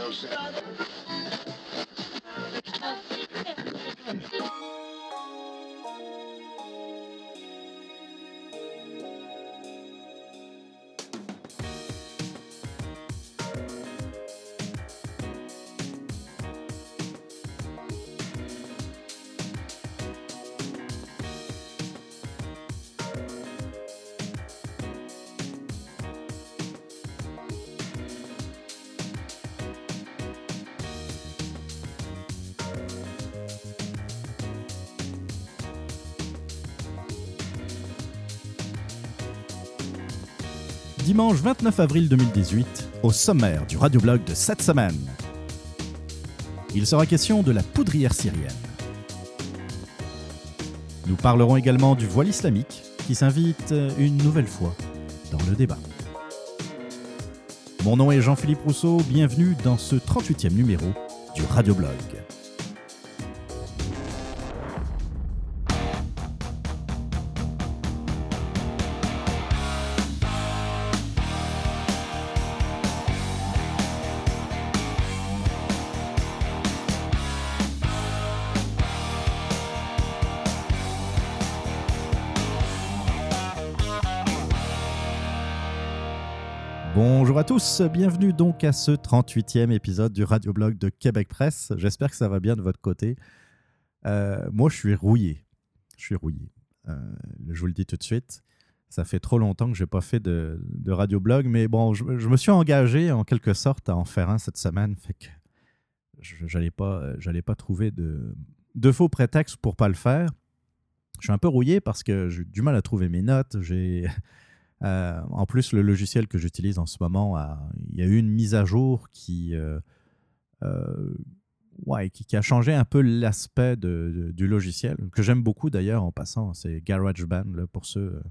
Dimanche 29 avril 2018, au sommaire du radioblog de cette semaine. Il sera question de la poudrière syrienne. Nous parlerons également du voile islamique qui s'invite une nouvelle fois dans le débat. Mon nom est Jean-Philippe Rousseau, bienvenue dans ce 38e numéro du radioblog. Bonjour à tous, bienvenue donc à ce 38e épisode du radioblog de Québec Presse. J'espère que ça va bien de votre côté. Moi, je suis rouillé. Je vous le dis tout de suite. Ça fait trop longtemps que je n'ai pas fait de radioblog, mais bon, je me suis engagé en quelque sorte à en faire un cette semaine. Fait que je n'allais pas trouver de faux prétextes pour ne pas le faire. Je suis un peu rouillé parce que j'ai du mal à trouver mes notes. En plus, le logiciel que j'utilise en ce moment, il y a eu une mise à jour qui a changé un peu l'aspect du logiciel, que j'aime beaucoup d'ailleurs en passant. C'est GarageBand là, pour ceux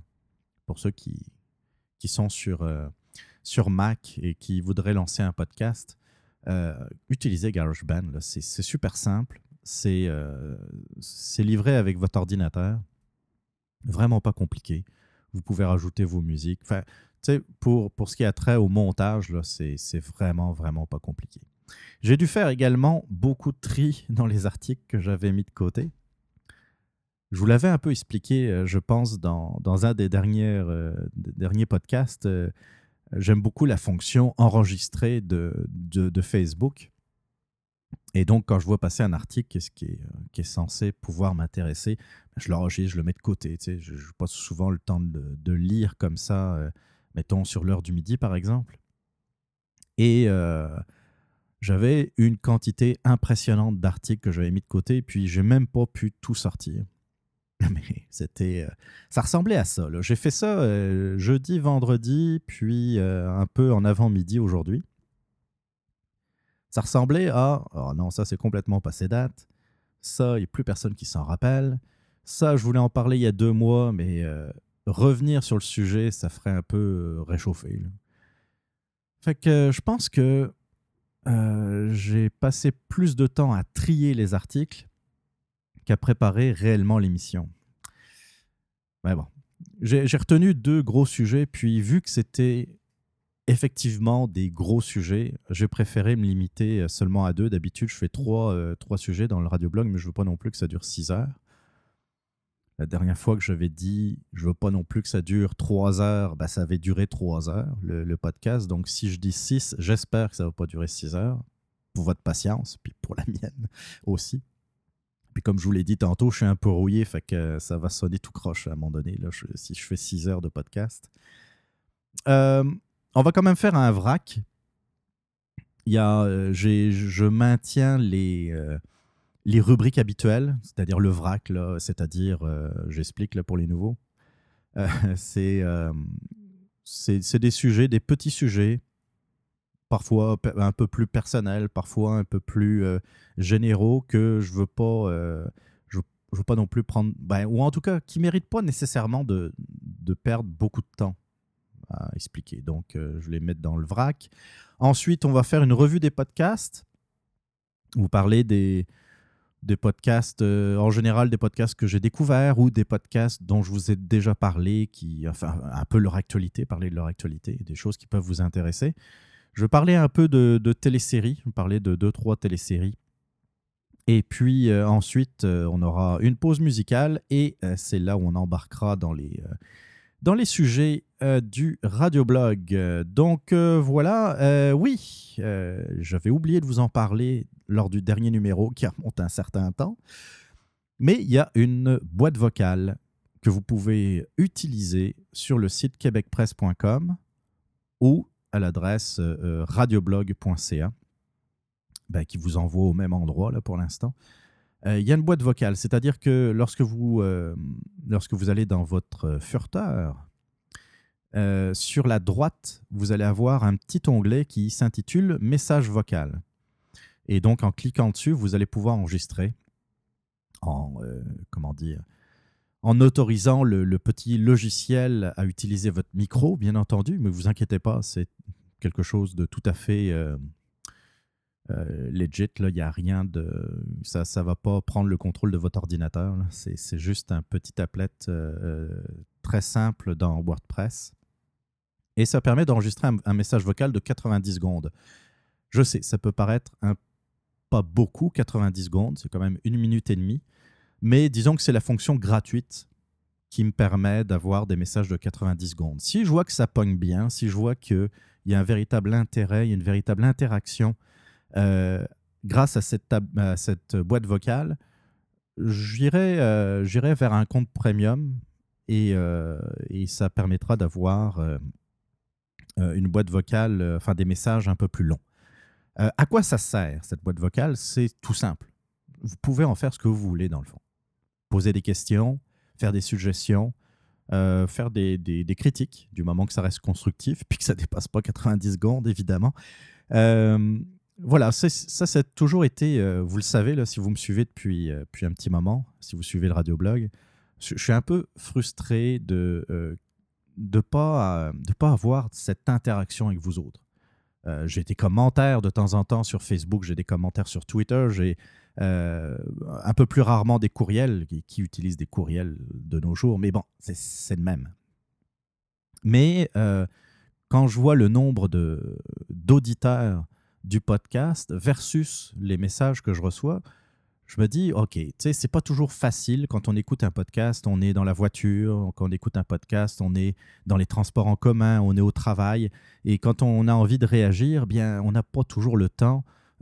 qui sont sur Mac et qui voudraient lancer un podcast. Utilisez GarageBand, là, c'est super simple. C'est livré avec votre ordinateur. Vraiment pas compliqué. Vous pouvez rajouter vos musiques. Enfin, pour ce qui a trait au montage, là, c'est vraiment, vraiment pas compliqué. J'ai dû faire également beaucoup de tri dans les articles que j'avais mis de côté. Je vous l'avais un peu expliqué, je pense, dans un des derniers podcasts. J'aime beaucoup la fonction enregistrer de Facebook. Et donc, quand je vois passer un article qui est censé pouvoir m'intéresser, je l'enregistre, je le mets de côté. Je n'ai pas souvent le temps de lire comme ça, mettons sur l'heure du midi, par exemple. Et j'avais une quantité impressionnante d'articles que j'avais mis de côté, puis je n'ai même pas pu tout sortir. Mais ça ressemblait à ça, là. J'ai fait ça jeudi, vendredi, puis un peu en avant-midi aujourd'hui. Ça ressemblait à « Oh non, ça c'est complètement passé date. Ça, il n'y a plus personne qui s'en rappelle. Ça, je voulais en parler il y a 2 mois, mais revenir sur le sujet, ça ferait un peu réchauffer. » Fait que je pense que j'ai passé plus de temps à trier les articles qu'à préparer réellement l'émission. Mais bon, j'ai retenu 2 gros sujets, puis vu que c'était effectivement des gros sujets, j'ai préféré me limiter seulement à 2. D'habitude, je fais 3 sujets dans le radioblog, mais je ne veux pas non plus que ça dure 6 heures. La dernière fois que j'avais dit je ne veux pas non plus que ça dure 3 heures, ben, ça avait duré 3 heures, le podcast. Donc, si je dis 6, j'espère que ça ne va pas durer 6 heures, pour votre patience, puis pour la mienne aussi. Puis comme je vous l'ai dit tantôt, je suis un peu rouillé, fait que ça va sonner tout croche à un moment donné, là, si je fais 6 heures de podcast. On va quand même faire un vrac. Je maintiens les rubriques habituelles, c'est-à-dire le vrac, là, c'est-à-dire, j'explique là pour les nouveaux, c'est des sujets, des petits sujets, parfois un peu plus personnels, parfois un peu plus généraux, que je veux pas non plus prendre, ou en tout cas qui ne méritent pas nécessairement de perdre beaucoup de temps à expliquer. Donc, je les mets dans le vrac. Ensuite, on va faire une revue des podcasts. Vous parlez des podcasts, en général des podcasts que j'ai découverts ou des podcasts dont je vous ai déjà parlé, enfin un peu leur actualité, parler de leur actualité, des choses qui peuvent vous intéresser. Je vais parler un peu de téléséries, je vais parler de deux, trois téléséries. Et puis ensuite, on aura une pause musicale et c'est là où on embarquera dans les sujets du radioblog. Donc voilà, oui, j'avais oublié de vous en parler lors du dernier numéro qui remonte un certain temps, mais il y a une boîte vocale que vous pouvez utiliser sur le site québecpresse.com ou à l'adresse radioblog.ca, qui vous envoie au même endroit là, pour l'instant. Il y a une boîte vocale, c'est-à-dire que lorsque vous allez dans votre furteur, sur la droite, vous allez avoir un petit onglet qui s'intitule Message vocal. Et donc, en cliquant dessus, vous allez pouvoir enregistrer comment dire, en autorisant le petit logiciel à utiliser votre micro, bien entendu, mais vous inquiétez pas, c'est quelque chose de tout à fait legit. Il n'y a rien de... Ça ne va pas prendre le contrôle de votre ordinateur. Là. C'est juste un petit applet très simple dans WordPress. Et ça permet d'enregistrer un message vocal de 90 secondes. Je sais, ça peut paraître pas beaucoup, 90 secondes, c'est quand même 1 minute et demie. Mais disons que c'est la fonction gratuite qui me permet d'avoir des messages de 90 secondes. Si je vois que ça pogne bien, si je vois qu'il y a un véritable intérêt, il y a une véritable interaction grâce à cette boîte vocale, j'irai vers un compte premium et ça permettra d'avoir une boîte vocale, enfin des messages un peu plus longs. À quoi ça sert, cette boîte vocale? C'est tout simple. Vous pouvez en faire ce que vous voulez, dans le fond. Poser des questions, faire des suggestions, faire des critiques, du moment que ça reste constructif, puis que ça ne dépasse pas 90 secondes, évidemment. Voilà, ça a toujours été, vous le savez, là, si vous me suivez depuis un petit moment, si vous suivez le radioblog, je suis un peu frustré de pas avoir cette interaction avec vous autres. J'ai des commentaires de temps en temps sur Facebook, j'ai des commentaires sur Twitter, j'ai un peu plus rarement des courriels, qui utilisent des courriels de nos jours, mais bon, c'est le même. Mais quand je vois le nombre d'auditeurs du podcast versus les messages que je reçois, je me dis, OK, tu sais, c'est pas toujours facile quand on écoute un podcast, on est dans la voiture, quand on écoute un podcast, on est dans les transports en commun, on est au travail, et quand on a envie de réagir, bien, on n'a pas toujours le temps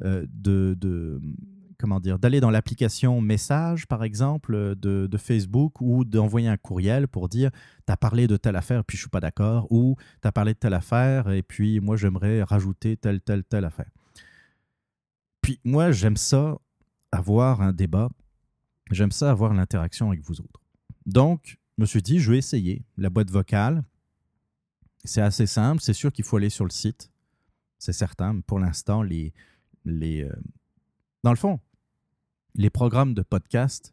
comment dire, d'aller dans l'application Message, par exemple, de Facebook, ou d'envoyer un courriel pour dire « tu as parlé de telle affaire, puis je ne suis pas d'accord », ou « tu as parlé de telle affaire, et puis moi, j'aimerais rajouter telle affaire ». Puis moi, j'aime ça, avoir un débat, j'aime ça avoir l'interaction avec vous autres. Donc, je me suis dit, je vais essayer la boîte vocale. C'est assez simple, c'est sûr qu'il faut aller sur le site, c'est certain, mais pour l'instant, dans le fond, les programmes de podcast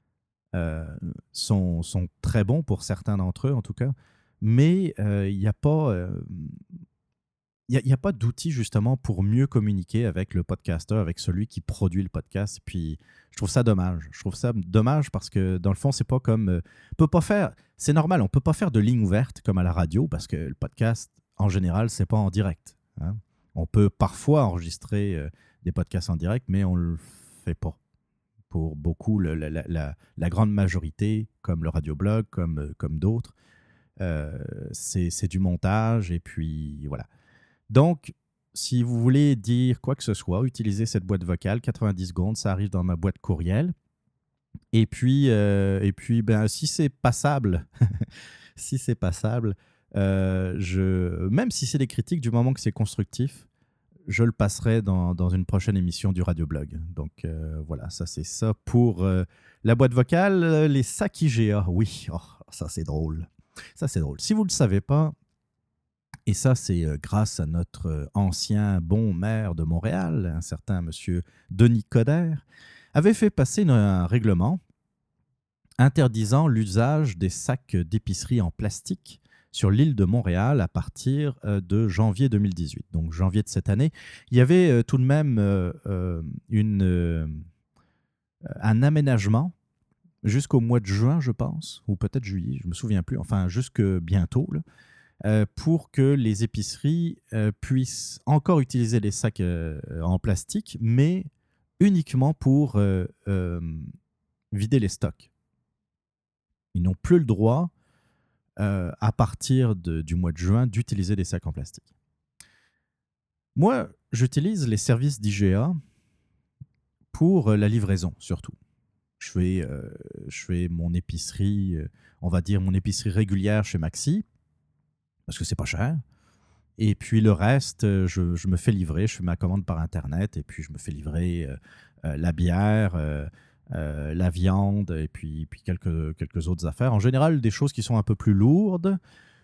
sont très bons pour certains d'entre eux, en tout cas, mais il n'y a pas... Il n'y a pas d'outil justement pour mieux communiquer avec le podcasteur, avec celui qui produit le podcast. Puis je trouve ça dommage. Je trouve ça dommage parce que dans le fond, c'est pas comme... on peut pas faire... C'est normal, on peut pas faire de ligne ouverte comme à la radio parce que le podcast, en général, c'est pas en direct. Hein. On peut parfois enregistrer des podcasts en direct, mais on le fait pas. Pour beaucoup, la grande majorité, comme le radioblog, comme d'autres, c'est du montage et puis voilà. Donc, si vous voulez dire quoi que ce soit, utilisez cette boîte vocale, 90 secondes, ça arrive dans ma boîte courriel. Et puis ben, si c'est passable, si c'est passable, même si c'est des critiques, du moment que c'est constructif, je le passerai dans une prochaine émission du radioblog. Donc voilà, ça c'est ça pour la boîte vocale. Les sacs IGA, oui, oh, ça c'est drôle. Ça c'est drôle. Si vous ne le savez pas, et ça, c'est grâce à notre ancien bon maire de Montréal, un certain monsieur Denis Coderre, avait fait passer un règlement interdisant l'usage des sacs d'épicerie en plastique sur l'île de Montréal à partir de janvier 2018. Donc janvier de cette année, il y avait tout de même un aménagement jusqu'au mois de juin, je pense, ou peut-être juillet, je ne me souviens plus, enfin jusque bientôt, là. pour que les épiceries puissent encore utiliser les sacs en plastique, mais uniquement pour vider les stocks. Ils n'ont plus le droit, à partir du mois de juin, d'utiliser des sacs en plastique. Moi, j'utilise les services d'IGA pour la livraison, surtout. Je fais mon épicerie, on va dire mon épicerie régulière chez Maxi, parce que c'est pas cher. Et puis le reste, je me fais livrer, je fais ma commande par Internet, et puis je me fais livrer la bière, la viande, et puis quelques autres affaires. En général, des choses qui sont un peu plus lourdes,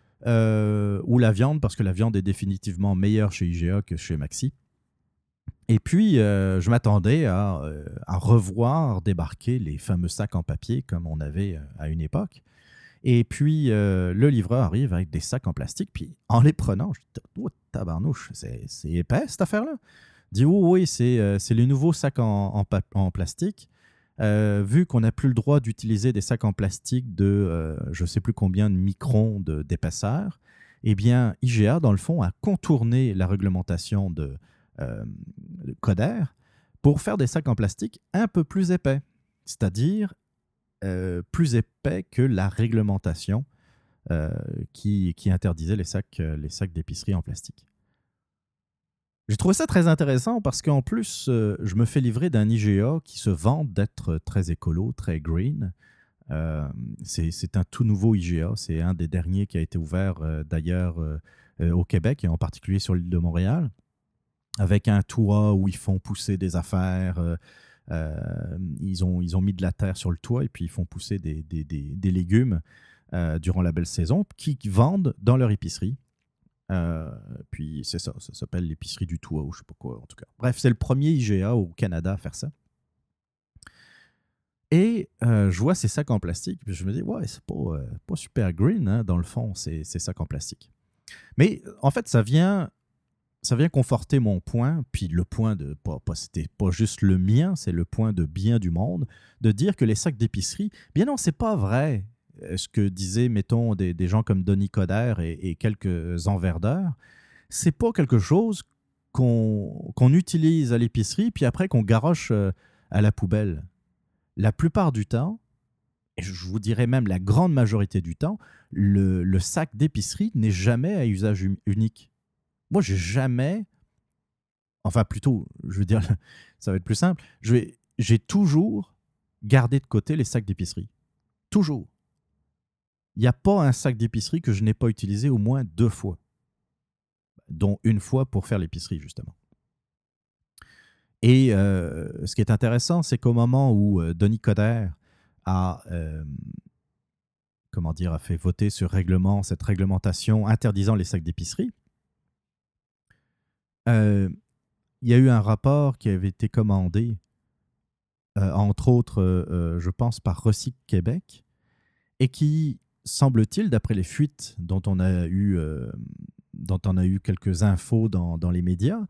ou la viande, parce que la viande est définitivement meilleure chez IGA que chez Maxi. Et puis, je m'attendais à revoir débarquer les fameux sacs en papier comme on avait à une époque. Et puis, le livreur arrive avec des sacs en plastique. Puis, en les prenant, je dis, oh, tabarnouche, c'est épais cette affaire-là. Il dit, oh, oui, c'est les nouveaux sacs en plastique. Vu qu'on n'a plus le droit d'utiliser des sacs en plastique de je ne sais plus combien de microns d'épaisseur, eh bien, IGA, dans le fond, a contourné la réglementation de Coder pour faire des sacs en plastique un peu plus épais, c'est-à-dire plus épais que la réglementation qui interdisait les sacs d'épicerie en plastique. J'ai trouvé ça très intéressant parce qu'en plus, je me fais livrer d'un IGA qui se vante d'être très écolo, très green. C'est un tout nouveau IGA. C'est un des derniers qui a été ouvert d'ailleurs au Québec et en particulier sur l'île de Montréal, avec un toit où ils font pousser des affaires. Ils ont mis de la terre sur le toit et puis ils font pousser des légumes durant la belle saison qui vendent dans leur épicerie. Puis c'est ça s'appelle l'épicerie du toit ou je sais pas quoi en tout cas. Bref, c'est le premier IGA au Canada à faire ça. Et je vois ces sacs en plastique, puis je me dis, ouais, c'est pas super green, hein, dans le fond, ces sacs en plastique. Mais en fait, ça vient conforter mon point, puis le point de, c'était pas juste le mien, c'est le point de bien du monde, de dire que les sacs d'épicerie, bien non, c'est pas vrai. Ce que disaient, mettons, des gens comme Denis Coderre et quelques enverdeurs, c'est pas quelque chose qu'on utilise à l'épicerie, puis après qu'on garoche à la poubelle. La plupart du temps, et je vous dirais même la grande majorité du temps, le sac d'épicerie n'est jamais à usage unique. Moi, j'ai jamais, enfin plutôt, je veux dire, ça va être plus simple, j'ai toujours gardé de côté les sacs d'épicerie. Toujours. Il n'y a pas un sac d'épicerie que je n'ai pas utilisé au moins 2 fois, dont une fois pour faire l'épicerie, justement. Et ce qui est intéressant, c'est qu'au moment où Denis Coderre a, a fait voter cette réglementation interdisant les sacs d'épicerie, il y a eu un rapport qui avait été commandé, entre autres, je pense, par Recyc Québec, et qui, semble-t-il, d'après les fuites dont on a eu quelques infos dans les médias,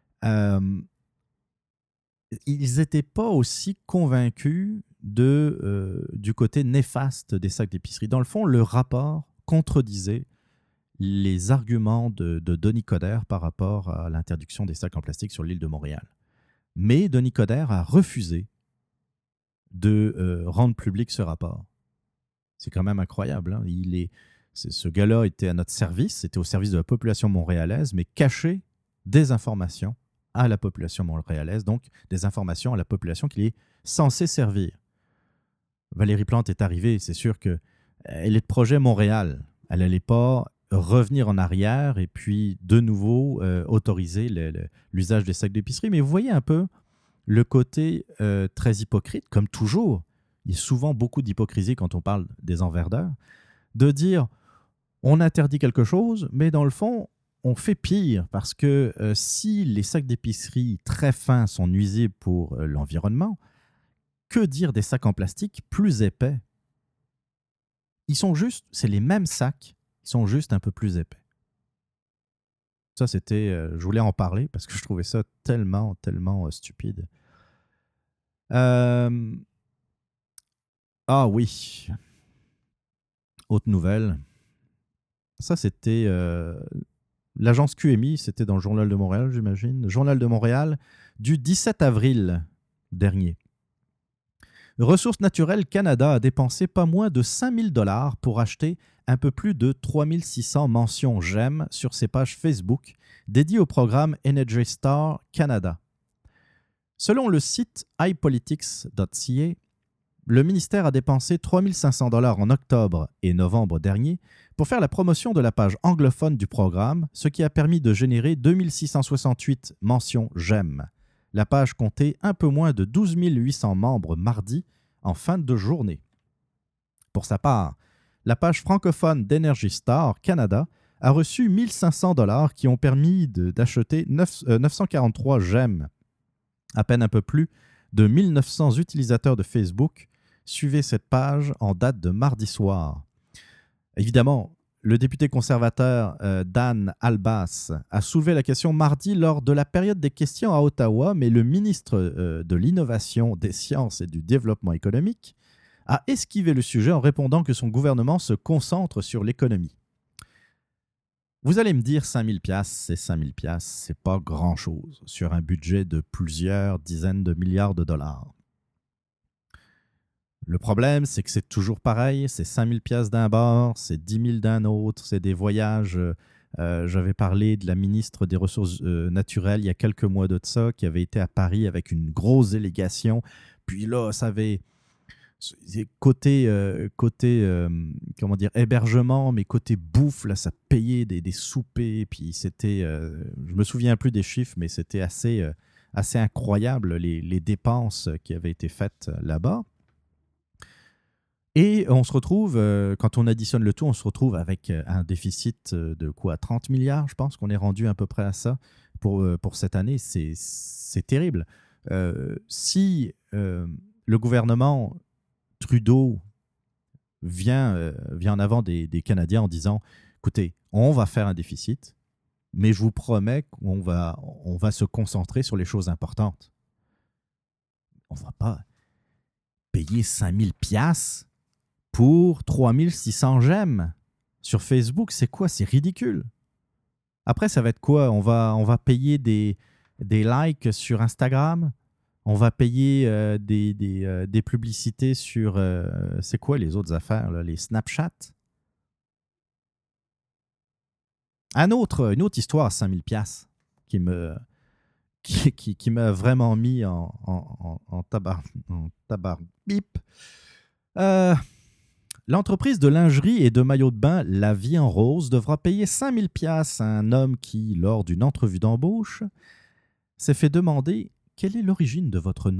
ils n'étaient pas aussi convaincus du côté néfaste des sacs d'épicerie. Dans le fond, le rapport contredisait les arguments de Denis Coderre par rapport à l'interdiction des sacs en plastique sur l'île de Montréal. Mais Denis Coderre a refusé de rendre public ce rapport. C'est quand même incroyable. Hein. Ce gars-là était à notre service, c'était au service de la population montréalaise, mais cachait des informations à la population montréalaise, donc des informations à la population qu'il est censé servir. Valérie Plante est arrivée, c'est sûr qu'elle est de projet Montréal. Elle n'allait pas revenir en arrière et puis de nouveau autoriser l'usage des sacs d'épicerie. Mais vous voyez un peu le côté très hypocrite, comme toujours. Il y a souvent beaucoup d'hypocrisie quand on parle des enverdeurs, de dire on interdit quelque chose, mais dans le fond, on fait pire parce que si les sacs d'épicerie très fins sont nuisibles pour l'environnement, que dire des sacs en plastique plus épais? C'est les mêmes sacs, ils sont juste un peu plus épais. Ça, je voulais en parler parce que je trouvais ça tellement, tellement stupide. Ah oui, autre nouvelle. Ça, c'était l'agence QMI, c'était dans le Journal de Montréal, j'imagine. Journal de Montréal du 17 avril dernier. Ressources naturelles Canada a dépensé pas moins de 5 000 $ pour acheter un peu plus de 3 600 mentions j'aime sur ses pages Facebook dédiées au programme Energy Star Canada. Selon le site ipolitics.ca, le ministère a dépensé 3 500 $ en octobre et novembre dernier pour faire la promotion de la page anglophone du programme, ce qui a permis de générer 2 668 mentions j'aime. La page comptait un peu moins de 12 800 membres mardi en fin de journée. Pour sa part, la page francophone d'Energy Star Canada a reçu 1 500 $ qui ont permis d'acheter 943 j'aime. À peine un peu plus de 1 900 utilisateurs de Facebook suivaient cette page en date de mardi soir. Évidemment, le député conservateur Dan Albas a soulevé la question mardi lors de la période des questions à Ottawa, mais le ministre de l'Innovation, des Sciences et du Développement économique a esquivé le sujet en répondant que son gouvernement se concentre sur l'économie. Vous allez me dire 5 000 $, c'est 5 000 $, c'est pas grand-chose sur un budget de plusieurs dizaines de milliards de dollars. Le problème, c'est que c'est toujours pareil, c'est 5 000 $ d'un bord, c'est 10 000 d'un autre, c'est des voyages. J'avais parlé de la ministre des Ressources naturelles il y a quelques mois de ça, qui avait été à Paris avec une grosse délégation. Puis là, ça avait côté comment dire, hébergement, mais côté bouffe, là, ça payait des soupers. Puis c'était, je me souviens plus des chiffres, mais c'était assez incroyable les dépenses qui avaient été faites là-bas. Et on se retrouve, quand on additionne le tout, on se retrouve avec un déficit de quoi, 30 milliards, je pense qu'on est rendu à peu près à ça pour cette année. C'est terrible. Si le gouvernement Trudeau vient en avant des Canadiens en disant « Écoutez, on va faire un déficit, mais je vous promets qu'on va se concentrer sur les choses importantes. » On ne va pas payer 5 000 $ pour 3 600 j'aime sur Facebook. C'est quoi? C'est ridicule. Après, ça va être quoi? On va payer des likes sur Instagram. On va payer des publicités sur... c'est quoi les autres affaires, là? Les Snapchat? Une autre histoire à 5 000 $ qui m'a vraiment mis en tabar-bip. L'entreprise de lingerie et de maillots de bain La Vie en Rose devra payer 5 000 $ à un homme qui, lors d'une entrevue d'embauche, s'est fait demander « Quelle est l'origine de votre nom ?»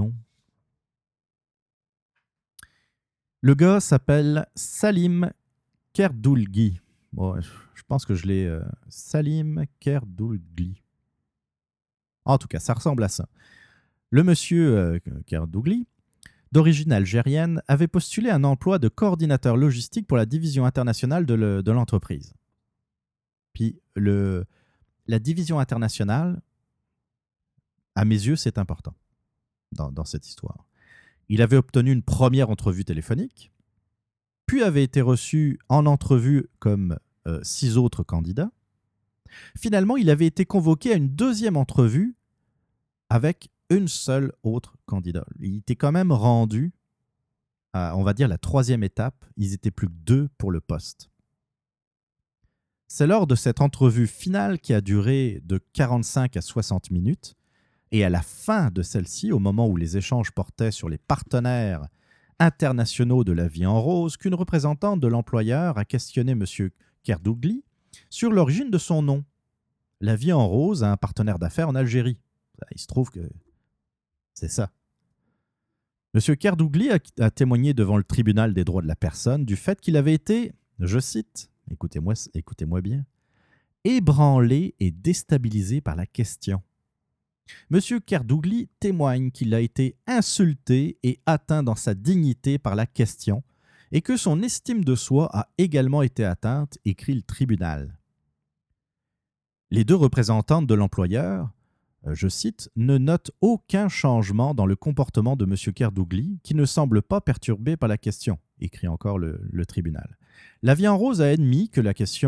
Le gars s'appelle Salim Kerdoulgui. Bon, je pense que je l'ai... Salim Kerdoulgui. En tout cas, ça ressemble à ça. Le monsieur Kerdoulgui, d'origine algérienne, avait postulé un emploi de coordinateur logistique pour la division internationale de l'entreprise. Puis, la division internationale, à mes yeux, c'est important dans cette histoire. Il avait obtenu une première entrevue téléphonique, puis avait été reçu en entrevue comme 6 autres candidats. Finalement, il avait été convoqué à une deuxième entrevue avec une seule autre candidat. Il était quand même rendu à, on va dire, la 3e étape. Ils étaient plus que 2 pour le poste. C'est lors de cette entrevue finale qui a duré de 45 à 60 minutes, et à la fin de celle-ci, au moment où les échanges portaient sur les partenaires internationaux de La Vie en Rose, qu'une représentante de l'employeur a questionné M. Kerdoulgui sur l'origine de son nom. La Vie en Rose a un partenaire d'affaires en Algérie. Il se trouve que c'est ça. M. Kerdoulgui a témoigné devant le tribunal des droits de la personne du fait qu'il avait été, je cite, écoutez-moi bien, ébranlé et déstabilisé par la question. M. Kerdoulgui témoigne qu'il a été insulté et atteint dans sa dignité par la question et que son estime de soi a également été atteinte, écrit le tribunal. Les 2 représentantes de l'employeur, je cite, ne notent aucun changement dans le comportement de M. Kerdoulgui qui ne semble pas perturbé par la question, écrit encore le tribunal. La Vie en Rose a admis que la question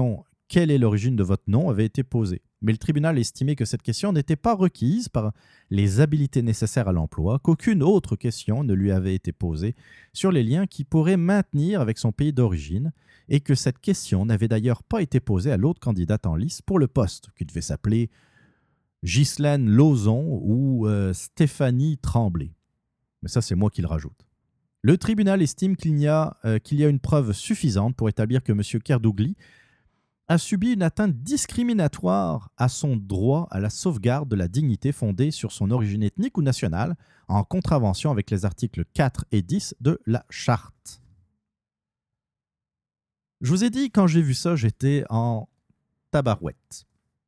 quelle est l'origine de votre nom avait été posée. Mais le tribunal estimait que cette question n'était pas requise par les habiletés nécessaires à l'emploi, qu'aucune autre question ne lui avait été posée sur les liens qu'il pourrait maintenir avec son pays d'origine, et que cette question n'avait d'ailleurs pas été posée à l'autre candidate en lice pour le poste, qui devait s'appeler Ghislaine Lauzon ou Stéphanie Tremblay. Mais ça, c'est moi qui le rajoute. Le tribunal estime qu'il y a une preuve suffisante pour établir que M. Kerdougli a subi une atteinte discriminatoire à son droit à la sauvegarde de la dignité fondée sur son origine ethnique ou nationale, en contravention avec les articles 4 et 10 de la Charte. Je vous ai dit, quand j'ai vu ça, j'étais en tabarouette.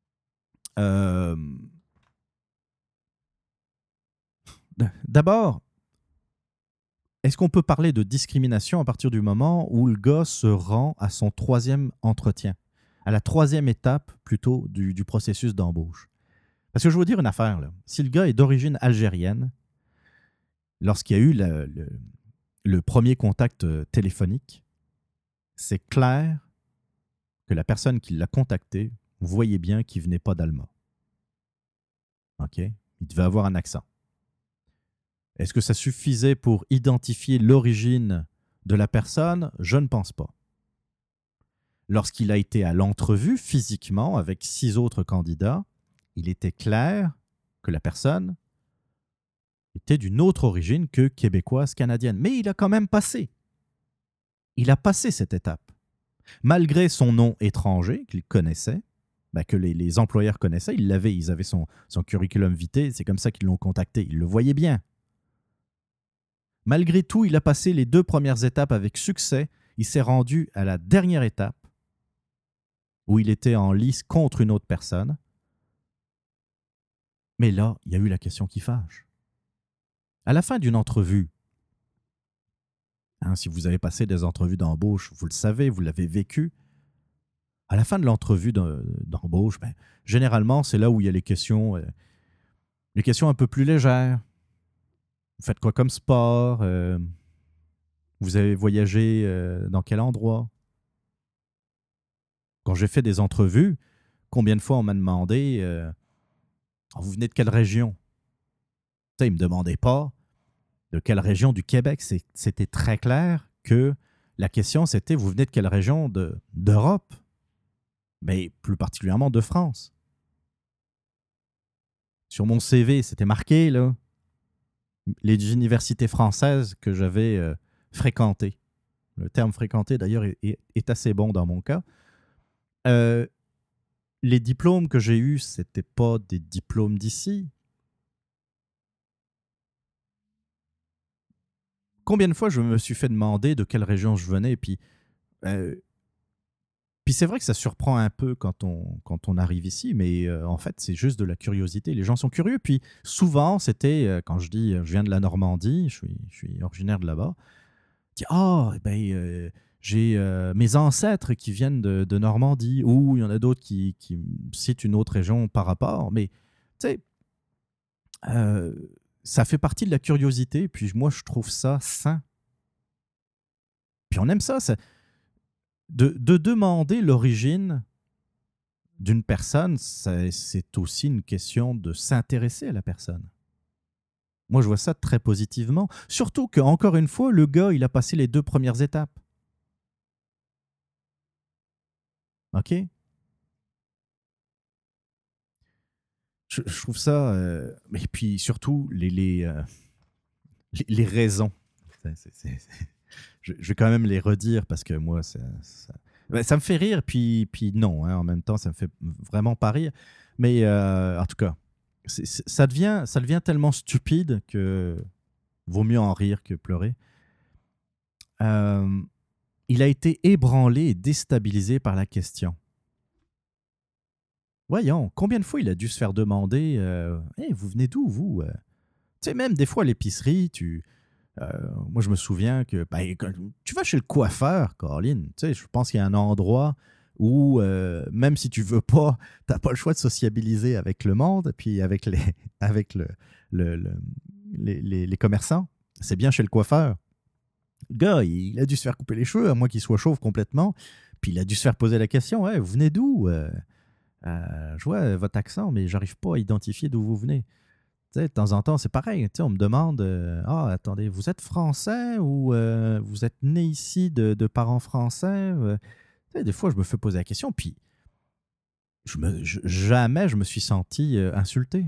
D'abord, est-ce qu'on peut parler de discrimination à partir du moment où le gars se rend à son 3e entretien, à la 3e étape plutôt du processus d'embauche? Parce que je veux vous dire une affaire, là. Si le gars est d'origine algérienne, lorsqu'il y a eu le premier contact téléphonique, c'est clair que la personne qui l'a contacté, vous voyez bien qu'il ne venait pas d'Alma. OK? Il devait avoir un accent. Est-ce que ça suffisait pour identifier l'origine de la personne? Je ne pense pas. Lorsqu'il a été à l'entrevue physiquement avec 6 autres candidats, il était clair que la personne était d'une autre origine que québécoise canadienne. Mais il a quand même passé. Il a passé cette étape. Malgré son nom étranger qu'il connaissait, que les employeurs connaissaient, ils avaient son curriculum vitae, c'est comme ça qu'ils l'ont contacté, ils le voyaient bien. Malgré tout, il a passé les 2 premières étapes avec succès. Il s'est rendu à la dernière étape où il était en lice contre une autre personne. Mais là, il y a eu la question qui fâche. À la fin d'une entrevue, si vous avez passé des entrevues d'embauche, vous le savez, vous l'avez vécu. À la fin de l'entrevue d'embauche, généralement, c'est là où il y a les questions un peu plus légères. Vous faites quoi comme sport? Vous avez voyagé dans quel endroit? Quand j'ai fait des entrevues, combien de fois on m'a demandé vous venez de quelle région? Ils ne me demandaient pas de quelle région du Québec. C'était très clair que la question, c'était vous venez de quelle région d'Europe? Mais plus particulièrement de France. Sur mon CV, c'était marqué, là, les universités françaises que j'avais fréquentées. Le terme fréquenté, d'ailleurs, est assez bon dans mon cas. Les diplômes que j'ai eus, ce n'étaient pas des diplômes d'ici. Combien de fois je me suis fait demander de quelle région je venais, puis c'est vrai que ça surprend un peu quand on arrive ici, mais en fait, c'est juste de la curiosité. Les gens sont curieux. Puis souvent, c'était, quand je dis je viens de la Normandie, je suis originaire de là-bas, je dis j'ai mes ancêtres qui viennent de Normandie, ou il y en a d'autres qui citent une autre région par rapport. Mais tu sais, ça fait partie de la curiosité. Puis moi, je trouve ça sain. Puis on aime ça. De demander l'origine d'une personne, c'est aussi une question de s'intéresser à la personne. Moi, je vois ça très positivement. Surtout qu'encore une fois, le gars, il a passé les 2 premières étapes. OK? Je trouve ça... et puis surtout, les raisons. Je vais quand même les redire parce que moi, ça me fait rire, puis non, en même temps, ça me fait vraiment pas rire. Mais en tout cas, ça devient tellement stupide que vaut mieux en rire que pleurer. Il a été ébranlé et déstabilisé par la question. Voyons, combien de fois il a dû se faire demander hey, vous venez d'où, vous? Tu sais, même des fois à l'épicerie, moi, je me souviens que quand tu vas chez le coiffeur, Caroline, tu sais, je pense qu'il y a un endroit où, même si tu veux pas, tu n'as pas le choix de sociabiliser avec le monde, puis avec les commerçants. C'est bien chez le coiffeur. Le gars, il a dû se faire couper les cheveux, à moins qu'il soit chauve complètement. Puis il a dû se faire poser la question, ouais, vous venez d'où? Je vois votre accent, mais j'arrive pas à identifier d'où vous venez. Tu sais, de temps en temps, c'est pareil. Tu sais, on me demande, ah, attendez, vous êtes français ou vous êtes né ici de parents français? Tu sais, des fois, je me fais poser la question, puis jamais je me suis senti insulté.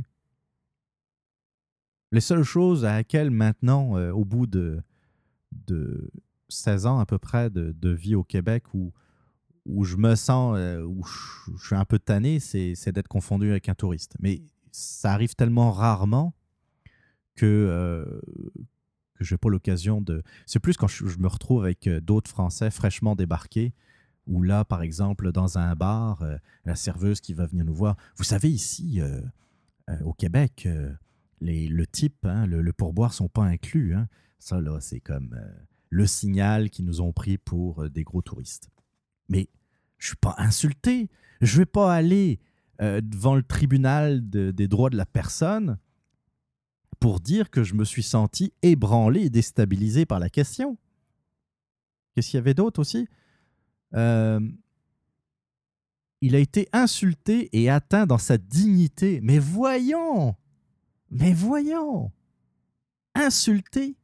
Les seules choses à laquelle maintenant, au bout de 16 ans à peu près de vie au Québec, où je me sens, où je suis un peu tanné, c'est d'être confondu avec un touriste. Mais ça arrive tellement rarement que, que je n'ai pas l'occasion de... C'est plus quand je me retrouve avec d'autres Français fraîchement débarqués, ou là, par exemple, dans un bar, la serveuse qui va venir nous voir. Vous savez, ici, au Québec, le type, hein, le pourboire ne sont pas inclus. Hein. Ça, là, c'est comme le signal qu'ils nous ont pris pour des gros touristes. Mais je ne suis pas insulté. Je ne vais pas aller devant le tribunal des droits de la personne pour dire que je me suis senti ébranlé et déstabilisé par la question. Qu'est-ce qu'il y avait d'autre aussi? Euh, il a été insulté et atteint dans sa dignité. Mais voyons! Insulté?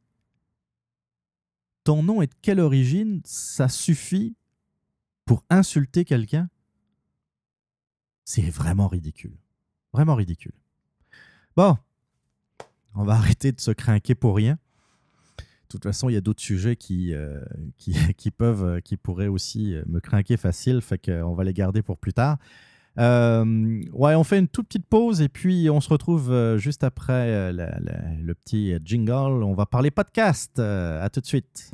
Ton nom est de quelle origine? Ça suffit pour insulter quelqu'un? C'est vraiment ridicule. Vraiment ridicule. Bon, on va arrêter de se crinquer pour rien. De toute façon, il y a d'autres sujets qui pourraient aussi me crinquer facile, fait qu'on va les garder pour plus tard. Ouais, on fait une toute petite pause et puis on se retrouve juste après le petit jingle. On va parler podcast. À tout de suite.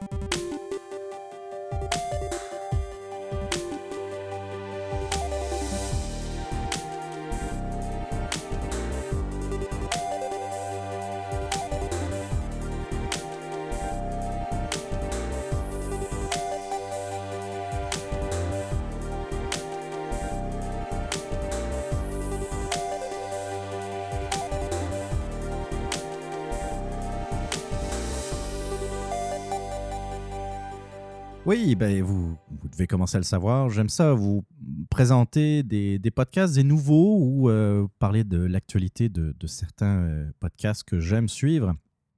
Oui, ben vous devez commencer à le savoir. J'aime ça, vous présenter des podcasts, des nouveaux ou parler de l'actualité de certains podcasts que j'aime suivre.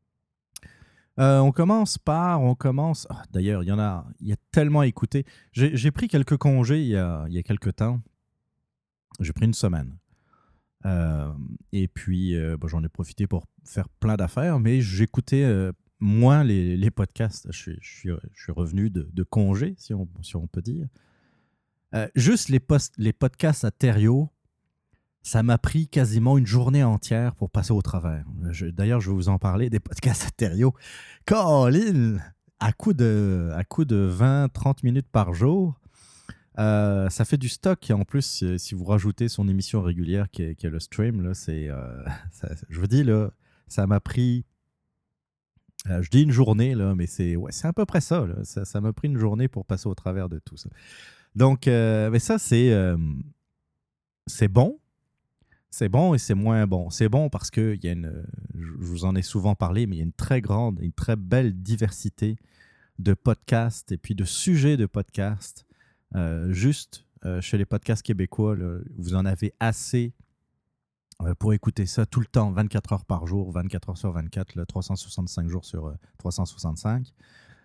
On commence. D'ailleurs, il y a tellement à écouter. J'ai pris quelques congés il y a quelques temps. J'ai pris une semaine. Et puis, j'en ai profité pour faire plein d'affaires, mais j'écoutais moins les podcasts. Je suis revenu de congé, si on peut dire. Juste les podcasts à Thériault, ça m'a pris quasiment une journée entière pour passer au travers. D'ailleurs, je vais vous en parler des podcasts à Thériault. Colin, à coup de 20-30 minutes par jour, ça fait du stock. Et en plus, si vous rajoutez son émission régulière qui est le stream, là, je vous dis, là, ça m'a pris... je dis une journée, là, mais c'est à peu près ça, là. Ça m'a pris une journée pour passer au travers de tout ça. Donc, mais ça, c'est bon. C'est bon et c'est moins bon. C'est bon parce que je vous en ai souvent parlé, mais il y a une très belle diversité de podcasts et puis de sujets de podcasts. Chez les podcasts québécois, là, vous en avez assez pour écouter ça tout le temps, 24 heures par jour, 24 heures sur 24, là, 365 jours sur 365.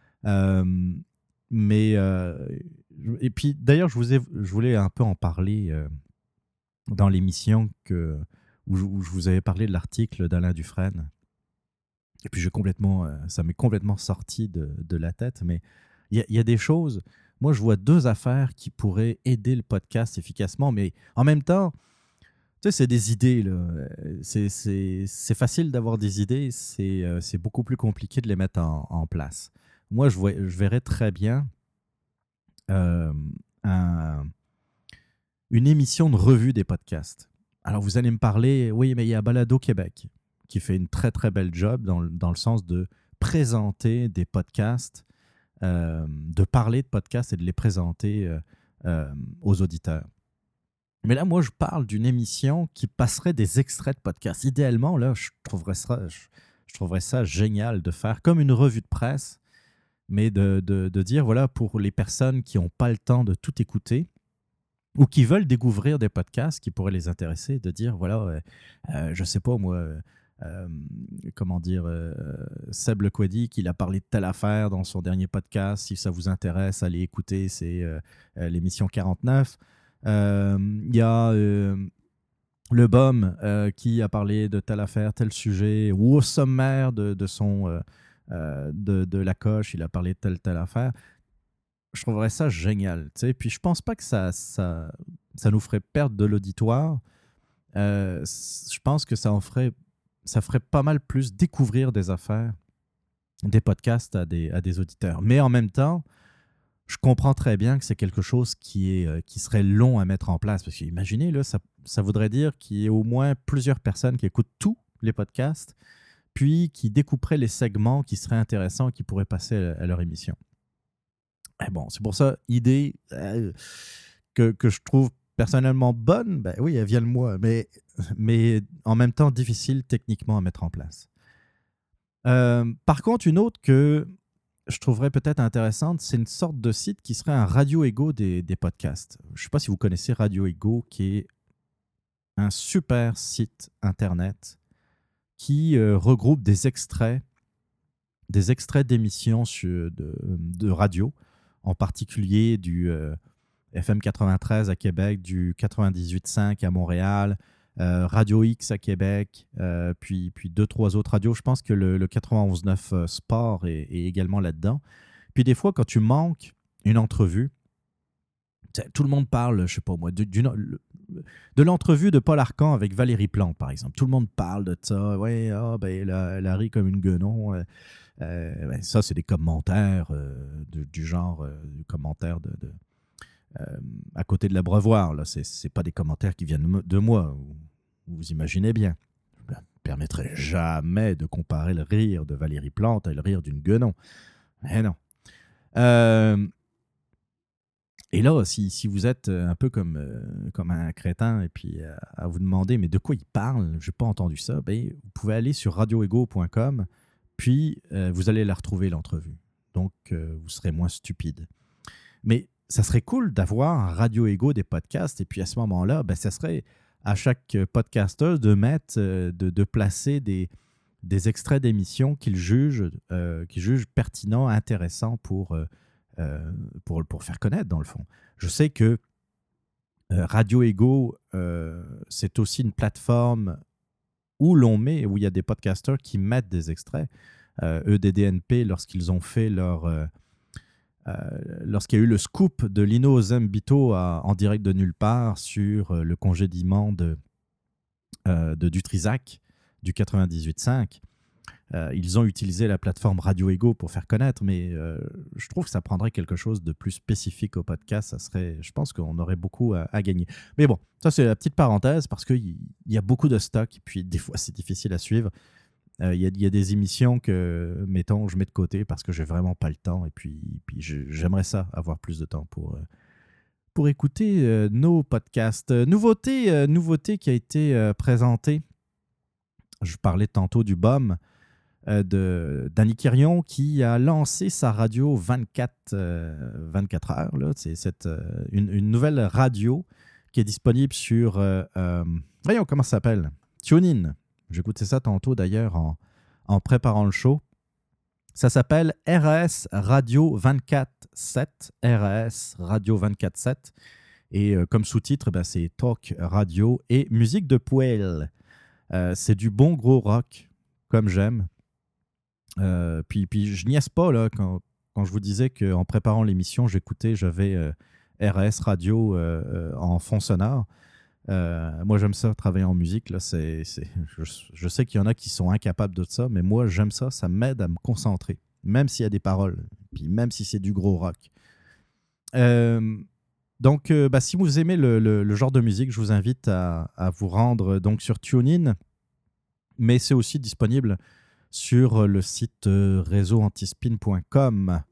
Et puis, d'ailleurs, je voulais un peu en parler dans l'émission où je vous avais parlé de l'article d'Alain Dufresne. Et puis, ça m'est complètement sorti de la tête. Mais il y a des choses... Moi, je vois deux affaires qui pourraient aider le podcast efficacement. Mais en même temps, tu sais, c'est des idées, là. C'est facile d'avoir des idées. C'est beaucoup plus compliqué de les mettre en place. Moi, je verrais très bien une émission de revue des podcasts. Alors, vous allez me parler, oui, mais il y a Balado Québec qui fait une très, très belle job dans le sens de présenter des podcasts, de parler de podcasts et de les présenter aux auditeurs. Mais là, moi, je parle d'une émission qui passerait des extraits de podcasts. Idéalement, là, je trouverais ça génial de faire comme une revue de presse, mais de dire, voilà, pour les personnes qui n'ont pas le temps de tout écouter ou qui veulent découvrir des podcasts qui pourraient les intéresser, de dire, voilà, je sais pas moi, euh, comment dire, Seb Le Quadi, qu'il a parlé de telle affaire dans son dernier podcast, si ça vous intéresse, allez écouter, c'est l'émission 49. Il y a le BOM qui a parlé de telle affaire, tel sujet, ou au sommaire de la coche, il a parlé de telle affaire. Je trouverais ça génial. Tu sais. Puis je pense pas que ça nous ferait perdre de l'auditoire. Je pense que ça ferait pas mal plus découvrir des affaires, des podcasts à des auditeurs. Mais en même temps, je comprends très bien que c'est quelque chose qui serait long à mettre en place. Parce que imaginez, là, ça voudrait dire qu'il y ait au moins plusieurs personnes qui écoutent tous les podcasts, puis qui découperaient les segments qui seraient intéressants et qui pourraient passer à leur émission. Et bon, c'est pour ça, idée que je trouve personnellement bonne, ben oui, elle vient de moi, mais en même temps difficile techniquement à mettre en place. Par contre, une autre que je trouverais peut-être intéressante, c'est une sorte de site qui serait un Radio Ego des podcasts. Je ne sais pas si vous connaissez Radio Ego, qui est un super site internet qui regroupe des extraits d'émissions de radio, en particulier du FM 93 à Québec, du 98.5 à Montréal, Radio X à Québec, puis deux, trois autres radios. Je pense que le 91.9 Sport est également là-dedans. Puis des fois, quand tu manques une entrevue, tout le monde parle, je sais pas moi, de l'entrevue de Paul Arcand avec Valérie Plante, par exemple. Tout le monde parle de ça. Ouais, ben, elle a ri comme une guenon. Ben, ça, c'est des commentaires du genre, commentaires à côté de l'abreuvoir. Là, c'est pas des commentaires qui viennent de moi. Vous imaginez bien. Je ne me permettrai jamais de comparer le rire de Valérie Plante à le rire d'une guenon. Eh non. Et là, si vous êtes un peu comme un crétin et puis à vous demander mais de quoi il parle, je n'ai pas entendu ça, ben, vous pouvez aller sur radioego.com, puis vous allez la retrouver, l'entrevue. Donc, vous serez moins stupide. Mais ça serait cool d'avoir un Radio Ego des podcasts, et puis à ce moment-là, ben, ça serait à chaque podcaster de mettre, de placer des extraits d'émissions qu'il juge pertinents, intéressants pour faire connaître, dans le fond. Je sais que Radio Ego, c'est aussi une plateforme où il y a des podcasters qui mettent des extraits. EDDNP, lorsqu'ils ont fait lorsqu'il y a eu le scoop de Lino Zambito en direct de nulle part sur le congédiement de Dutrisac du 98.5, ils ont utilisé la plateforme Radio Ego pour faire connaître, mais je trouve que ça prendrait quelque chose de plus spécifique au podcast. Je pense qu'on aurait beaucoup à gagner. Mais bon, ça c'est la petite parenthèse parce qu'il y a beaucoup de stock et puis des fois c'est difficile à suivre. Il y a des émissions que, mettons, je mets de côté parce que j'ai vraiment pas le temps et puis j'aimerais ça, avoir plus de temps pour écouter nos podcasts. Nouveauté qui a été présentée. Je parlais tantôt du BOM de Danny Quirion qui a lancé sa radio 24 heures. Là. C'est une nouvelle radio qui est disponible sur... voyons comment ça s'appelle. TuneIn. J'écoutais ça tantôt d'ailleurs en préparant le show. Ça s'appelle RAS Radio 24/7. RAS Radio 24/7. Et comme sous-titre, ben, c'est talk radio et musique de poêle. C'est du bon gros rock, comme j'aime. Puis je niaise pas là, quand je vous disais qu'en préparant l'émission, j'avais RAS Radio en fond sonore. Moi, j'aime ça, travailler en musique. Là, je sais qu'il y en a qui sont incapables de ça, mais moi, j'aime ça. Ça m'aide à me concentrer, même s'il y a des paroles, puis même si c'est du gros rock. Donc, si vous aimez le genre de musique, je vous invite à vous rendre donc, sur TuneIn, mais c'est aussi disponible sur le site réseauantispin.com.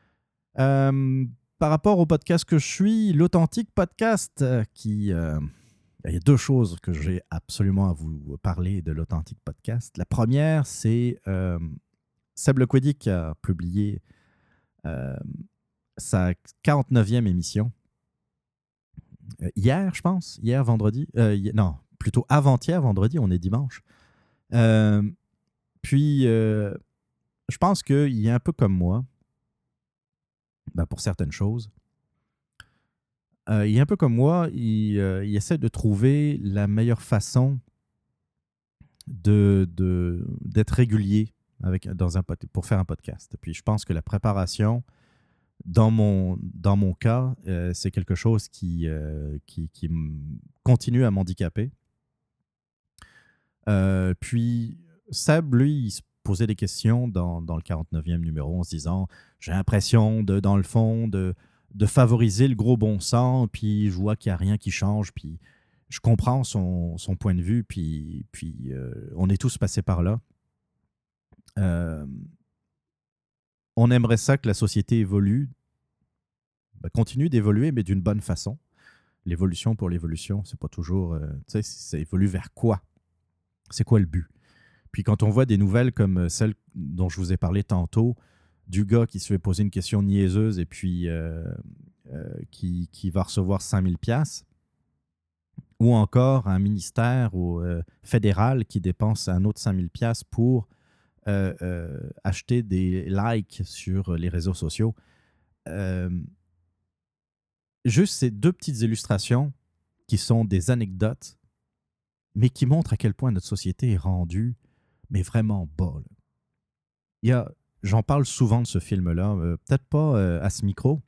Par rapport au podcast que je suis, l'Authentique Podcast, il y a deux choses que j'ai absolument à vous parler de l'Authentique Podcast. La première, c'est Seb Le Quadi qui a publié euh, sa 49e émission. Hier, je pense. Hier, vendredi. Non, plutôt avant-hier, vendredi. On est dimanche. Euh, puis, je pense qu'il est un peu comme moi, pour certaines choses. Il est un peu comme moi. Il essaie de trouver la meilleure façon d'être régulier pour faire un podcast. Puis, je pense que la préparation, dans mon cas, c'est quelque chose qui continue à m'handicaper. Puis, Seb, lui, il se posait des questions dans le 49e numéro en se disant, j'ai l'impression, dans le fond, de favoriser le gros bon sens, puis je vois qu'il n'y a rien qui change, puis je comprends son point de vue, puis on est tous passés par là. Euh, on aimerait ça que la société évolue, continue d'évoluer, mais d'une bonne façon. L'évolution pour l'évolution, c'est pas toujours... tu sais, ça évolue vers quoi? C'est quoi le but? Puis quand on voit des nouvelles comme celle dont je vous ai parlé tantôt, du gars qui se fait poser une question niaiseuse et puis qui va recevoir 5000 pièces, ou encore un ministère fédéral qui dépense un autre 5000 pièces pour acheter des likes sur les réseaux sociaux. Juste ces deux petites illustrations qui sont des anecdotes, mais qui montrent à quel point notre société est rendue, mais vraiment bas. J'en parle souvent de ce film-là, peut-être pas à ce micro.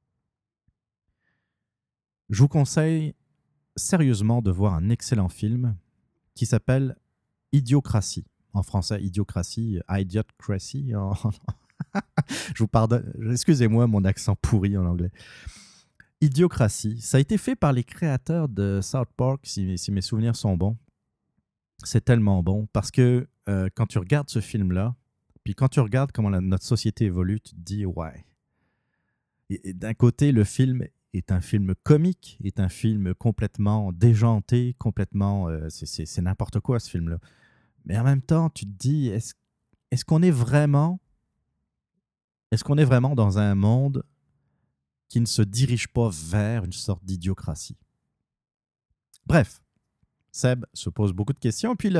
Je vous conseille sérieusement de voir un excellent film qui s'appelle Idiocratie. En français, Idiocratie, Idiocracy. Je vous pardonne, excusez-moi mon accent pourri en anglais. Idiocratie, ça a été fait par les créateurs de South Park, si mes souvenirs sont bons. C'est tellement bon parce que quand tu regardes ce film-là, puis quand tu regardes comment notre société évolue, tu te dis, ouais. Et d'un côté, le film est un film comique, est un film complètement déjanté, complètement... c'est n'importe quoi, ce film-là. Mais en même temps, tu te dis, est-ce qu'on est vraiment dans un monde qui ne se dirige pas vers une sorte d'idiocratie? Bref, Seb se pose beaucoup de questions, puis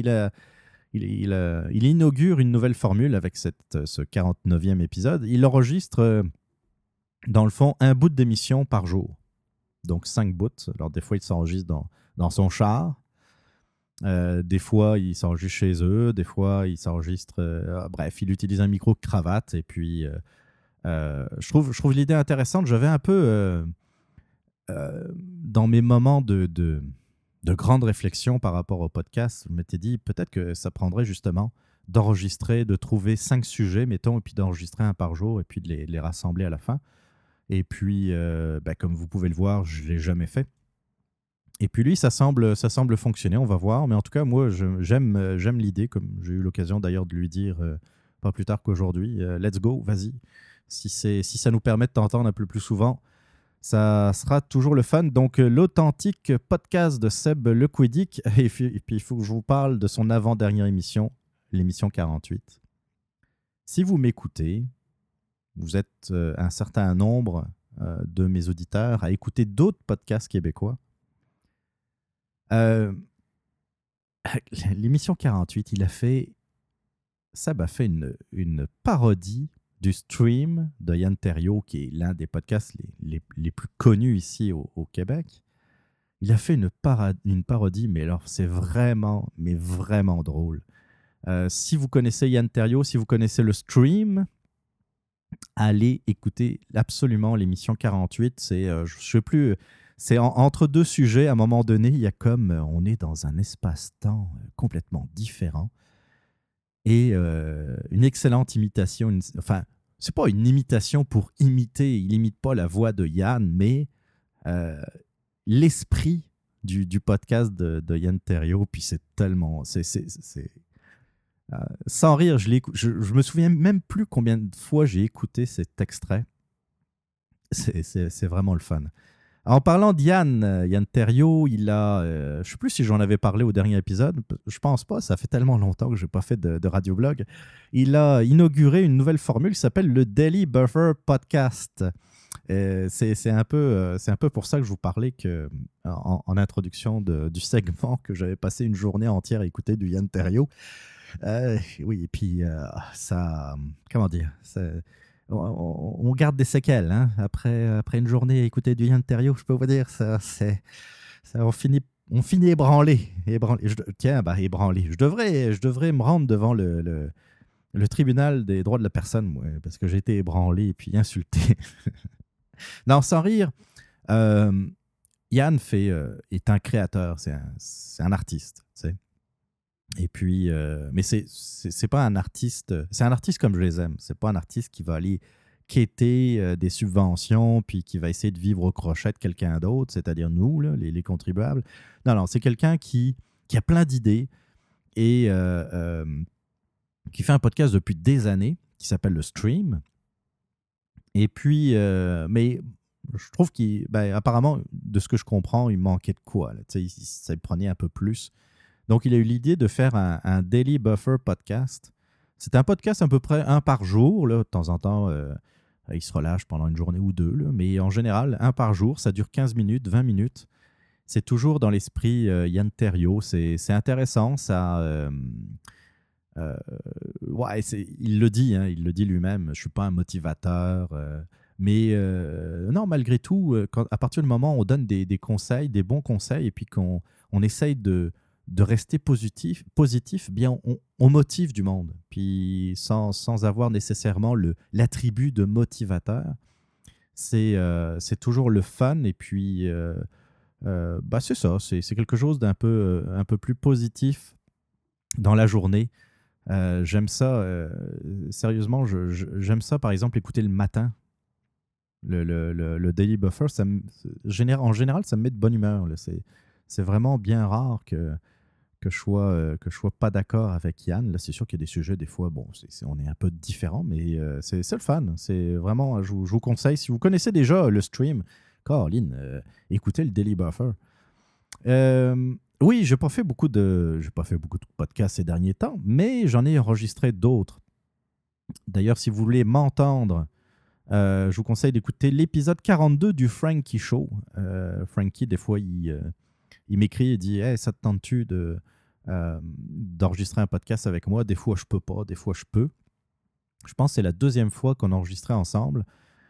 il inaugure une nouvelle formule avec ce 49e épisode. Il enregistre, dans le fond, un bout d'émission par jour. Donc 5 bouts. Alors des fois, il s'enregistre dans son char. Des fois, il s'enregistre chez eux. Des fois, il s'enregistre... bref, il utilise un micro-cravate. Et puis, je trouve l'idée intéressante. J'avais un peu, dans mes moments de grande réflexion par rapport au podcast, je m'étais dit peut-être que ça prendrait justement d'enregistrer, de trouver 5 sujets, mettons, et puis d'enregistrer un par jour, et puis de les rassembler à la fin. Et puis, comme vous pouvez le voir, je ne l'ai jamais fait. Et puis lui, ça semble fonctionner, on va voir. Mais en tout cas, moi, j'aime l'idée, comme j'ai eu l'occasion d'ailleurs de lui dire pas plus tard qu'aujourd'hui. Let's go, vas-y. Si ça nous permet de t'entendre un peu plus souvent, ça sera toujours le fun. Donc, l'authentique podcast de Seb Lequidic. Et puis, il faut que je vous parle de son avant-dernière émission, l'émission 48. Si vous m'écoutez, vous êtes un certain nombre de mes auditeurs à écouter d'autres podcasts québécois. L'émission 48, Seb a fait une parodie du Stream de Yann Terriot, qui est l'un des podcasts les plus connus ici au Québec. Il a fait une parodie, mais alors c'est vraiment drôle. Si vous connaissez Yann Terriot, si vous connaissez le Stream, allez écouter absolument l'émission 48. Je sais plus... C'est entre deux sujets, à un moment donné, il y a on est dans un espace-temps complètement différent. Et une excellente imitation, enfin, c'est pas une imitation pour imiter, il imite pas la voix de Yann, mais l'esprit du podcast de Yann Terriot, puis c'est tellement... sans rire, je me souviens même plus combien de fois j'ai écouté cet extrait. C'est vraiment le fun. En parlant d'Yann, Yann Terriot, il a, je ne sais plus si j'en avais parlé au dernier épisode, je pense pas, ça fait tellement longtemps que je n'ai pas fait de radioblog. Il a inauguré une nouvelle formule qui s'appelle le Daily Buffer Podcast. C'est un peu pour ça que je vous parlais en introduction du segment que j'avais passé une journée entière à écouter du Yann Terriot. Oui, et puis ça, comment dire, on garde des séquelles hein, après une journée à écouter du Yann Terriot, je peux vous dire, on finit ébranlé. Ébranlé. Je devrais me rendre devant le tribunal des droits de la personne, moi, parce que j'ai été ébranlé et puis insulté. Non, sans rire, Yann est un créateur, c'est un artiste, tu sais. Et puis, mais c'est pas un artiste, c'est un artiste comme je les aime. C'est pas un artiste qui va aller quêter des subventions puis qui va essayer de vivre au crochet de quelqu'un d'autre, c'est-à-dire nous, là, les contribuables. Non, c'est quelqu'un qui a plein d'idées et qui fait un podcast depuis des années qui s'appelle Le Stream. Et puis, mais je trouve apparemment, de ce que je comprends, il manquait de quoi. Là. Ça prenait un peu plus. Donc, il a eu l'idée de faire un Daily Buffer podcast. C'est un podcast à peu près un par jour. Là. De temps en temps, il se relâche pendant une journée ou deux. Là. Mais en général, un par jour. Ça dure 15 minutes, 20 minutes. C'est toujours dans l'esprit Yann Terriot. C'est intéressant. Ça, ouais, il le dit lui-même. Je ne suis pas un motivateur. Mais non, malgré tout, à partir du moment où on donne des conseils, des bons conseils, et puis qu'on essaye de rester positif, bien on motive du monde. Puis sans avoir nécessairement l'attribut de motivateur, c'est toujours le fun. Et puis, c'est ça, c'est quelque chose d'un peu plus positif dans la journée. J'aime ça, sérieusement, j'aime ça, par exemple, écouter le matin. Le Daily Buffer, en général, ça me met de bonne humeur. Là. C'est vraiment bien rare que je sois pas d'accord avec Yann. Là, c'est sûr qu'il y a des sujets, des fois, bon, on est un peu différents, mais c'est le fun. C'est vraiment, je vous conseille, si vous connaissez déjà le stream, Caroline, écoutez le Daily Buffer. Oui, j'ai pas fait beaucoup de podcasts ces derniers temps, mais j'en ai enregistré d'autres. D'ailleurs, si vous voulez m'entendre, je vous conseille d'écouter l'épisode 42 du Frankie Show. Frankie, des fois, il m'écrit et dit « Hey, ça te tente-tu d'enregistrer un podcast avec moi? » Des fois, je peux pas, des fois, je peux. Je pense que c'est la deuxième fois qu'on enregistrait ensemble.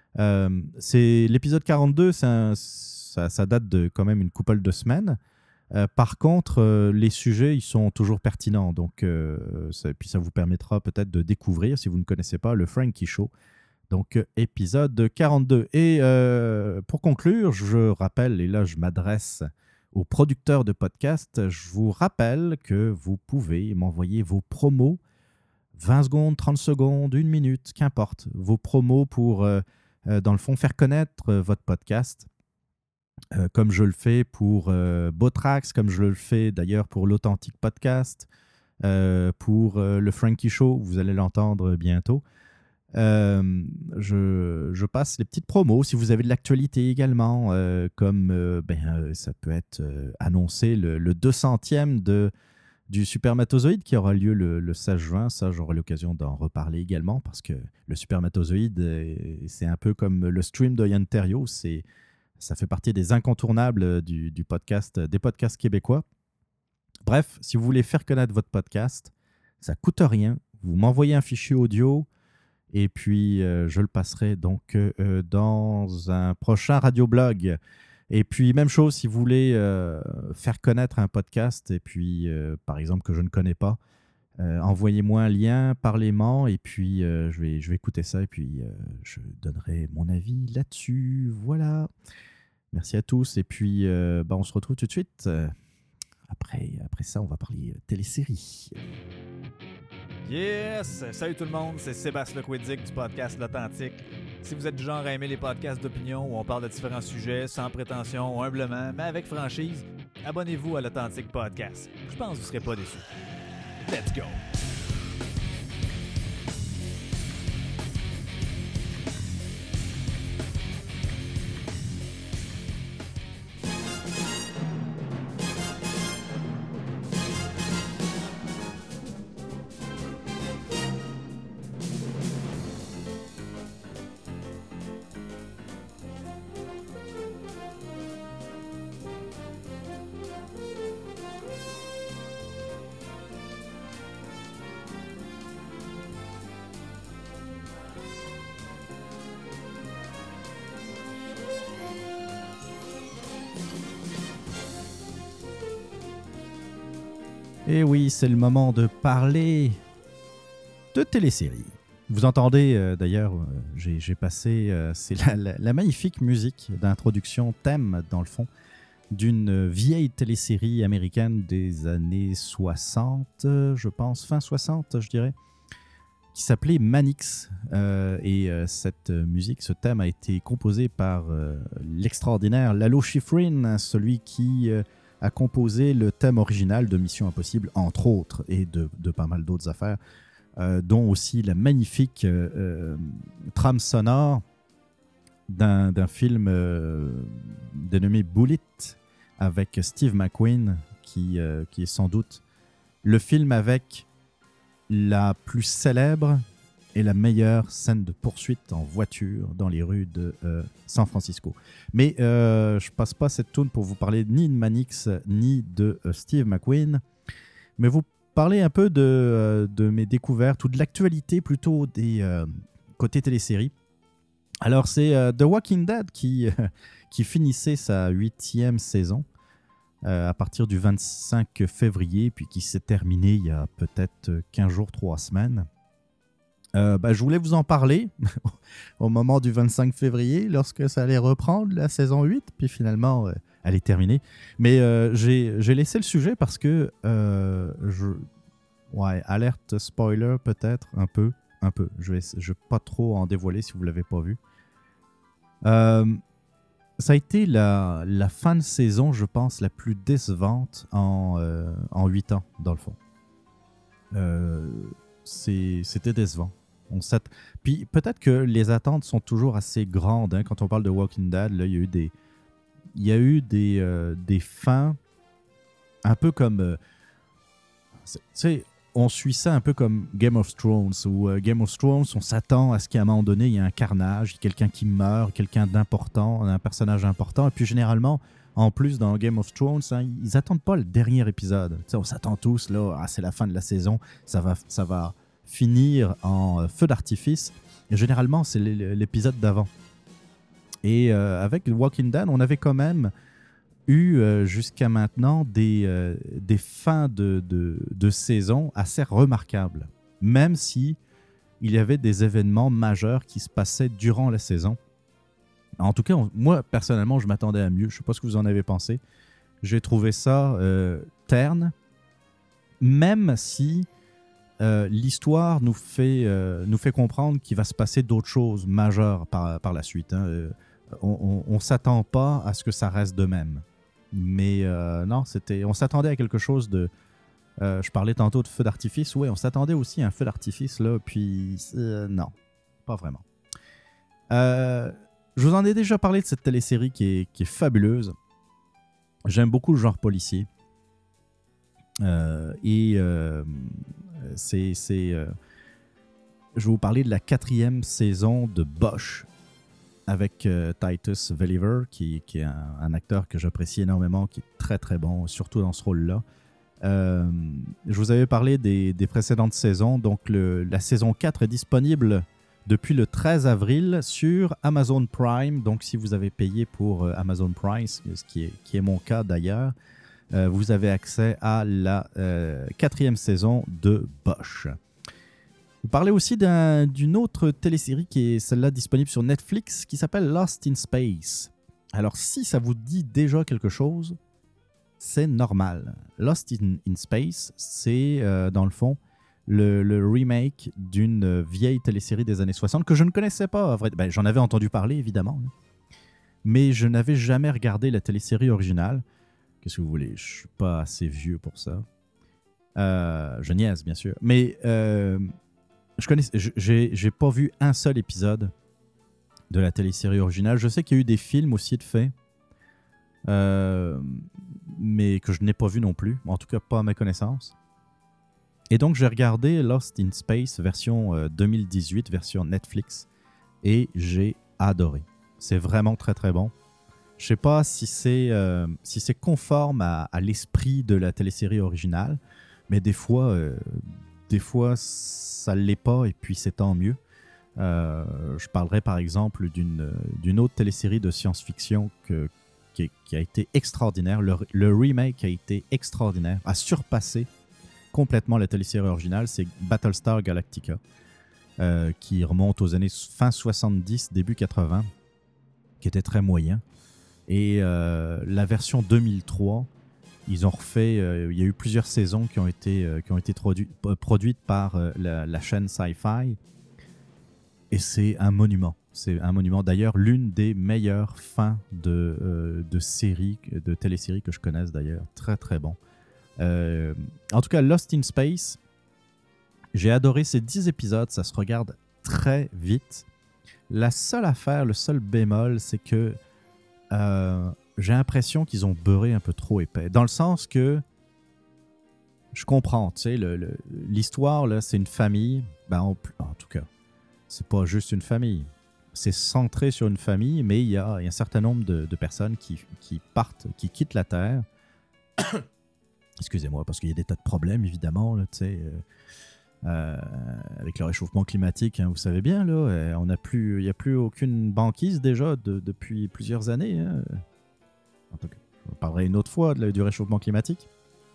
C'est l'épisode 42, ça date de quand même une couple de semaines. Par contre, les sujets, ils sont toujours pertinents. Donc, puis ça vous permettra peut-être de découvrir, si vous ne connaissez pas, le Frankie Show. Donc, épisode 42. Et pour conclure, je rappelle, et là, je m'adresse aux producteurs de podcasts, je vous rappelle que vous pouvez m'envoyer vos promos, 20 secondes, 30 secondes, 1 minute, qu'importe. Vos promos pour, dans le fond, faire connaître votre podcast. Comme je le fais pour Botrax, comme je le fais d'ailleurs pour l'Authentique Podcast, pour le Frankie Show, vous allez l'entendre bientôt. Je passe les petites promos. Si vous avez de l'actualité également, comme ça peut être annoncé le 200e du Supermatozoïde qui aura lieu le 16 juin. Ça, j'aurai l'occasion d'en reparler également parce que le Supermatozoïde, c'est un peu comme le stream de Yann Terriot. Ça fait partie des incontournables du podcast, des podcasts québécois. Bref, si vous voulez faire connaître votre podcast, ça ne coûte rien. Vous m'envoyez un fichier audio et puis je le passerai donc dans un prochain radioblog. Et puis, même chose, si vous voulez faire connaître un podcast, et puis, par exemple, que je ne connais pas, envoyez-moi un lien, parlez-m'en, et puis je vais écouter ça, et puis je donnerai mon avis là-dessus. Voilà. Merci à tous. Et puis, on se retrouve tout de suite. Après ça, on va parler télésérie. Yes! Salut tout le monde, c'est Sébastien Lequiddick du podcast L'Authentique. Si vous êtes du genre à aimer les podcasts d'opinion où on parle de différents sujets sans prétention, humblement, mais avec franchise, abonnez-vous à L'Authentique Podcast. Je pense que vous ne serez pas déçus. Let's go! Et oui, c'est le moment de parler de téléséries. Vous entendez d'ailleurs, j'ai passé, c'est la magnifique musique d'introduction, thème dans le fond, d'une vieille télésérie américaine des années 60, je pense, fin 60 je dirais, qui s'appelait Mannix. Cette musique, ce thème a été composé par l'extraordinaire Lalo Schifrin, celui qui a composé le thème original de Mission Impossible, entre autres, et de pas mal d'autres affaires, dont aussi la magnifique trame sonore d'un film dénommé Bullet, avec Steve McQueen, qui est sans doute le film avec la plus célèbre et la meilleure scène de poursuite en voiture dans les rues de San Francisco. Mais je passe pas cette tourne pour vous parler ni de Mannix ni de Steve McQueen, mais vous parler un peu de mes découvertes ou de l'actualité plutôt des côtés téléséries. Alors c'est The Walking Dead qui finissait sa 8e saison à partir du 25 février, puis qui s'est terminée il y a peut-être 15 jours, 3 semaines. Je voulais vous en parler au moment du 25 février, lorsque ça allait reprendre la saison 8, puis finalement, elle est terminée. Mais j'ai laissé le sujet parce que, alerte spoiler peut-être, un peu. Je vais pas trop en dévoiler si vous ne l'avez pas vu. Ça a été la fin de saison, je pense, la plus décevante en 8 ans, dans le fond. C'était décevant. Puis peut-être que les attentes sont toujours assez grandes. Hein, quand on parle de Walking Dead, là, il y a eu des fins un peu comme... tu sais, on suit ça un peu comme Game of Thrones, où Game of Thrones, on s'attend à ce qu'à un moment donné, il y ait un carnage, quelqu'un qui meurt, quelqu'un d'important, un personnage important. Et puis généralement, en plus, dans Game of Thrones, hein, ils n'attendent pas le dernier épisode. Tu sais, on s'attend tous, là, c'est la fin de la saison, ça va finir en feu d'artifice. Et généralement, c'est l'épisode d'avant. Et avec Walking Dead, on avait quand même eu jusqu'à maintenant des fins de saison assez remarquables, même si il y avait des événements majeurs qui se passaient durant la saison. En tout cas, moi, personnellement, je m'attendais à mieux. Je ne sais pas ce que vous en avez pensé. J'ai trouvé ça terne, même si l'histoire nous fait comprendre qu'il va se passer d'autres choses majeures par la suite. Hein. On ne s'attend pas à ce que ça reste de même. Mais non, on s'attendait à quelque chose de... je parlais tantôt de feu d'artifice. Oui, on s'attendait aussi à un feu d'artifice, là, puis non, pas vraiment. Je vous en ai déjà parlé de cette télésérie qui est fabuleuse. J'aime beaucoup le genre policier. Je vais vous parler de la 4e saison de Bosch, avec Titus Welliver, qui est un acteur que j'apprécie énormément, qui est très très bon, surtout dans ce rôle-là. Je vous avais parlé des précédentes saisons, donc la saison 4 est disponible depuis le 13 avril sur Amazon Prime. Donc si vous avez payé pour Amazon Prime, ce qui est mon cas d'ailleurs, vous avez accès à la 4e saison de Bosch. Vous parlez aussi d'une autre télésérie qui est celle-là disponible sur Netflix qui s'appelle Lost in Space. Alors si ça vous dit déjà quelque chose, c'est normal. Lost in Space, c'est dans le fond le remake d'une vieille télésérie des années 60 que je ne connaissais pas. J'en avais entendu parler évidemment, mais je n'avais jamais regardé la télésérie originale. Qu'est-ce que vous voulez? Je suis pas assez vieux pour ça. Je niaise bien sûr, mais j'ai pas vu un seul épisode de la télésérie originale. Je sais qu'il y a eu des films aussi de fait, mais que je n'ai pas vu non plus, en tout cas pas à ma connaissance. Et donc j'ai regardé Lost in Space version 2018, version Netflix, et j'ai adoré. C'est vraiment très très bon. Je sais pas si c'est conforme à l'esprit de la télésérie originale, mais des fois ça l'est pas, et puis c'est tant mieux. Je parlerai par exemple d'une autre télésérie de science-fiction qui a été extraordinaire. Le remake a été extraordinaire, a surpassé complètement la télésérie originale, c'est Battlestar Galactica, qui remonte aux années fin 70, début 80, qui était très moyen. Et la version 2003, ils ont refait... il y a eu plusieurs saisons qui ont été produites par la chaîne Sci-Fi. Et c'est un monument. C'est un monument. D'ailleurs, l'une des meilleures fins de séries, de téléséries que je connaisse d'ailleurs. Très, très bon. En tout cas, Lost in Space, j'ai adoré ces 10 épisodes. Ça se regarde très vite. La seule affaire, le seul bémol, c'est que j'ai l'impression qu'ils ont beurré un peu trop épais. Dans le sens que je comprends, tu sais, l'histoire, là, c'est une famille. En tout cas, c'est pas juste une famille. C'est centré sur une famille, mais il y a un certain nombre de personnes qui partent, qui quittent la Terre. Excusez-moi, parce qu'il y a des tas de problèmes, évidemment, là, tu sais, avec le réchauffement climatique, hein, vous savez bien, là, il n'y a plus aucune banquise déjà depuis plusieurs années. Hein. En tout cas, je parlerai une autre fois du réchauffement climatique.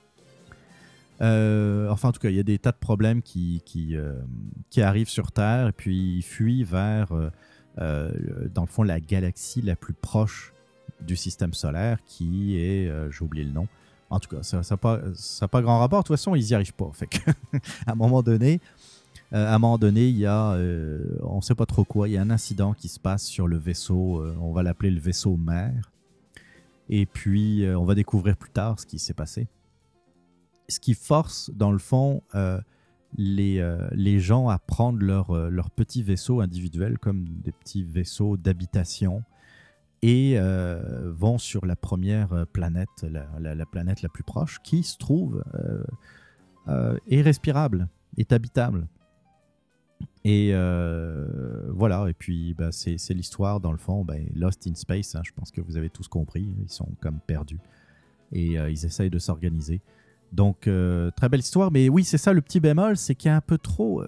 En tout cas, il y a des tas de problèmes qui arrivent sur Terre et puis ils fuient vers, dans le fond, la galaxie la plus proche du système solaire qui est, j'ai oublié le nom. En tout cas, ça n'a pas grand rapport. De toute façon, ils n'y arrivent pas. Fait que, à un moment donné, il y a, on ne sait pas trop quoi, il y a un incident qui se passe sur le vaisseau, on va l'appeler le vaisseau mère. Et puis, on va découvrir plus tard ce qui s'est passé. Ce qui force, dans le fond, les gens à prendre leur petits vaisseaux individuels comme des petits vaisseaux d'habitation et vont sur la première planète, la planète la plus proche, qui se trouve est respirable, est habitable. Et voilà, et puis c'est l'histoire, dans le fond, Lost in Space, hein, je pense que vous avez tous compris, ils sont comme perdus et ils essayent de s'organiser. Donc, très belle histoire, mais oui, c'est ça le petit bémol, c'est qu'il y a un peu trop...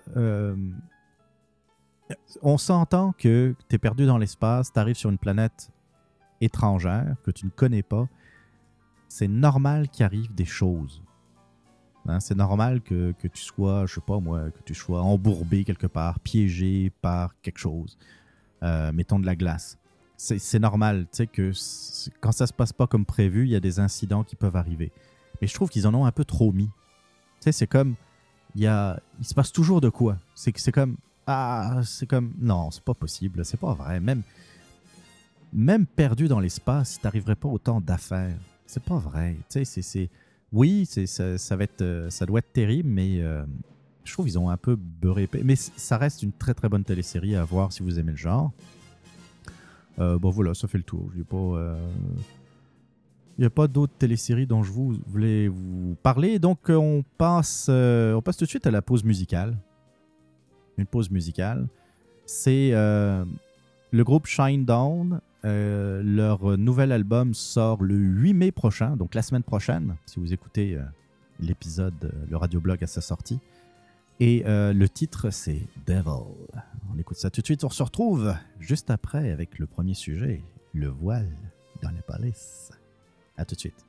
on s'entend que tu es perdu dans l'espace, tu arrives sur une planète étrangère que tu ne connais pas, c'est normal qu'il arrive des choses. Hein, c'est normal que tu sois, je sais pas moi, que tu sois embourbé quelque part, piégé par quelque chose. Mettons de la glace. C'est normal, tu sais, que quand ça se passe pas comme prévu, il y a des incidents qui peuvent arriver. Mais je trouve qu'ils en ont un peu trop mis. Tu sais, c'est comme, il se passe toujours de quoi. C'est comme, non, c'est pas possible, c'est pas vrai. Même perdu dans l'espace, il t'arriverait pas autant d'affaires. C'est pas vrai. Tu sais, oui, ça doit être terrible, mais je trouve qu'ils ont un peu beurré. Mais ça reste une très très bonne télésérie à voir si vous aimez le genre. Voilà, ça fait le tour. Il n'y a pas d'autres téléséries dont je voulais vous parler. Donc, on passe tout de suite à la pause musicale. Une pause musicale. C'est le groupe Shinedown. Leur nouvel album sort le 8 mai prochain, donc la semaine prochaine, si vous écoutez l'épisode, le radioblog à sa sortie. Et le titre, c'est Devil. On écoute ça tout de suite. On se retrouve juste après avec le premier sujet, le voile dans les polices. À tout de suite.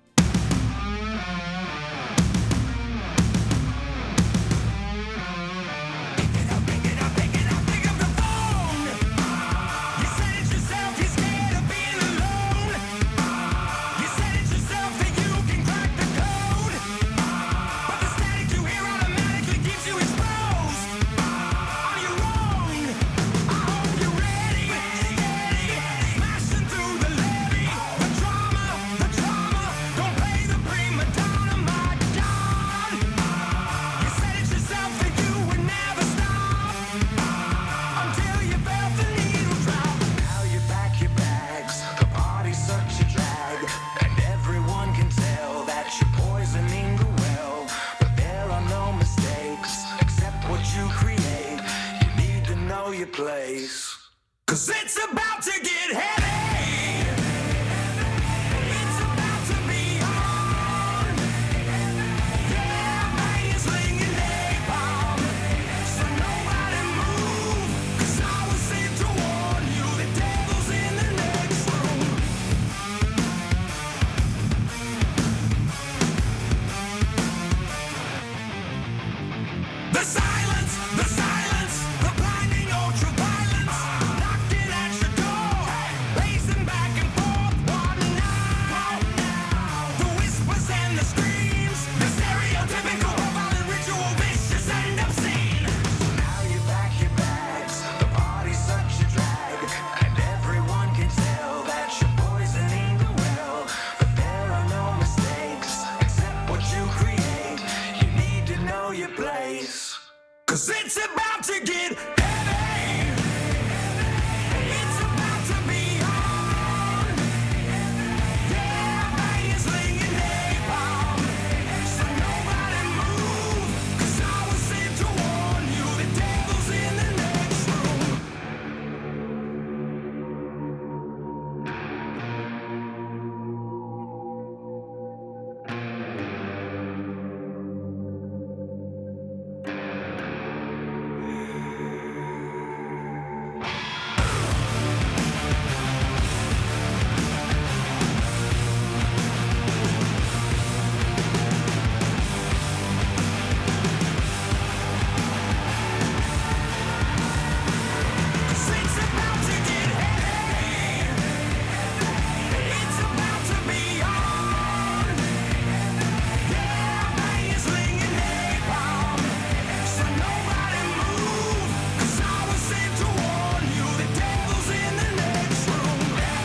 get heavy. It's about to be on. Yeah, my is slinging napalm. So nobody move, 'cause I was sent to warn you. The devil's in the next room. It's about to get heavy. It's about to be on. Yeah, my is slinging napalm. So nobody move, 'cause I was sent to warn you. The devil's in the next room.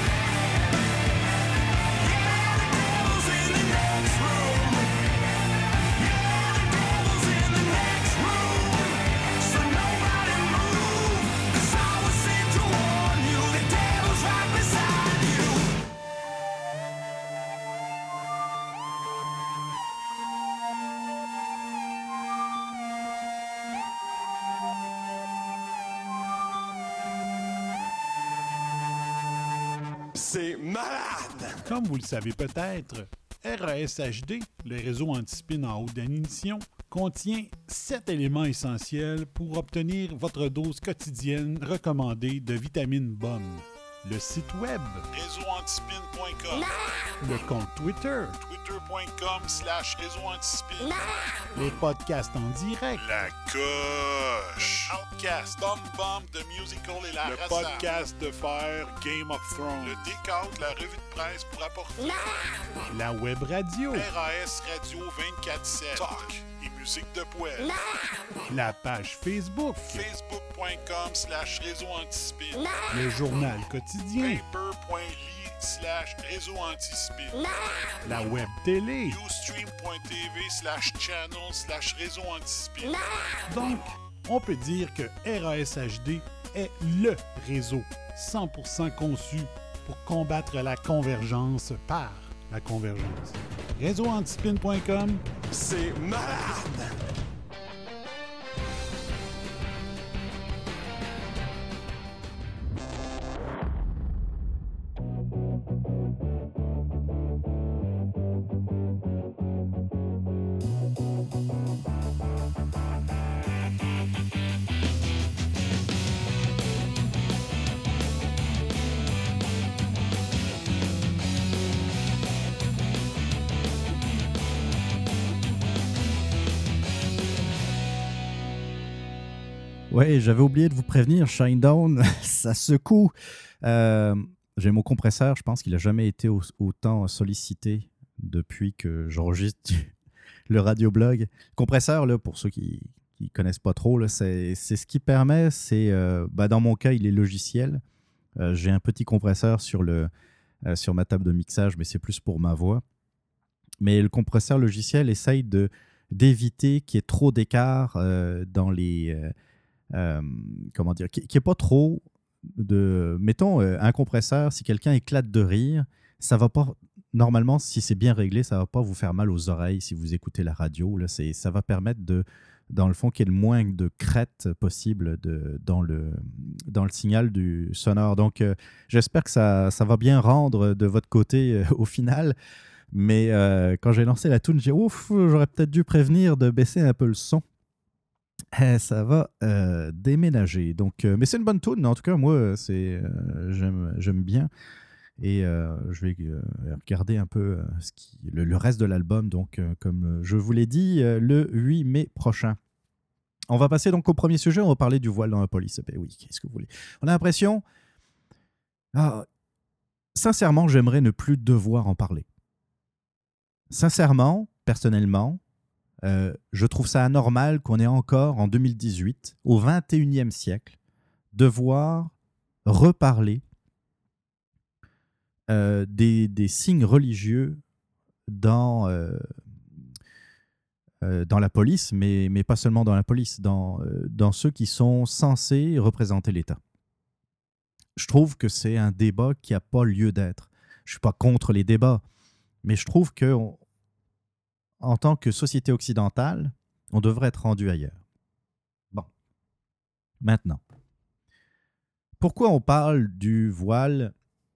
Yeah, the devil's in the next room. Yeah, the devil's in the next room. So nobody move, 'cause I was sent to warn you. The devil's right beside you. C'est malade! Comme vous le savez peut-être, RASHD, le réseau anti-spin en haute définition, contient 7 éléments essentiels pour obtenir votre dose quotidienne recommandée de vitamines bonnes. Le site web, réseauantispin.com, le compte Twitter, twitter.com/réseauantispin, les podcasts en direct, la coche, Outcast, Bomb Bomb de Musical et la le podcast de faire Game of Thrones, le décompte, la revue de presse pour apporter, la web radio, RAS Radio 24/7, talk et musique de poêle, la page Facebook, facebook.com/réseauantispin, le journal quotidien, paper.ly/réseauantispin, la web télé, ustream.tv/channel/réseauantispin. Donc, on peut dire que RASHD est LE réseau 100% conçu pour combattre la convergence par la convergence. Réseauantispin.com, C'est malade! Ouais, j'avais oublié de vous prévenir, Shinedown, ça secoue. J'ai mon compresseur, je pense qu'il n'a jamais été autant sollicité depuis que j'enregistre le radioblog. Compresseur, là, pour ceux qui ne connaissent pas trop, là, c'est ce qui permet, dans mon cas, il est logiciel. J'ai un petit compresseur sur ma table de mixage, mais c'est plus pour ma voix. Mais le compresseur logiciel essaye d'éviter qu'il y ait trop d'écart dans les... comment dire, qui n'est pas trop de... Mettons, un compresseur, si quelqu'un éclate de rire, ça va pas... Normalement, si c'est bien réglé, ça ne va pas vous faire mal aux oreilles si vous écoutez la radio. Là, ça va permettre dans le fond, qu'il y ait le moins de crête possible dans le signal du sonore. Donc, j'espère que ça va bien rendre de votre côté au final. Mais quand j'ai lancé la tune, j'ai dit « Ouf, j'aurais peut-être dû prévenir de baisser un peu le son. » Ça va déménager. Donc, mais c'est une bonne tune. En tout cas, moi, j'aime bien. Et je vais regarder un peu le reste de l'album. Donc, comme je vous l'ai dit, le 8 mai prochain. On va passer donc au premier sujet. On va parler du voile dans la police. Ben oui, qu'est-ce que vous voulez? On a l'impression... sincèrement, j'aimerais ne plus devoir en parler. Sincèrement, personnellement, je trouve ça anormal qu'on ait encore, en 2018, au 21e siècle, devoir reparler des signes religieux dans dans la police, mais pas seulement dans la police, dans ceux qui sont censés représenter l'État. Je trouve que c'est un débat qui n'a pas lieu d'être. Je ne suis pas contre les débats, mais je trouve qu'en tant que société occidentale, on devrait être rendu ailleurs. Bon. Maintenant, pourquoi on parle du voile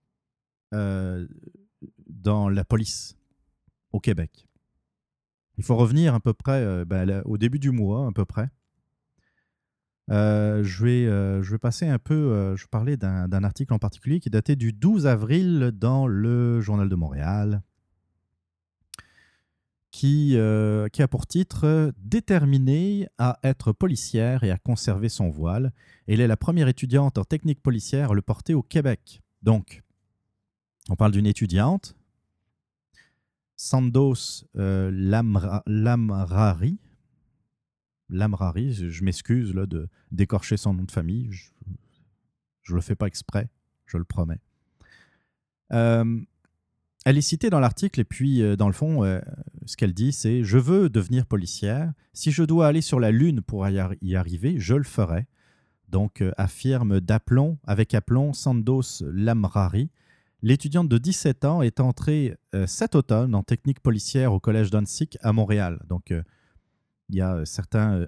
dans la police au Québec? Il faut revenir à peu près au début du mois, à peu près. Je vais passer un peu, je vais parler d'un article en particulier qui est daté du 12 avril dans le Journal de Montréal, qui a pour titre « Déterminée à être policière et à conserver son voile. Elle est la première étudiante en technique policière à le porter au Québec. » Donc, on parle d'une étudiante, Sandos Lamrari. Lamrari, je m'excuse là, d'écorcher son nom de famille. Je ne le fais pas exprès, je le promets. Elle est citée dans l'article et puis, dans le fond, ce qu'elle dit, c'est « Je veux devenir policière. Si je dois aller sur la Lune pour y arriver, je le ferai. » Donc, affirme avec aplomb Sandos Lamrari. L'étudiante de 17 ans est entrée cet automne en technique policière au Collège d'Annecy à Montréal. Donc, il y a certains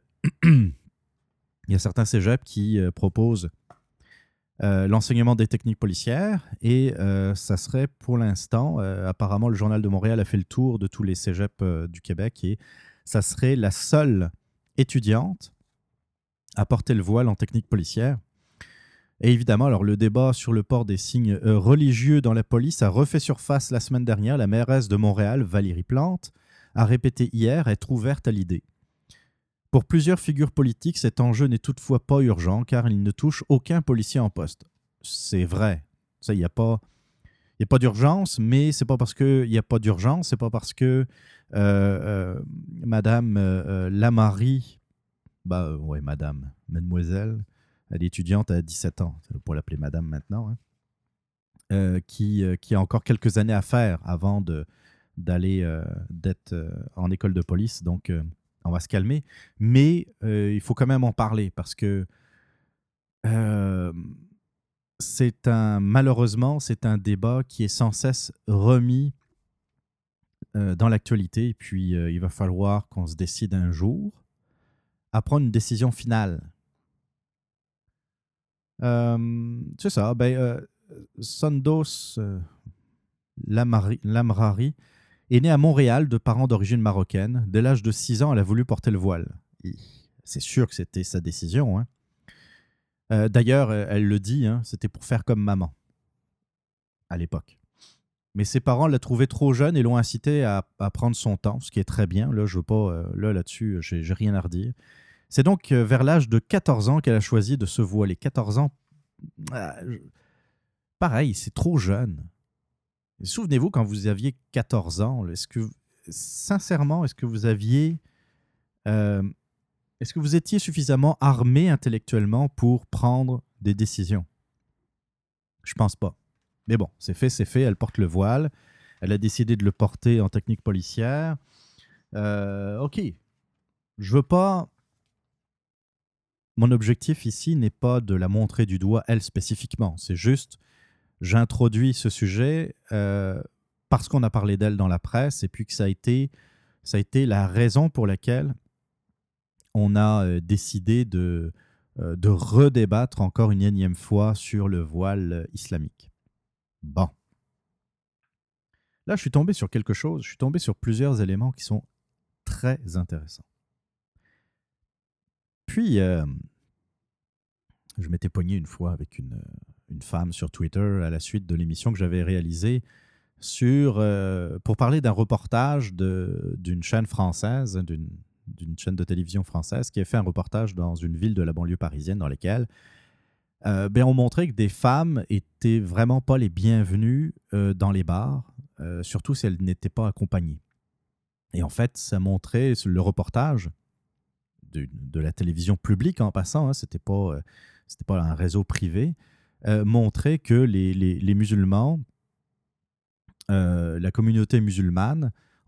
cégeps qui proposent l'enseignement des techniques policières et ça serait pour l'instant, apparemment le Journal de Montréal a fait le tour de tous les cégeps du Québec et ça serait la seule étudiante à porter le voile en technique policière. Et évidemment, alors le débat sur le port des signes religieux dans la police a refait surface la semaine dernière. La mairesse de Montréal, Valérie Plante, a répété hier être ouverte à l'idée. Pour plusieurs figures politiques, cet enjeu n'est toutefois pas urgent car il ne touche aucun policier en poste. C'est vrai. Il n'y a pas d'urgence, mais c'est pas parce qu'il n'y a pas d'urgence, c'est pas parce que Madame Lamari, mademoiselle, elle est étudiante à 17 ans, pour l'appeler madame maintenant, hein, qui a encore quelques années à faire avant d'être en école de police. Donc, on va se calmer. Mais il faut quand même en parler parce que malheureusement, c'est un débat qui est sans cesse remis dans l'actualité. Et puis, il va falloir qu'on se décide un jour à prendre une décision finale. C'est ça. Sandos Lamrari est née à Montréal de parents d'origine marocaine. Dès l'âge de 6 ans, elle a voulu porter le voile. C'est sûr que c'était sa décision. Hein. D'ailleurs, elle le dit, hein, c'était pour faire comme maman à l'époque. Mais ses parents la trouvaient trop jeune et l'ont incitée à prendre son temps, ce qui est très bien. Là, je veux pas, là-dessus, j'ai rien à redire. C'est donc vers l'âge de 14 ans qu'elle a choisi de se voiler. 14 ans, pareil, c'est trop jeune. Souvenez-vous, quand vous aviez 14 ans, sincèrement, est-ce que vous étiez suffisamment armé intellectuellement pour prendre des décisions? Je pense pas. Mais bon, c'est fait. Elle porte le voile. Elle a décidé de le porter en technique policière. OK. Je veux pas... Mon objectif ici n'est pas de la montrer du doigt, elle spécifiquement. C'est juste, j'introduis ce sujet parce qu'on a parlé d'elle dans la presse et puis que ça a été la raison pour laquelle on a décidé de redébattre encore une énième fois sur le voile islamique. Bon. Là, je suis tombé sur quelque chose. Je suis tombé sur plusieurs éléments qui sont très intéressants. Puis, je m'étais pogné une fois avec une femme sur Twitter à la suite de l'émission que j'avais réalisée pour parler d'un reportage d'une chaîne française, d'une chaîne de télévision française qui a fait un reportage dans une ville de la banlieue parisienne dans laquelle on montrait que des femmes étaient vraiment pas les bienvenues dans les bars, surtout si elles n'étaient pas accompagnées. Et en fait, ça montrait le reportage de la télévision publique en passant, hein, c'était pas un réseau privé, montrait que les musulmans, la communauté musulmane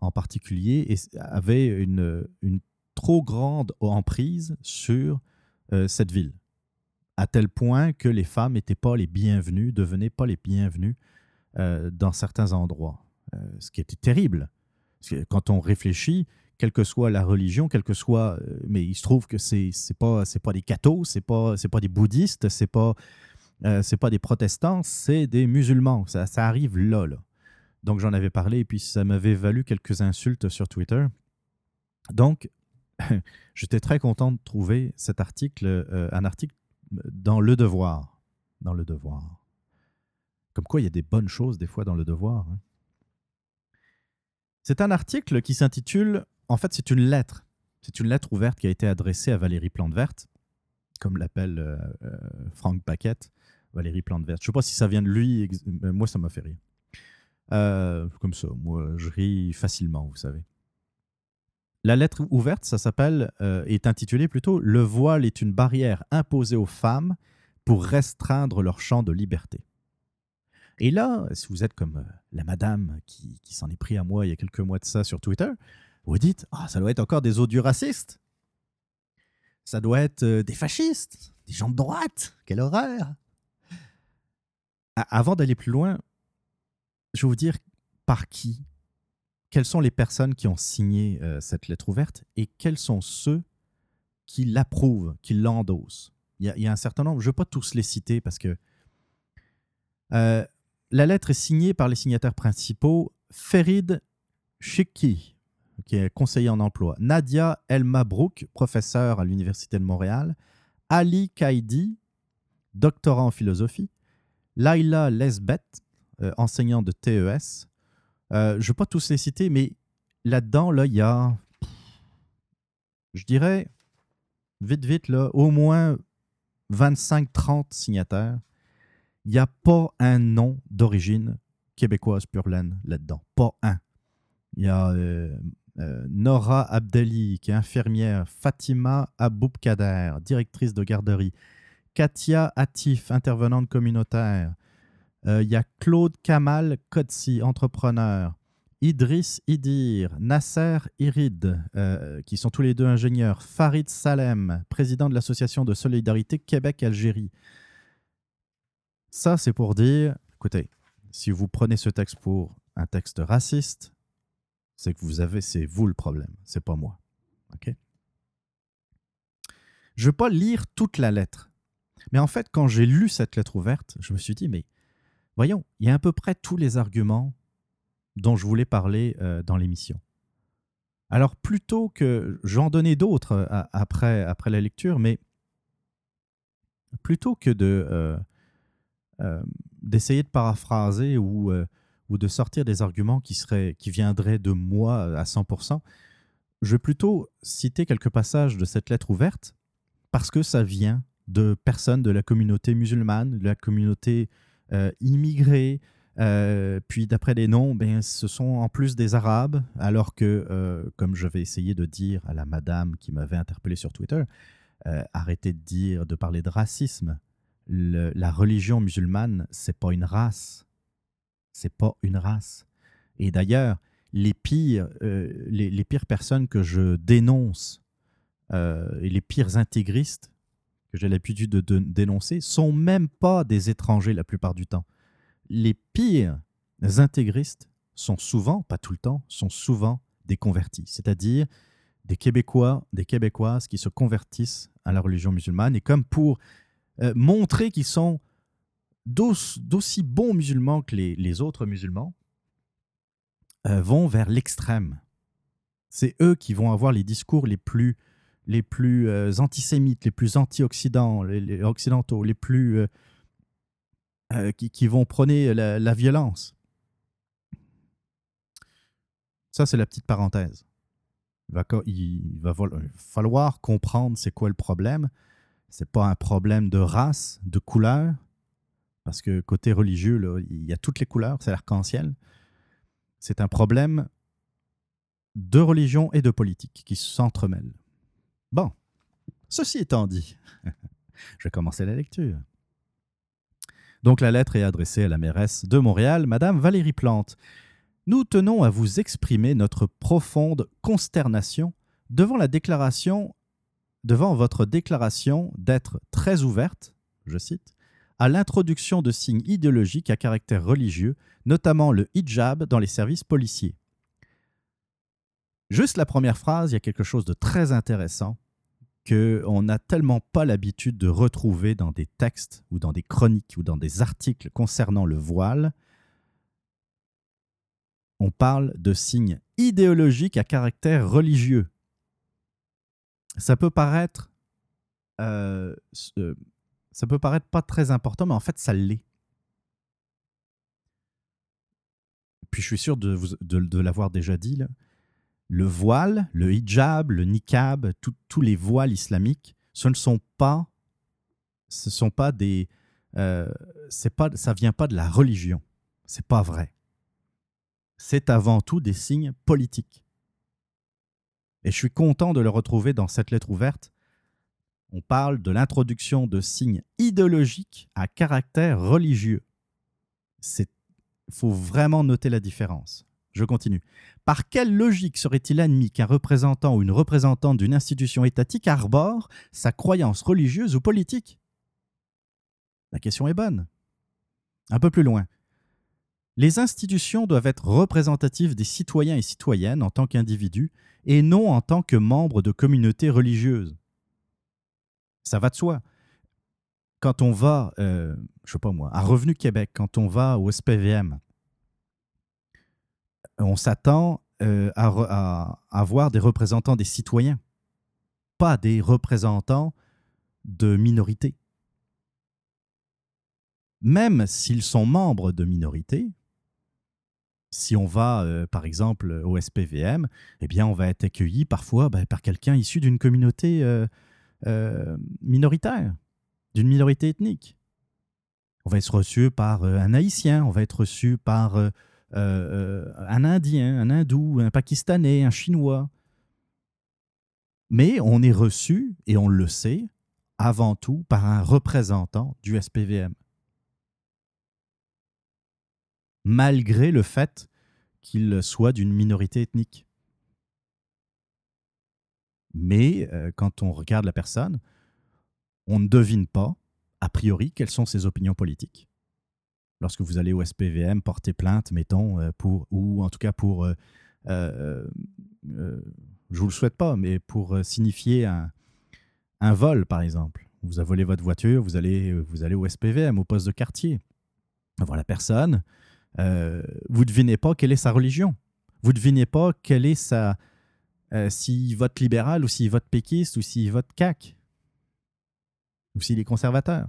en particulier avait une trop grande emprise sur cette ville, à tel point que les femmes n'étaient pas les bienvenues, devenaient pas les bienvenues dans certains endroits, ce qui était terrible. Parce que quand on réfléchit, quelle que soit la religion, quelle que soit, mais il se trouve que c'est pas des cathos, c'est pas des bouddhistes, c'est pas des protestants, c'est des musulmans. Ça arrive là. Donc j'en avais parlé et puis ça m'avait valu quelques insultes sur Twitter. Donc j'étais très content de trouver cet article, un article dans Le Devoir. Dans Le Devoir. Comme quoi, il y a des bonnes choses des fois dans Le Devoir. Hein. C'est un article qui s'intitule... En fait, c'est une lettre. C'est une lettre ouverte qui a été adressée à Valérie Plante-Verte, comme l'appelle Franck Paquette, Valérie Plante-Verte. Je ne sais pas si ça vient de lui. Moi, ça m'a fait rire. Comme ça, moi, je ris facilement, vous savez. La lettre ouverte, ça s'appelle, est intitulée plutôt « Le voile est une barrière imposée aux femmes pour restreindre leur champ de liberté ». Et là, si vous êtes comme la madame qui s'en est pris à moi il y a quelques mois de ça sur Twitter, vous dites « Ah, ça doit être encore des odieux racistes. Ça doit être des fascistes, des gens de droite. Quelle horreur !» Avant d'aller plus loin, je vais vous dire par qui, quelles sont les personnes qui ont signé cette lettre ouverte et quels sont ceux qui l'approuvent, qui l'endossent. Il y a un certain nombre, je ne vais pas tous les citer parce que la lettre est signée par les signataires principaux Ferid Chikki, qui est conseiller en emploi, Nadia El Mabrouk, professeur à l'Université de Montréal, Ali Kaidi, doctorant en philosophie, Laila Lesbet, enseignant de TES. Je ne vais pas tous les citer, mais là-dedans, là, il y a, je dirais, vite, là, au moins 25-30 signataires. Il n'y a pas un nom d'origine québécoise pure laine là-dedans. Pas un. Il y a Nora Abdelli, qui est infirmière, Fatima Aboubkader, directrice de garderie, Katia Atif, intervenante communautaire. Il y a Claude Kamal Kodsi, entrepreneur, Idriss Idir, Nasser Irid, qui sont tous les deux ingénieurs, Farid Salem, président de l'Association de solidarité Québec-Algérie. Ça, c'est pour dire, écoutez, si vous prenez ce texte pour un texte raciste, c'est que c'est vous le problème, c'est pas moi. Okay? Je ne vais pas lire toute la lettre, mais en fait, quand j'ai lu cette lettre ouverte, je me suis dit, mais voyons, il y a à peu près tous les arguments dont je voulais parler dans l'émission. Alors, plutôt que... J'en donnais d'autres après la lecture, mais plutôt que d'essayer de paraphraser ou de sortir des arguments qui viendraient de moi à 100%, je vais plutôt citer quelques passages de cette lettre ouverte parce que ça vient de personnes de la communauté musulmane, de la communauté immigrée, puis d'après les noms, ce sont en plus des Arabes, alors que, comme je vais essayer de dire à la madame qui m'avait interpellé sur Twitter, arrêtez de parler de racisme. La religion musulmane, c'est pas une race. C'est pas une race. Et d'ailleurs, les pires personnes que je dénonce et les pires intégristes que j'ai l'habitude de dénoncer sont même pas des étrangers la plupart du temps. Les pires intégristes sont souvent, pas tout le temps, sont souvent des convertis, c'est-à-dire des Québécois, des Québécoises qui se convertissent à la religion musulmane et comme pour montrer qu'ils sont d'aussi bons musulmans que les autres musulmans, vont vers l'extrême. C'est eux qui vont avoir les discours les plus antisémites, les plus anti-occidentaux, les occidentaux, les plus qui vont prôner la violence. Ça, c'est la petite parenthèse. Il va falloir comprendre c'est quoi le problème. C'est pas un problème de race, de couleur, parce que côté religieux, là, il y a toutes les couleurs, c'est l'arc-en-ciel. C'est un problème de religion et de politique qui s'entremêlent. Bon, ceci étant dit, je vais commencer la lecture. Donc la lettre est adressée à la mairesse de Montréal, Madame Valérie Plante. Nous tenons à vous exprimer notre profonde consternation devant votre déclaration d'être très ouverte, je cite, à l'introduction de signes idéologiques à caractère religieux, notamment le hijab dans les services policiers. Juste la première phrase, il y a quelque chose de très intéressant qu'on n'a tellement pas l'habitude de retrouver dans des textes ou dans des chroniques ou dans des articles concernant le voile. On parle de signes idéologiques à caractère religieux. Ça peut paraître pas très important, mais en fait, ça l'est. Puis je suis sûr de l'avoir déjà dit, là. Le voile, le hijab, le niqab, tous les voiles islamiques, ça vient pas de la religion. C'est pas vrai. C'est avant tout des signes politiques. Et je suis content de le retrouver dans cette lettre ouverte. On parle de l'introduction de signes idéologiques à caractère religieux. Il faut vraiment noter la différence. Je continue. Par quelle logique serait-il admis qu'un représentant ou une représentante d'une institution étatique arbore sa croyance religieuse ou politique? La question est bonne. Un peu plus loin. Les institutions doivent être représentatives des citoyens et citoyennes en tant qu'individus et non en tant que membres de communautés religieuses. Ça va de soi. Quand on va, à Revenu Québec, quand on va au SPVM, on s'attend à avoir des représentants des citoyens, pas des représentants de minorités. Même s'ils sont membres de minorités, si on va, par exemple, au SPVM, eh bien, on va être accueilli parfois par quelqu'un issu d'une communauté minoritaire, d'une minorité ethnique. On va être reçu par un Haïtien, on va être reçu par un Indien, un Hindou, un Pakistanais, un Chinois. Mais on est reçu, et on le sait, avant tout par un représentant du SPVM. Malgré le fait qu'il soit d'une minorité ethnique. Mais quand on regarde la personne, on ne devine pas, a priori, quelles sont ses opinions politiques. Lorsque vous allez au SPVM porter plainte, mettons, je vous le souhaite pas, mais pour signifier un vol, par exemple. Vous avez volé votre voiture, vous allez au SPVM, au poste de quartier. Voir la personne, vous ne devinez pas quelle est sa religion. Vous ne devinez pas quelle est s'il vote libéral ou s'il vote péquiste ou s'il vote CAQ ou s'il est conservateur.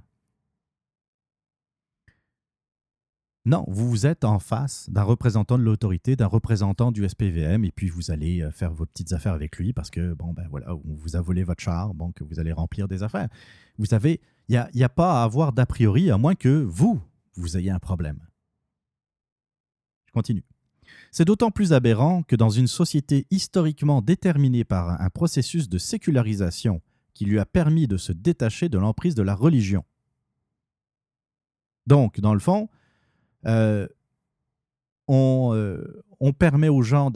Non, vous êtes en face d'un représentant de l'autorité, d'un représentant du SPVM, et puis vous allez faire vos petites affaires avec lui parce que, on vous a volé votre char, que vous allez remplir des affaires. Vous savez, il n'y a pas à avoir d'a priori, à moins que vous ayez un problème. Je continue. C'est d'autant plus aberrant que dans une société historiquement déterminée par un processus de sécularisation qui lui a permis de se détacher de l'emprise de la religion. Donc, dans le fond, on permet aux gens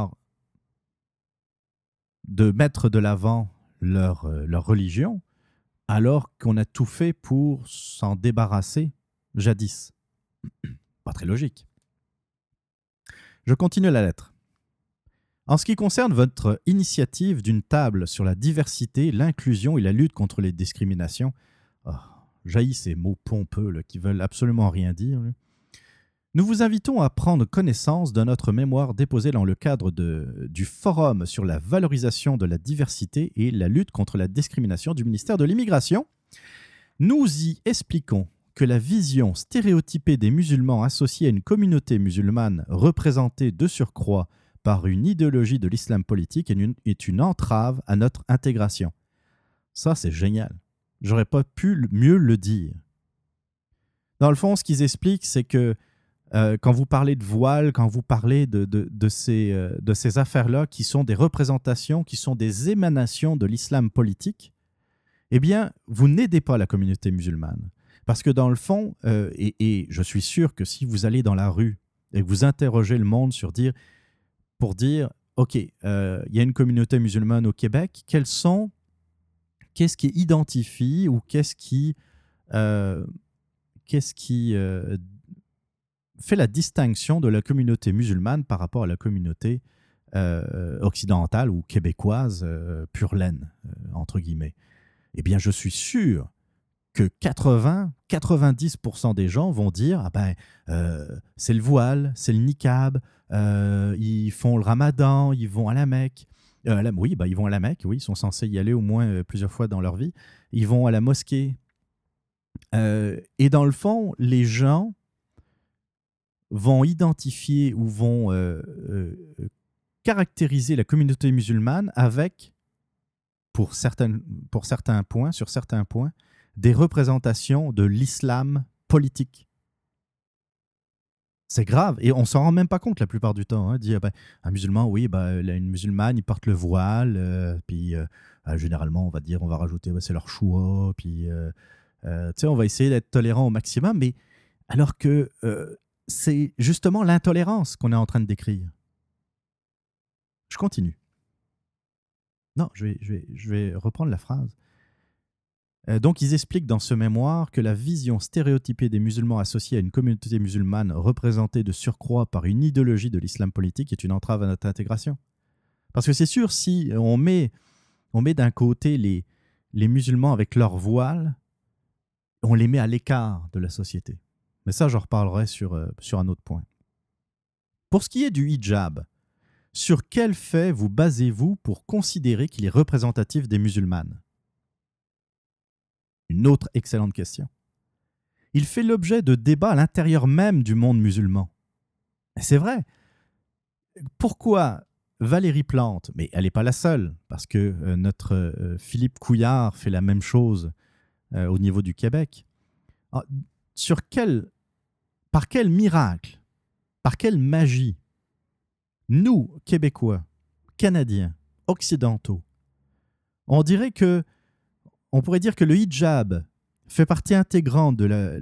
de mettre de l'avant leur religion, alors qu'on a tout fait pour s'en débarrasser jadis. Pas très logique. Je continue la lettre. En ce qui concerne votre initiative d'une table sur la diversité, l'inclusion et la lutte contre les discriminations, jaillit ces mots pompeux là, qui veulent absolument rien dire. Là. Nous vous invitons à prendre connaissance de notre mémoire déposée dans le cadre du Forum sur la valorisation de la diversité et la lutte contre la discrimination du ministère de l'Immigration. Nous y expliquons que la vision stéréotypée des musulmans associée à une communauté musulmane représentée de surcroît par une idéologie de l'islam politique est une entrave à notre intégration. Ça, c'est génial. J'aurais pas pu mieux le dire. Dans le fond, ce qu'ils expliquent, c'est que quand vous parlez de voile, quand vous parlez de ces affaires-là qui sont des représentations, qui sont des émanations de l'islam politique, eh bien, vous n'aidez pas la communauté musulmane. Parce que dans le fond, et je suis sûr que si vous allez dans la rue et que vous interrogez le monde pour dire, OK, il y a une communauté musulmane au Québec, qu'est-ce qui identifie ou qu'est-ce qui fait la distinction de la communauté musulmane par rapport à la communauté occidentale ou québécoise pure laine, entre guillemets. Eh bien, je suis sûr que 90% des gens vont dire c'est le voile, c'est le niqab, ils font le ramadan, ils vont à la Mecque. Ils vont à la Mecque, oui, ils sont censés y aller au moins plusieurs fois dans leur vie. Ils vont à la mosquée. Et dans le fond, les gens vont identifier ou vont caractériser la communauté musulmane avec, sur certains points, des représentations de l'islam politique. C'est grave, et on s'en rend même pas compte la plupart du temps. Hein. Dit, un musulman, oui, une musulmane, ils portent le voile, puis généralement, on va rajouter, c'est leur choix, puis on va essayer d'être tolérant au maximum, mais alors que c'est justement l'intolérance qu'on est en train de décrire. Je continue. Non, je vais reprendre la phrase. Donc, ils expliquent dans ce mémoire que la vision stéréotypée des musulmans associés à une communauté musulmane représentée de surcroît par une idéologie de l'islam politique est une entrave à notre intégration. Parce que c'est sûr, si on met d'un côté les musulmans avec leur voile, on les met à l'écart de la société. Mais ça, j'en reparlerai sur un autre point. Pour ce qui est du hijab, sur quel fait vous basez-vous pour considérer qu'il est représentatif des musulmanes ? Une autre excellente question. Il fait l'objet de débats à l'intérieur même du monde musulman. Et c'est vrai. Pourquoi Valérie Plante, mais elle n'est pas la seule, parce que notre Philippe Couillard fait la même chose au niveau du Québec. Par quel miracle, par quelle magie, nous, Québécois, Canadiens, Occidentaux, on pourrait dire que le hijab fait partie intégrante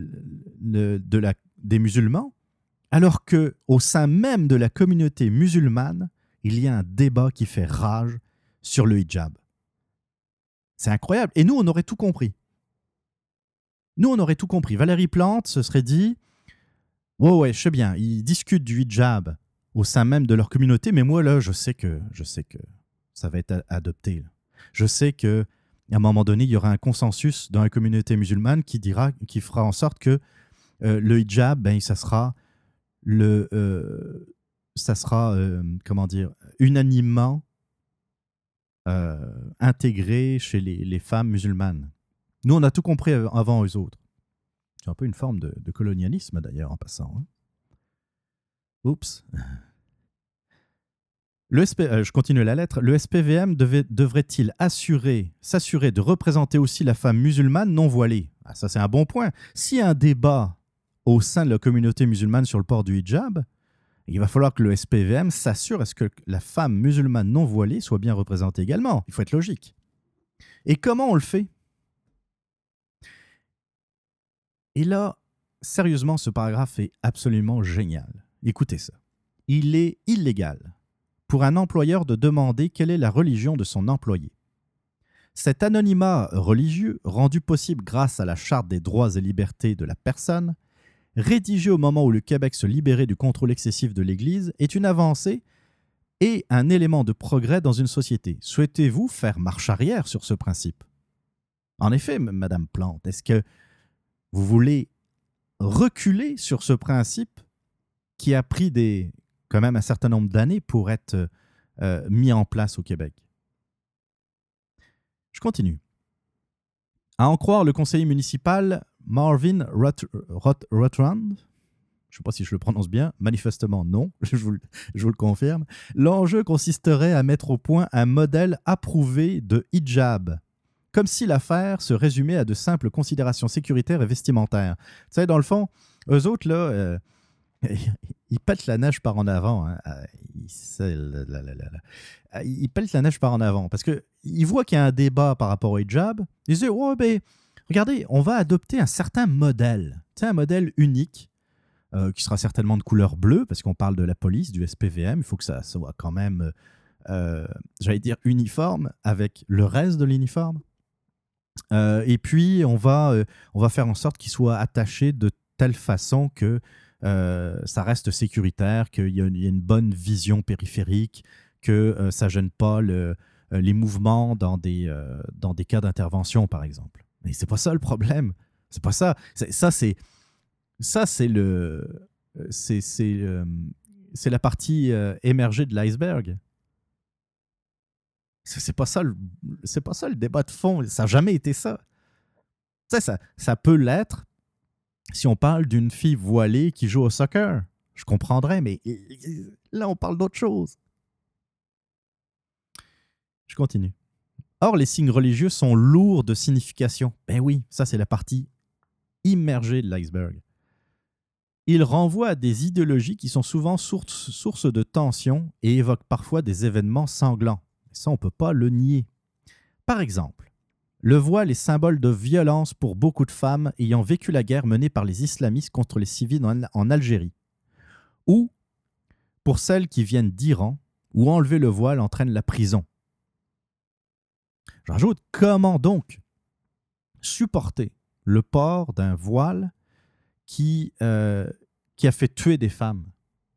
des musulmans, alors qu'au sein même de la communauté musulmane, il y a un débat qui fait rage sur le hijab. C'est incroyable. Et nous, on aurait tout compris. Valérie Plante se serait dit « Ouais, je sais bien, ils discutent du hijab au sein même de leur communauté, mais moi, là, je sais que ça va être adopté. Là. Je sais qu'à un moment donné, il y aura un consensus dans la communauté musulmane qui fera en sorte que le hijab, ça sera unanimement intégré chez les femmes musulmanes. Nous, on a tout compris avant eux autres. C'est un peu une forme de colonialisme, d'ailleurs, en passant. Hein. Oups. Je continue la lettre. Le SPVM devrait-il s'assurer de représenter aussi la femme musulmane non voilée ? Ça, c'est un bon point. S'il y a un débat au sein de la communauté musulmane sur le port du hijab, il va falloir que le SPVM s'assure est-ce que la femme musulmane non voilée soit bien représentée également. Il faut être logique. Et comment on le fait ? Et là, sérieusement, ce paragraphe est absolument génial. Écoutez ça. Il est illégal pour un employeur de demander quelle est la religion de son employé. Cet anonymat religieux, rendu possible grâce à la Charte des droits et libertés de la personne, rédigée au moment où le Québec se libérait du contrôle excessif de l'Église, est une avancée et un élément de progrès dans une société. Souhaitez-vous faire marche arrière sur ce principe ? En effet, Madame Plante, est-ce que vous voulez reculer sur ce principe qui a pris quand même un certain nombre d'années pour être mis en place au Québec? Je continue. À en croire le conseiller municipal Marvin Rotrand, je ne sais pas si je le prononce bien, manifestement non, je vous le confirme, l'enjeu consisterait à mettre au point un modèle approuvé de hijab, comme si l'affaire se résumait à de simples considérations sécuritaires et vestimentaires. Tu sais, dans le fond, eux autres, là, ils pètent la neige par en avant. Hein. Ils pètent la neige par en avant parce qu'ils voient qu'il y a un débat par rapport au hijab. Ils disent, regardez, on va adopter un certain modèle. Tu sais, un modèle unique qui sera certainement de couleur bleue, parce qu'on parle de la police, du SPVM. Il faut que ça soit quand même, j'allais dire, uniforme avec le reste de l'uniforme. Et puis, on va faire en sorte qu'il soit attaché de telle façon que ça reste sécuritaire, qu'il y a une bonne vision périphérique, que ça ne gêne pas les mouvements dans des cas d'intervention, par exemple. Mais c'est pas ça le problème. C'est pas ça. C'est la partie émergée de l'iceberg. C'est pas ça le débat de fond. Ça n'a jamais été ça. Ça peut l'être si on parle d'une fille voilée qui joue au soccer. Je comprendrais, mais là, on parle d'autre chose. Je continue. Or, les signes religieux sont lourds de signification. Ben oui, ça, c'est la partie immergée de l'iceberg. Ils renvoient à des idéologies qui sont souvent source de tensions et évoquent parfois des événements sanglants. Ça, on ne peut pas le nier. Par exemple, le voile est symbole de violence pour beaucoup de femmes ayant vécu la guerre menée par les islamistes contre les civils en Algérie. Ou pour celles qui viennent d'Iran, où enlever le voile entraîne la prison. J'ajoute, comment donc supporter le port d'un voile qui a fait tuer des femmes,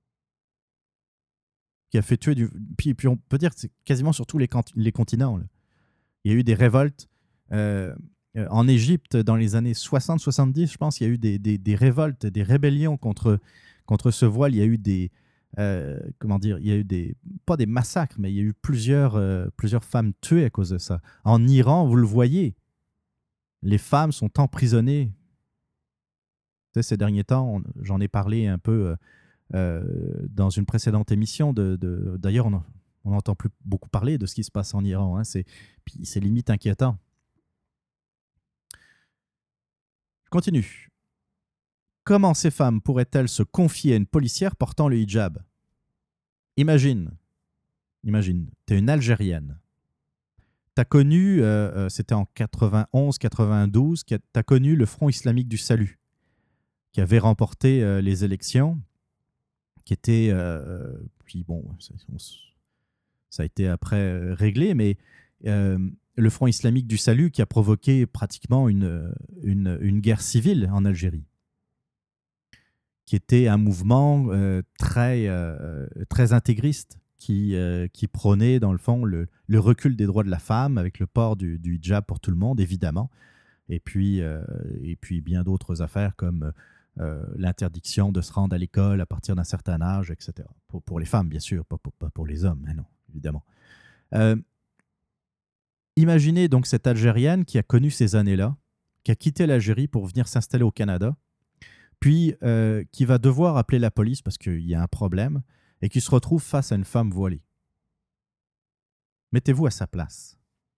qui a fait tuer puis on peut dire que c'est quasiment sur tous les continents. Là. Il y a eu des révoltes en Égypte dans les années 60-70, je pense. Il y a eu des révoltes, des rébellions contre ce voile. Il y a eu il y a eu pas des massacres, mais il y a eu plusieurs femmes tuées à cause de ça. En Iran, vous le voyez, les femmes sont emprisonnées. Ces derniers temps, j'en ai parlé un peu dans une précédente émission. D'ailleurs, on n'entend plus beaucoup parler de ce qui se passe en Iran. Hein. Puis c'est limite inquiétant. Je continue. Comment ces femmes pourraient-elles se confier à une policière portant le hijab ? Imagine, t'es une Algérienne. T'as connu, c'était en 91-92, t'as connu le Front islamique du salut, qui avait remporté les élections, qui était... puis bon, ça a été après réglé, mais le Front islamique du salut qui a provoqué pratiquement une guerre civile en Algérie, qui était un mouvement très intégriste, qui prônait, dans le fond, le recul des droits de la femme avec le port du hijab pour tout le monde, évidemment, et puis bien d'autres affaires comme l'interdiction de se rendre à l'école à partir d'un certain âge, etc. Pour les femmes, bien sûr, pas pour les hommes, mais non, évidemment. Imaginez donc cette Algérienne qui a connu ces années-là, qui a quitté l'Algérie pour venir s'installer au Canada, puis qui va devoir appeler la police parce qu'il y a un problème, et qui se retrouve face à une femme voilée. Mettez-vous à sa place.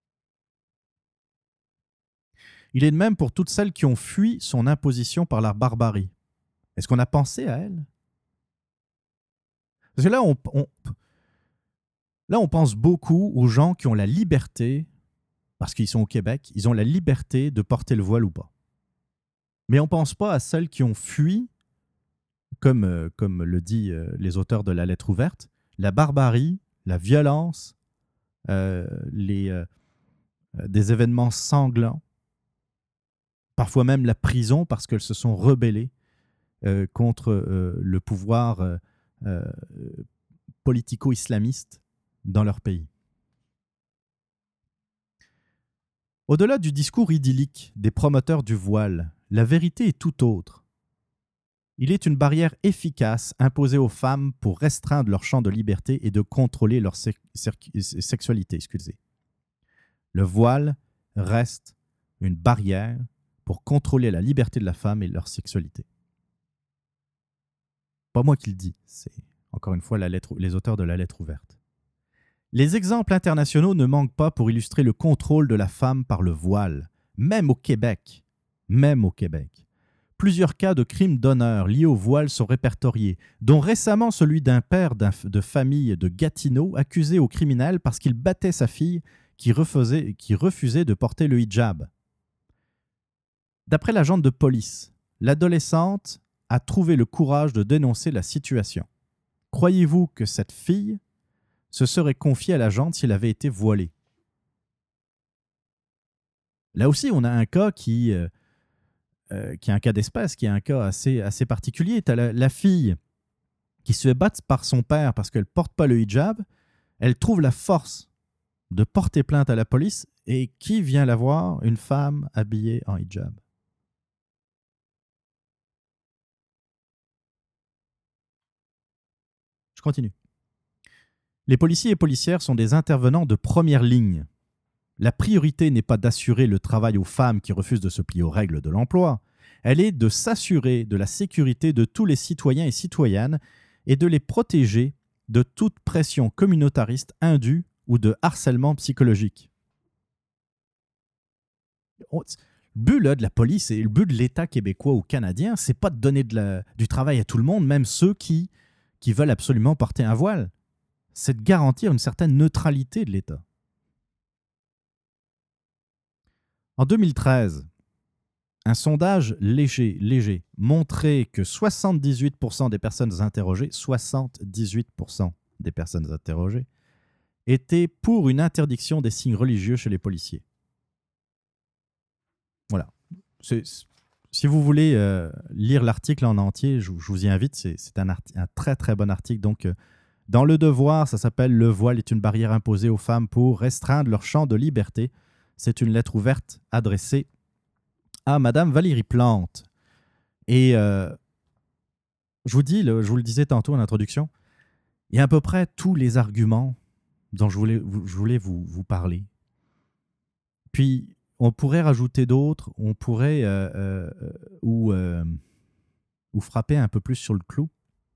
Il est de même pour toutes celles qui ont fui son imposition par la barbarie. Est-ce qu'on a pensé à elles ? Parce que là, on pense beaucoup aux gens qui ont la liberté, parce qu'ils sont au Québec, ils ont la liberté de porter le voile ou pas. Mais on ne pense pas à celles qui ont fui, comme le dit les auteurs de la lettre ouverte, la barbarie, la violence, des événements sanglants, parfois même la prison parce qu'elles se sont rebellées contre le pouvoir politico-islamiste dans leur pays. Au-delà du discours idyllique des promoteurs du voile, la vérité est tout autre. Il est une barrière efficace imposée aux femmes pour restreindre leur champ de liberté et de contrôler leur sexualité. Le voile reste une barrière pour contrôler la liberté de la femme et leur sexualité. Pas moi qui le dis, c'est encore une fois les auteurs de la lettre ouverte. Les exemples internationaux ne manquent pas pour illustrer le contrôle de la femme par le voile, même au Québec. Plusieurs cas de crimes d'honneur liés au voile sont répertoriés, dont récemment celui d'un père de famille de Gatineau accusé au criminel parce qu'il battait sa fille qui refusait de porter le hijab. D'après l'agente de police, l'adolescente a trouvé le courage de dénoncer la situation. Croyez-vous que cette fille se serait confiée à l'agente s'il avait été voilé? Là aussi, on a un cas qui est un cas d'espèce, qui est un cas assez particulier. Tu as la fille qui se fait battre par son père parce qu'elle ne porte pas le hijab. Elle trouve la force de porter plainte à la police. Et qui vient la voir? Une femme habillée en hijab. Je continue. Les policiers et policières sont des intervenants de première ligne. La priorité n'est pas d'assurer le travail aux femmes qui refusent de se plier aux règles de l'emploi. Elle est de s'assurer de la sécurité de tous les citoyens et citoyennes et de les protéger de toute pression communautariste indue ou de harcèlement psychologique. Le but là, de la police et le but de l'État québécois ou canadien, c'est pas de donner du travail à tout le monde, même ceux qui veulent absolument porter un voile. C'est de garantir une certaine neutralité de l'État. En 2013, un sondage léger montrait que 78% des personnes interrogées, 78% des personnes interrogées, étaient pour une interdiction des signes religieux chez les policiers. Voilà. Si vous voulez lire l'article en entier, je vous y invite. C'est un très très bon article. Donc, dans Le Devoir, ça s'appelle « Le voile est une barrière imposée aux femmes pour restreindre leur champ de liberté ». C'est une lettre ouverte adressée à Madame Valérie Plante. Et je vous le disais tantôt en introduction, il y a à peu près tous les arguments dont je voulais vous parler. Puis, on pourrait rajouter d'autres, on pourrait ou frapper un peu plus sur le clou.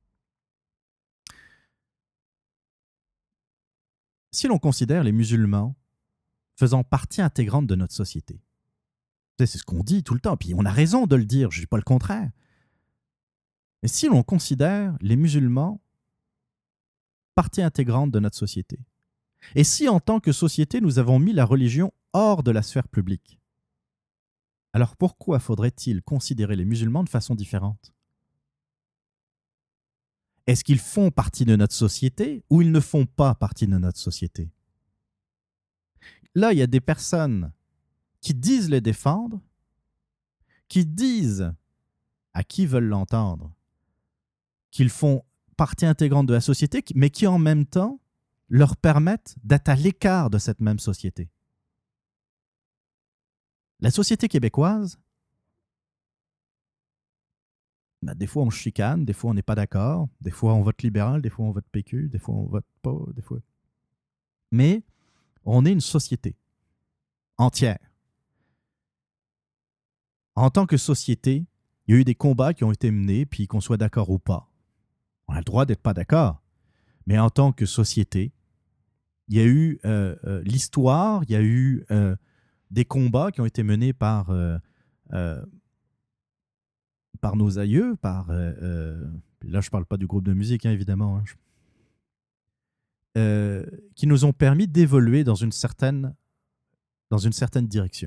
Si l'on considère les musulmans faisant partie intégrante de notre société, c'est ce qu'on dit tout le temps, puis on a raison de le dire, je ne dis pas le contraire. Mais si l'on considère les musulmans partie intégrante de notre société, et si en tant que société nous avons mis la religion hors de la sphère publique, alors pourquoi faudrait-il considérer les musulmans de façon différente? Est-ce qu'ils font partie de notre société ou ils ne font pas partie de notre société? Là, il y a des personnes qui disent les défendre, qui disent à qui veulent l'entendre qu'ils font partie intégrante de la société, mais qui en même temps leur permettent d'être à l'écart de cette même société. La société québécoise, des fois on chicane, des fois on n'est pas d'accord, des fois on vote libéral, des fois on vote PQ, des fois on vote pas, des fois... Mais on est une société entière. En tant que société, il y a eu des combats qui ont été menés, puis qu'on soit d'accord ou pas. On a le droit d'être pas d'accord. Mais en tant que société, il y a eu l'histoire, il y a eu des combats qui ont été menés par nos aïeux, là je parle pas du groupe de musique, hein, évidemment, qui nous ont permis d'évoluer dans une certaine direction.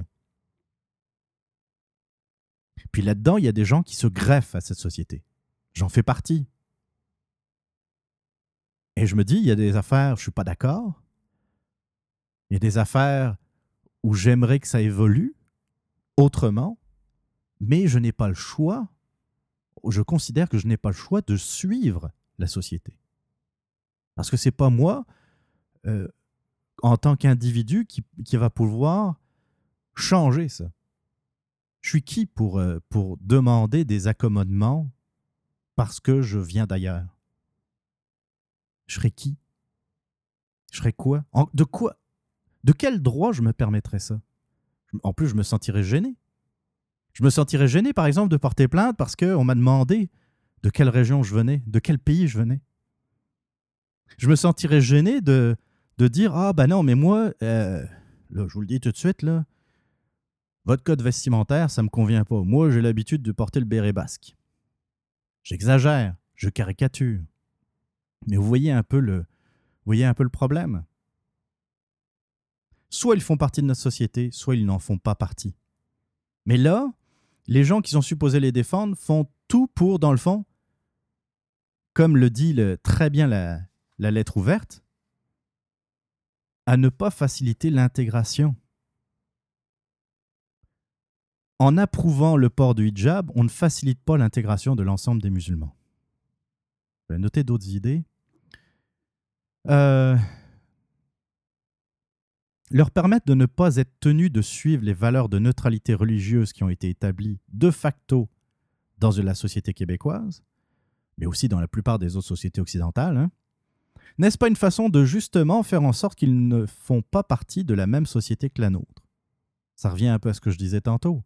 Puis là-dedans, il y a des gens qui se greffent à cette société. J'en fais partie. Et je me dis, il y a des affaires, je ne suis pas d'accord. Il y a des affaires où j'aimerais que ça évolue autrement, mais je n'ai pas le choix. Je considère que je n'ai pas le choix de suivre la société. Parce que ce n'est pas moi, en tant qu'individu, qui va pouvoir changer ça. Je suis qui pour demander des accommodements parce que je viens d'ailleurs? Je serais qui? Je serais quoi? De quoi? De quel droit je me permettrais ça? En plus, je me sentirais gêné. Je me sentirais gêné, par exemple, de porter plainte parce qu'on m'a demandé de quelle région je venais, de quel pays je venais. Je me sentirais gêné de dire « Ah, ben non, mais moi, là, je vous le dis tout de suite, là, votre code vestimentaire, ça ne me convient pas. Moi, j'ai l'habitude de porter le béret basque. » J'exagère, je caricature. Mais vous voyez un peu le problème. Soit ils font partie de notre société, soit ils n'en font pas partie. Mais là, les gens qui sont supposés les défendre font tout pour, dans le fond, comme le dit très bien la lettre ouverte, à ne pas faciliter l'intégration. En approuvant le port du hijab, on ne facilite pas l'intégration de l'ensemble des musulmans. Je vais noter d'autres idées. Leur permettre de ne pas être tenus de suivre les valeurs de neutralité religieuse qui ont été établies de facto dans la société québécoise, mais aussi dans la plupart des autres sociétés occidentales, hein. N'est-ce pas une façon de justement faire en sorte qu'ils ne font pas partie de la même société que la nôtre? Ça revient un peu à ce que je disais tantôt.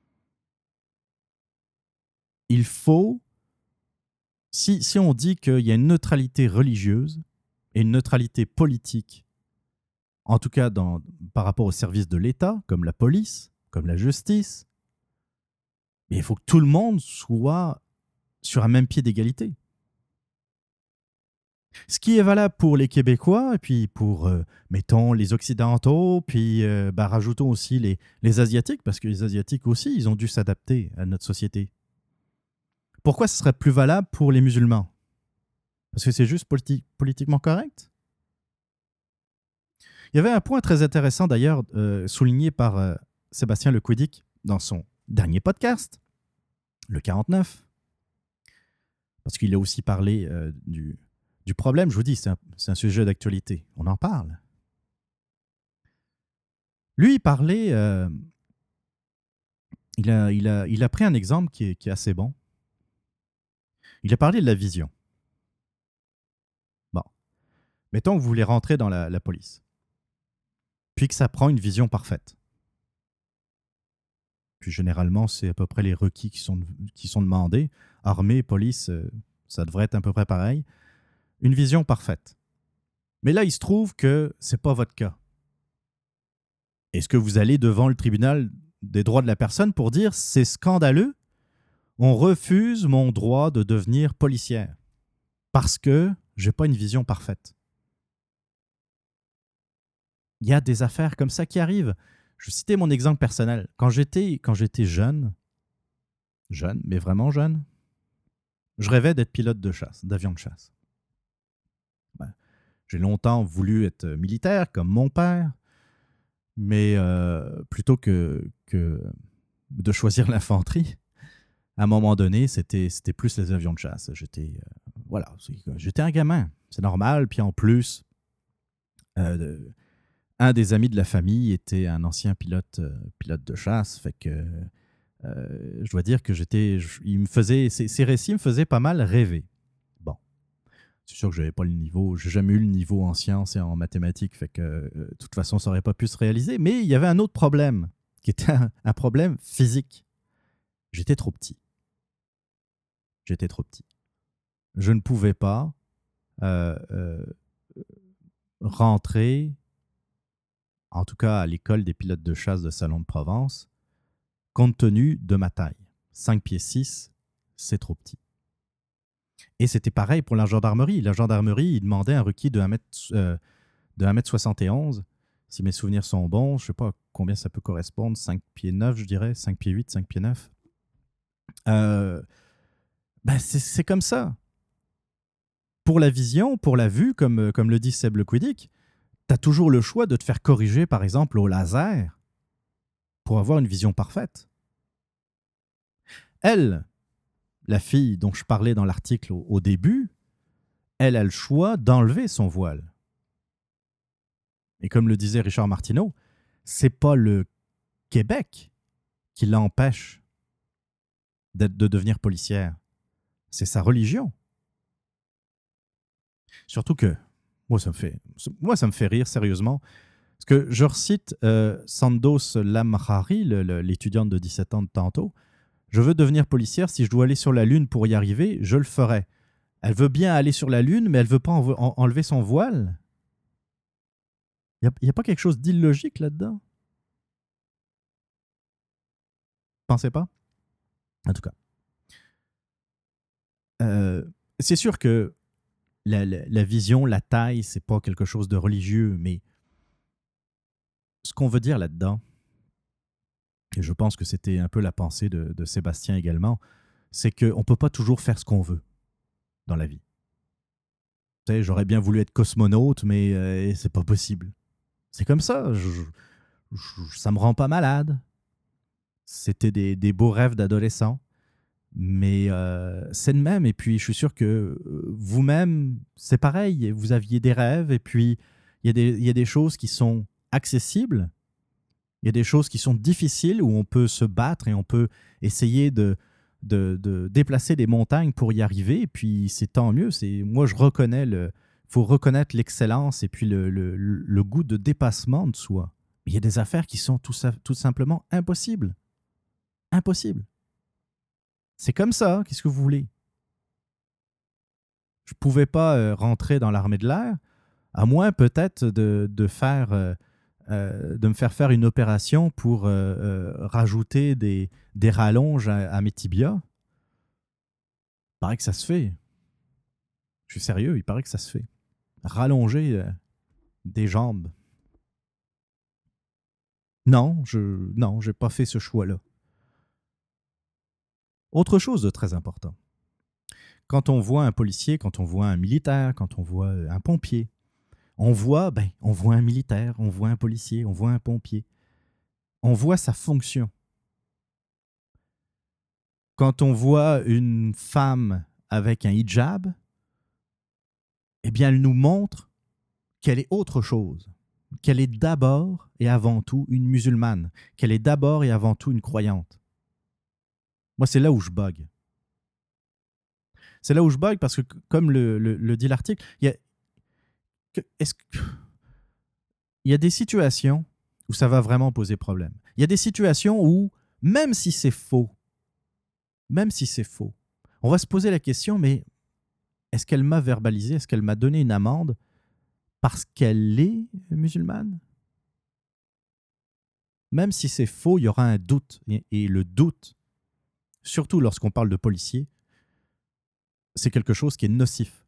Il faut, si on dit qu'il y a une neutralité religieuse et une neutralité politique, en tout cas par rapport aux services de l'État, comme la police, comme la justice, mais il faut que tout le monde soit sur un même pied d'égalité. Ce qui est valable pour les Québécois, et puis pour, mettons, les Occidentaux, puis rajoutons aussi les Asiatiques, parce que les Asiatiques aussi, ils ont dû s'adapter à notre société. Pourquoi ce serait plus valable pour les musulmans? Parce que c'est juste politiquement correct? Il y avait un point très intéressant d'ailleurs souligné par Sébastien Lequidic dans son dernier podcast, le 49, parce qu'il a aussi parlé du problème. Je vous dis, c'est un sujet d'actualité. On en parle. Lui, il parlait... il a pris un exemple qui est assez bon. Il a parlé de la vision. Bon. Mettons que vous voulez rentrer dans la police. Puis que ça prend une vision parfaite. Puis généralement, c'est à peu près les requis qui sont demandés. Armée, police, ça devrait être à peu près pareil. Une vision parfaite. Mais là, il se trouve que ce n'est pas votre cas. Est-ce que vous allez devant le tribunal des droits de la personne pour dire « c'est scandaleux, on refuse mon droit de devenir policière parce que je n'ai pas une vision parfaite ». Il y a des affaires comme ça qui arrivent. Je vais citer mon exemple personnel. Quand j'étais jeune, mais vraiment jeune, je rêvais d'être pilote de chasse, d'avion de chasse. J'ai longtemps voulu être militaire, comme mon père, mais plutôt que de choisir l'infanterie, à un moment donné, c'était plus les avions de chasse. J'étais un gamin, c'est normal. Puis en plus, un des amis de la famille était un ancien pilote de chasse, fait que je dois dire que ces récits me faisaient pas mal rêver. Bon, c'est sûr que j'avais pas le niveau, j'ai jamais eu le niveau en sciences et en mathématiques, fait que de toute façon ça aurait pas pu se réaliser. Mais il y avait un autre problème, qui était un problème physique. J'étais trop petit. Je ne pouvais pas rentrer, en tout cas à l'école des pilotes de chasse de Salon de Provence, compte tenu de ma taille. 5 pieds 6, c'est trop petit. Et c'était pareil pour la gendarmerie. La gendarmerie, il demandait un requis de 1m71. Si mes souvenirs sont bons, je ne sais pas combien ça peut correspondre, 5 pieds 9, je dirais, 5 pieds 8, 5 pieds 9. C'est comme ça. Pour la vision, pour la vue, comme le dit Seb Lequidic, tu as toujours le choix de te faire corriger, par exemple, au laser pour avoir une vision parfaite. Elle, la fille dont je parlais dans l'article au début, elle a le choix d'enlever son voile. Et comme le disait Richard Martineau, c'est pas le Québec qui l'empêche de devenir policière. C'est sa religion. Surtout que, moi, ça me fait rire, sérieusement. Parce que je recite Sandos Lamrari, l'étudiante de 17 ans de tantôt. Je veux devenir policière. Si je dois aller sur la Lune pour y arriver, je le ferai. Elle veut bien aller sur la Lune, mais elle ne veut pas enlever son voile. Il n'y a pas quelque chose d'illogique là-dedans? Pensez pas? En tout cas. C'est sûr que la vision, la taille, c'est pas quelque chose de religieux, mais ce qu'on veut dire là-dedans, et je pense que c'était un peu la pensée de Sébastien également, c'est qu'on ne peut pas toujours faire ce qu'on veut dans la vie. Tu sais, j'aurais bien voulu être cosmonaute, mais c'est pas possible. C'est comme ça. Ça me rend pas malade. C'était des beaux rêves d'adolescent. Mais c'est de même. Et puis, je suis sûr que vous-même, c'est pareil. Vous aviez des rêves. Et puis, il y a des choses qui sont accessibles. Il y a des choses qui sont difficiles où on peut se battre et on peut essayer de déplacer des montagnes pour y arriver. Et puis, c'est tant mieux. Moi, je reconnais faut reconnaître l'excellence et puis le goût de dépassement de soi. Mais il y a des affaires qui sont tout simplement impossibles. Impossibles. C'est comme ça. Qu'est-ce que vous voulez? Je ne pouvais pas rentrer dans l'armée de l'air, à moins peut-être de me faire faire une opération pour rajouter des rallonges à mes tibias. Il paraît que ça se fait. Je suis sérieux, il paraît que ça se fait. Rallonger des jambes. Non, j'ai pas fait ce choix-là. Autre chose de très important. Quand on voit un policier, quand on voit un militaire, quand on voit un pompier, on voit un militaire, on voit un policier, on voit un pompier. On voit sa fonction. Quand on voit une femme avec un hijab, eh bien, elle nous montre qu'elle est autre chose, qu'elle est d'abord et avant tout une musulmane, qu'elle est d'abord et avant tout une croyante. Moi, c'est là où je bug. C'est là où je bug parce que, comme le dit l'article, il y a des situations où ça va vraiment poser problème. Il y a des situations où, même si c'est faux, on va se poser la question, mais est-ce qu'elle m'a verbalisé, est-ce qu'elle m'a donné une amende parce qu'elle est musulmane? Même si c'est faux, il y aura un doute. Et le doute, surtout lorsqu'on parle de policiers, c'est quelque chose qui est nocif.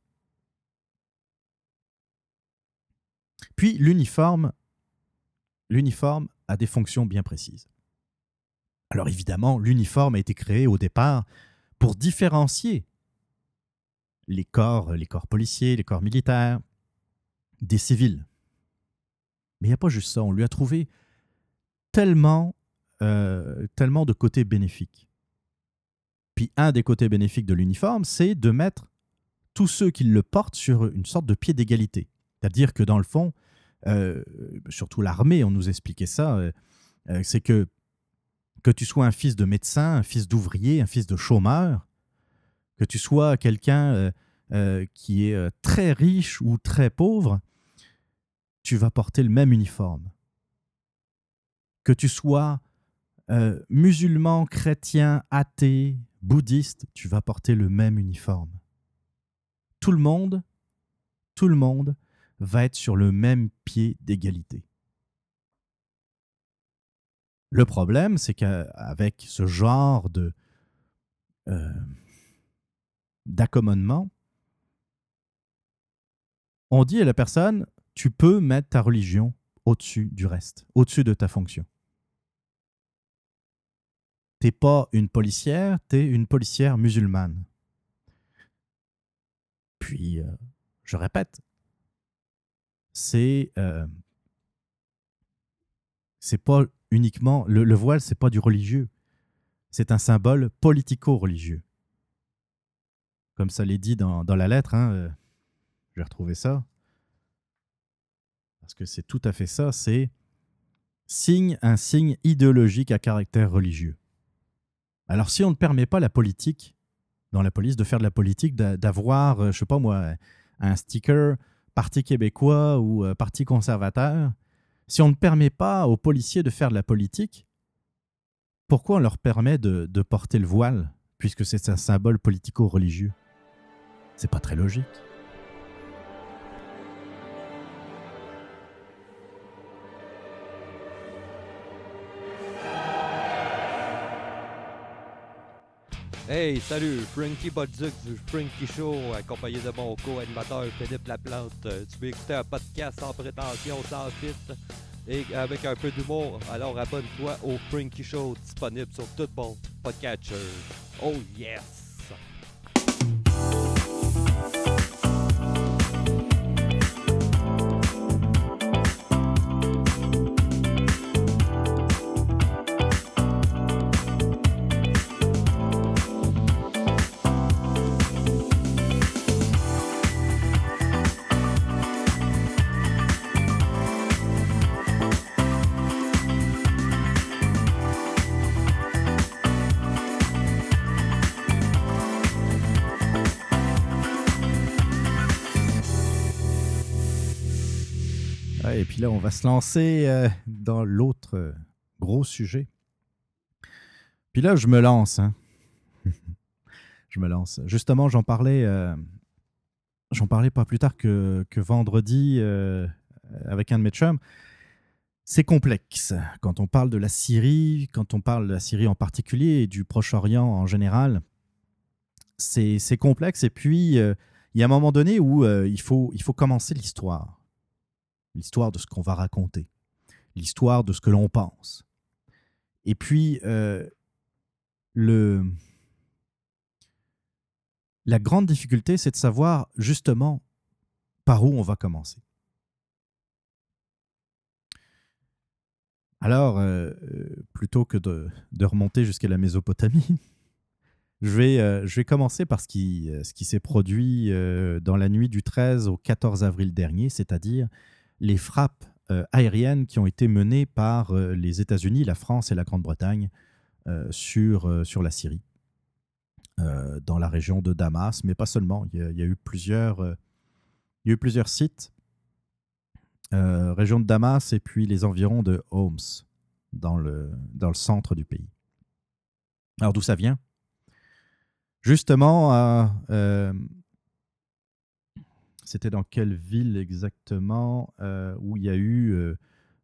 Puis, l'uniforme a des fonctions bien précises. Alors évidemment, l'uniforme a été créé au départ pour différencier les corps policiers, les corps militaires, des civils. Mais il n'y a pas juste ça. On lui a trouvé tellement de côtés bénéfiques. Puis un des côtés bénéfiques de l'uniforme, c'est de mettre tous ceux qui le portent sur une sorte de pied d'égalité. C'est-à-dire que dans le fond, surtout l'armée, on nous expliquait ça, c'est que tu sois un fils de médecin, un fils d'ouvrier, un fils de chômeur, que tu sois quelqu'un qui est très riche ou très pauvre, tu vas porter le même uniforme. Que tu sois musulman, chrétien, athée, bouddhiste, tu vas porter le même uniforme. Tout le monde va être sur le même pied d'égalité. Le problème, c'est qu'avec ce genre d'accommodement, on dit à la personne, tu peux mettre ta religion au-dessus du reste, au-dessus de ta fonction. T'es pas une policière, t'es une policière musulmane. Puis, je répète, c'est pas uniquement... Le voile, c'est pas du religieux. C'est un symbole politico-religieux. Comme ça l'est dit dans la lettre, je vais retrouver ça. Parce que c'est tout à fait ça, c'est un signe idéologique à caractère religieux. Alors, si on ne permet pas la politique, dans la police, de faire de la politique, d'avoir, je sais pas moi, un sticker Parti québécois ou Parti conservateur, si on ne permet pas aux policiers de faire de la politique, pourquoi on leur permet de porter le voile, puisque c'est un symbole politico-religieux? C'est pas très logique. Hey, salut, Frankie Bolduc du Frankie Show, accompagné de mon co-animateur Philippe Laplante. Tu veux écouter un podcast sans prétention, sans filtre et avec un peu d'humour? Alors abonne-toi au Frankie Show, disponible sur tout bon podcatcher. Oh yes! Ouais, et puis là, on va se lancer dans l'autre gros sujet. Puis là, je me lance. Hein. Je me lance. Justement, j'en parlais pas plus tard que vendredi avec un de mes chums. C'est complexe. Quand on parle de la Syrie, quand on parle de la Syrie en particulier et du Proche-Orient en général, c'est complexe. Et puis, il y a un moment donné où il faut commencer l'histoire. L'histoire de ce qu'on va raconter. L'histoire de ce que l'on pense. Et puis, la grande difficulté, c'est de savoir justement par où on va commencer. Alors, plutôt que de remonter jusqu'à la Mésopotamie, je vais commencer par ce qui s'est produit dans la nuit du 13 au 14 avril dernier, c'est-à-dire les frappes aériennes qui ont été menées par les États-Unis, la France et la Grande-Bretagne sur la Syrie, dans la région de Damas, mais pas seulement. Il y a eu plusieurs sites, région de Damas et puis les environs de Homs, dans le centre du pays. Alors d'où ça vient ? Justement, c'était dans quelle ville exactement où il y a eu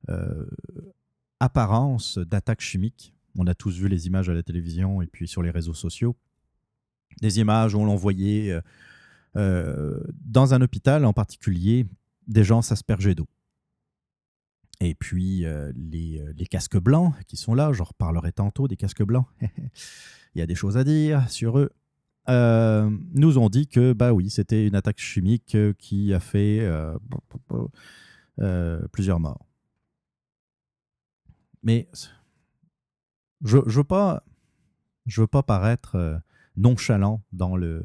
apparence d'attaque chimique. On a tous vu les images à la télévision et puis sur les réseaux sociaux. Des images où l'on voyait dans un hôpital en particulier des gens s'asperger d'eau. Et puis les casques blancs qui sont là, j'en reparlerai tantôt des casques blancs. Il y a des choses à dire sur eux. Nous ont dit que bah oui, c'était une attaque chimique qui a fait plusieurs morts. Mais je veux pas paraître nonchalant dans le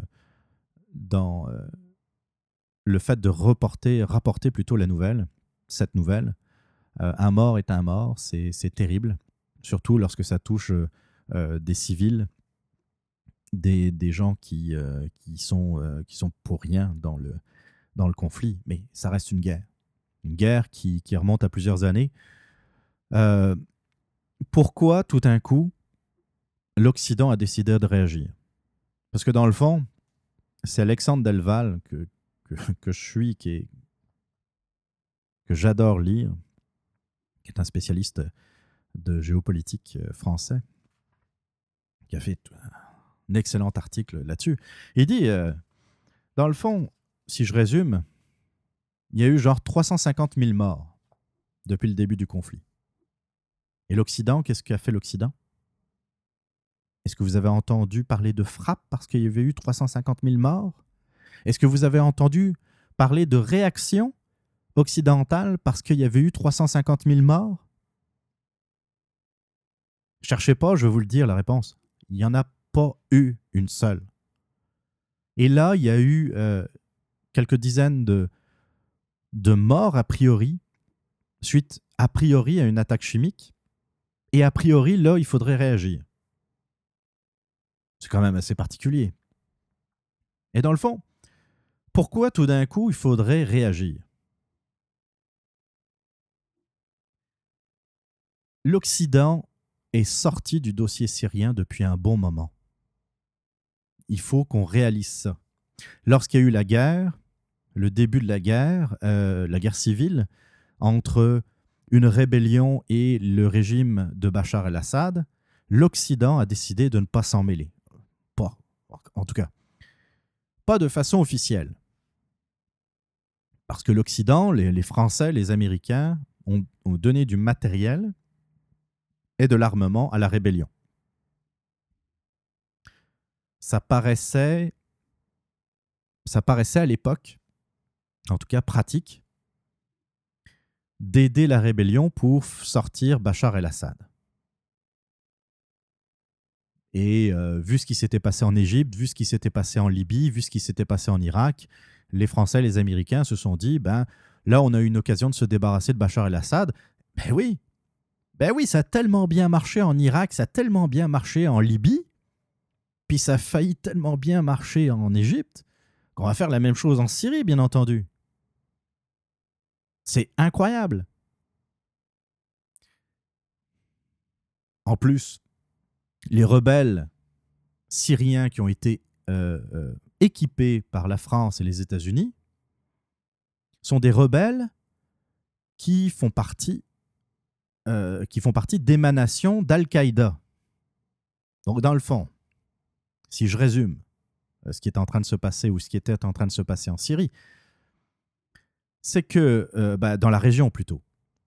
fait de rapporter plutôt cette nouvelle. Un mort est un mort, c'est terrible, surtout lorsque ça touche des civils. Des gens qui sont pour rien dans le conflit, mais ça reste une guerre qui remonte à plusieurs années. Pourquoi tout d'un coup l'Occident a décidé de réagir ? Parce que dans le fond, c'est Alexandre Delval que je suis, que j'adore lire, qui est un spécialiste de géopolitique français, qui a fait un excellent article là-dessus. Il dit, dans le fond, si je résume, il y a eu genre 350 000 morts depuis le début du conflit. Et l'Occident, qu'est-ce qu'a fait l'Occident ? Est-ce que vous avez entendu parler de frappe parce qu'il y avait eu 350 000 morts ? Est-ce que vous avez entendu parler de réaction occidentale parce qu'il y avait eu 350 000 morts ? Cherchez pas, je vais vous le dire, la réponse. Il n'y en a pas eu une seule. Et là, il y a eu quelques dizaines de morts a priori, suite a priori à une attaque chimique. Et a priori, là, il faudrait réagir. C'est quand même assez particulier. Et dans le fond, pourquoi tout d'un coup, il faudrait réagir ? L'Occident est sorti du dossier syrien depuis un bon moment. Il faut qu'on réalise ça. Lorsqu'il y a eu la guerre, le début de la guerre civile, entre une rébellion et le régime de Bachar el-Assad, l'Occident a décidé de ne pas s'en mêler. Pas, en tout cas, pas de façon officielle. Parce que l'Occident, les Français, les Américains ont donné du matériel et de l'armement à la rébellion. ça paraissait à l'époque, en tout cas pratique, d'aider la rébellion pour sortir Bachar el-Assad. Et vu ce qui s'était passé en Égypte, vu ce qui s'était passé en Libye, vu ce qui s'était passé en Irak, les Français et les Américains se sont dit, là, on a eu une occasion de se débarrasser de Bachar el-Assad. Ben oui, ça a tellement bien marché en Irak, ça a tellement bien marché en Libye, puis ça a failli tellement bien marcher en Égypte, qu'on va faire la même chose en Syrie, bien entendu. C'est incroyable. En plus, les rebelles syriens qui ont été équipés par la France et les États-Unis sont des rebelles qui font partie d'émanations d'Al-Qaïda. Donc, dans le fond, si je résume ce qui est en train de se passer ou ce qui était en train de se passer en Syrie, c'est que, dans la région plutôt,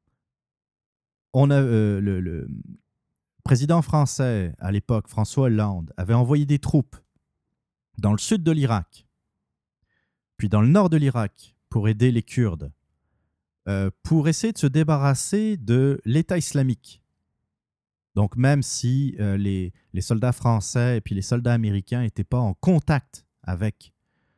on a le président français à l'époque, François Hollande, avait envoyé des troupes dans le sud de l'Irak, puis dans le nord de l'Irak pour aider les Kurdes, pour essayer de se débarrasser de l'État islamique. Donc même si les soldats français et puis les soldats américains n'étaient pas en contact avec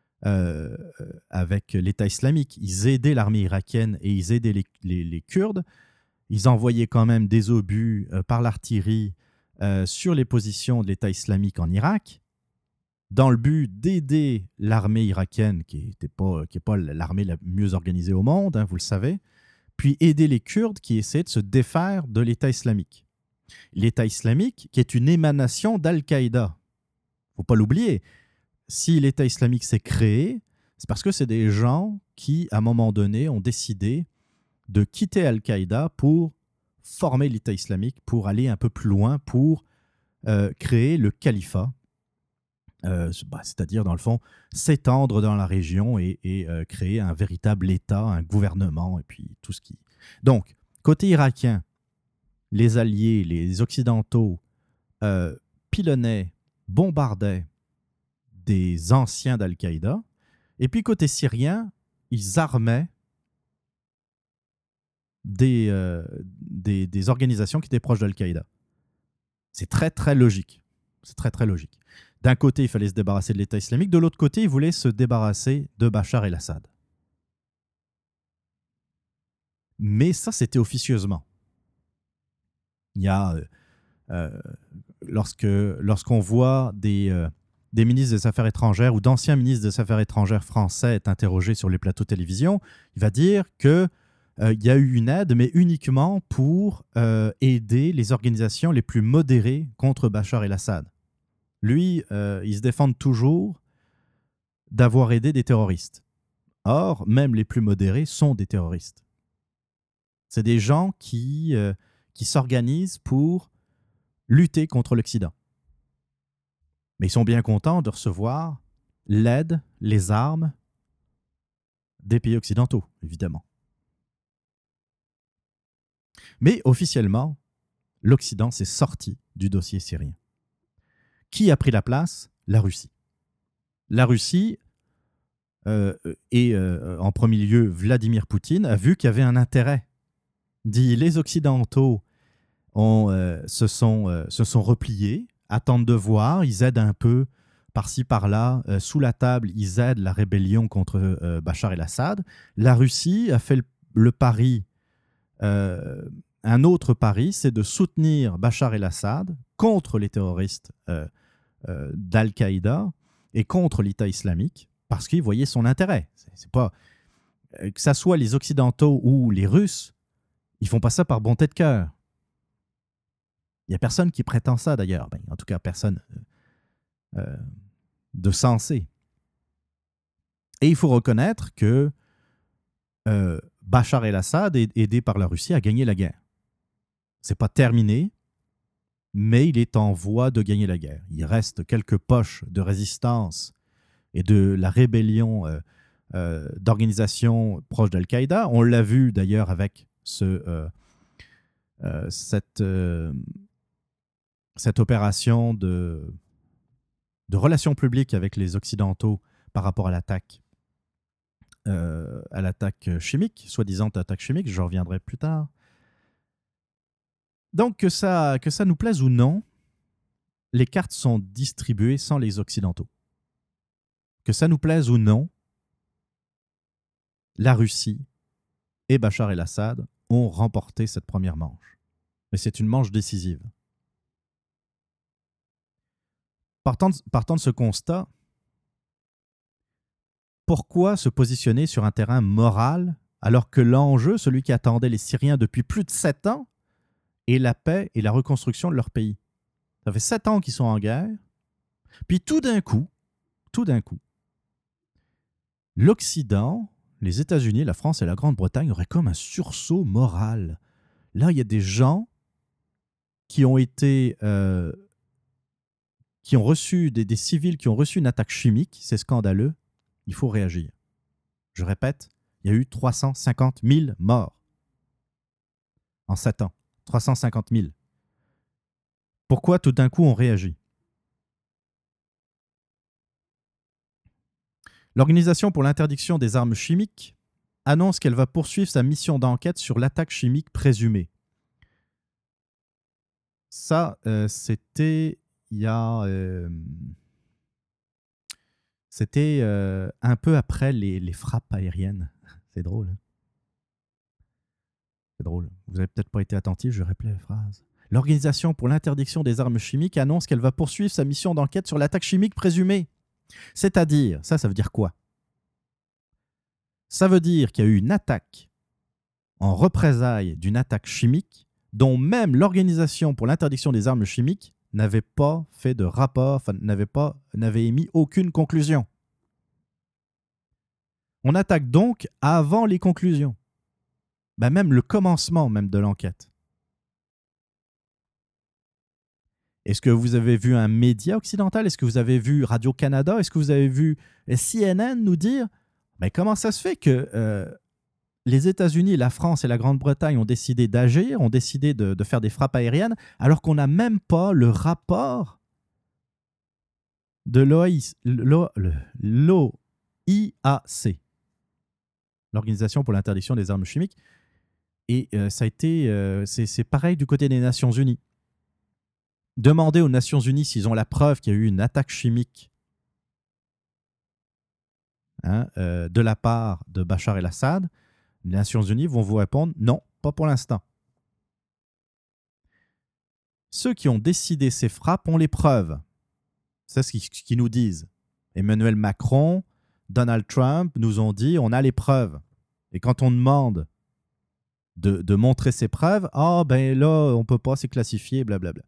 l'État islamique, ils aidaient l'armée irakienne et ils aidaient les Kurdes. Ils envoyaient quand même des obus par l'artillerie sur les positions de l'État islamique en Irak, dans le but d'aider l'armée irakienne, qui n'est pas l'armée la mieux organisée au monde, vous le savez, puis aider les Kurdes qui essaient de se défaire de l'État islamique. L'État islamique, qui est une émanation d'Al-Qaïda. Il ne faut pas l'oublier. Si l'État islamique s'est créé, c'est parce que c'est des gens qui, à un moment donné, ont décidé de quitter Al-Qaïda pour former l'État islamique, pour aller un peu plus loin, pour créer le califat, c'est-à-dire, dans le fond, s'étendre dans la région et créer un véritable État, un gouvernement, et puis tout ce qui... Donc, côté irakien, les Alliés, les Occidentaux pilonnaient, bombardaient des anciens d'Al-Qaïda, et puis côté syrien, ils armaient des organisations qui étaient proches d'Al-Qaïda. C'est très, très logique. C'est très, très logique. D'un côté, il fallait se débarrasser de l'État islamique. De l'autre côté, ils voulaient se débarrasser de Bachar el-Assad. Mais ça, c'était officieusement. Il y a... lorsqu'on voit des ministres des Affaires étrangères ou d'anciens ministres des Affaires étrangères français être interrogés sur les plateaux de télévision, il va dire que il y a eu une aide, mais uniquement pour aider les organisations les plus modérées contre Bachar el-Assad. Lui, il se défend toujours d'avoir aidé des terroristes. Or, même les plus modérés sont des terroristes. C'est des gens qui s'organisent pour lutter contre l'Occident. Mais ils sont bien contents de recevoir l'aide, les armes des pays occidentaux, évidemment. Mais officiellement, l'Occident s'est sorti du dossier syrien. Qui a pris la place ? La Russie. La Russie, et en premier lieu Vladimir Poutine, a vu qu'il y avait un intérêt. Dit les Occidentaux se sont repliés, attendent de voir, ils aident un peu par-ci par-là, sous la table, ils aident la rébellion contre Bachar el-Assad. La Russie a fait le pari, un autre pari, c'est de soutenir Bachar el-Assad contre les terroristes d'Al-Qaïda et contre l'État islamique, parce qu'ils voyaient son intérêt. C'est pas, que ça soit les Occidentaux ou les Russes, ils font pas ça par bonté de cœur. Il n'y a personne qui prétend ça, d'ailleurs. En tout cas, personne de sensé. Et il faut reconnaître que Bachar el-Assad, aidé par la Russie, a gagné la guerre. Ce n'est pas terminé, mais il est en voie de gagner la guerre. Il reste quelques poches de résistance et de la rébellion d'organisations proches d'Al-Qaïda. On l'a vu d'ailleurs avec cette opération de relations publiques avec les Occidentaux par rapport à l'attaque chimique, soi-disant attaque chimique, je reviendrai plus tard. Donc, que ça nous plaise ou non, les cartes sont distribuées sans les Occidentaux. Que ça nous plaise ou non, la Russie et Bachar el-Assad ont remporté cette première manche. Mais c'est une manche décisive. Partant de ce constat, pourquoi se positionner sur un terrain moral alors que l'enjeu, celui qui attendait les Syriens depuis plus de 7 ans, est la paix et la reconstruction de leur pays? Ça fait 7 ans qu'ils sont en guerre. Puis tout d'un coup, l'Occident, les États-Unis, la France et la Grande-Bretagne auraient comme un sursaut moral. Là, il y a des gens qui ont été... qui ont reçu, des civils qui ont reçu une attaque chimique. C'est scandaleux. Il faut réagir. Je répète, il y a eu 350 000 morts en 7 ans. 350 000. Pourquoi tout d'un coup on réagit? L'Organisation pour l'interdiction des armes chimiques annonce qu'elle va poursuivre sa mission d'enquête sur l'attaque chimique présumée. Ça, c'était il y a... c'était un peu après les frappes aériennes. C'est drôle. Hein? C'est drôle. Vous n'avez peut-être pas été attentif, je répète la phrase. L'Organisation pour l'interdiction des armes chimiques annonce qu'elle va poursuivre sa mission d'enquête sur l'attaque chimique présumée. C'est-à-dire, ça veut dire quoi? Ça veut dire qu'il y a eu une attaque en représailles d'une attaque chimique dont même l'Organisation pour l'interdiction des armes chimiques n'avait pas fait de rapport, n'avait émis aucune conclusion. On attaque donc avant les conclusions. Même le commencement même de l'enquête. Est-ce que vous avez vu un média occidental? Est-ce que vous avez vu Radio-Canada? Est-ce que vous avez vu CNN nous dire comment ça se fait que les États-Unis, la France et la Grande-Bretagne ont décidé d'agir, ont décidé de faire des frappes aériennes, alors qu'on n'a même pas le rapport de l'OIAC, l'Organisation pour l'interdiction des armes chimiques. Et ça a été, c'est pareil du côté des Nations Unies. Demander aux Nations Unies s'ils ont la preuve qu'il y a eu une attaque chimique de la part de Bachar el-Assad, les Nations Unies vont vous répondre non, pas pour l'instant. Ceux qui ont décidé ces frappes ont les preuves. C'est ce qu'ils nous disent. Emmanuel Macron, Donald Trump nous ont dit on a les preuves. Et quand on demande de montrer ces preuves, là, on ne peut pas, c'est classifié, blablabla.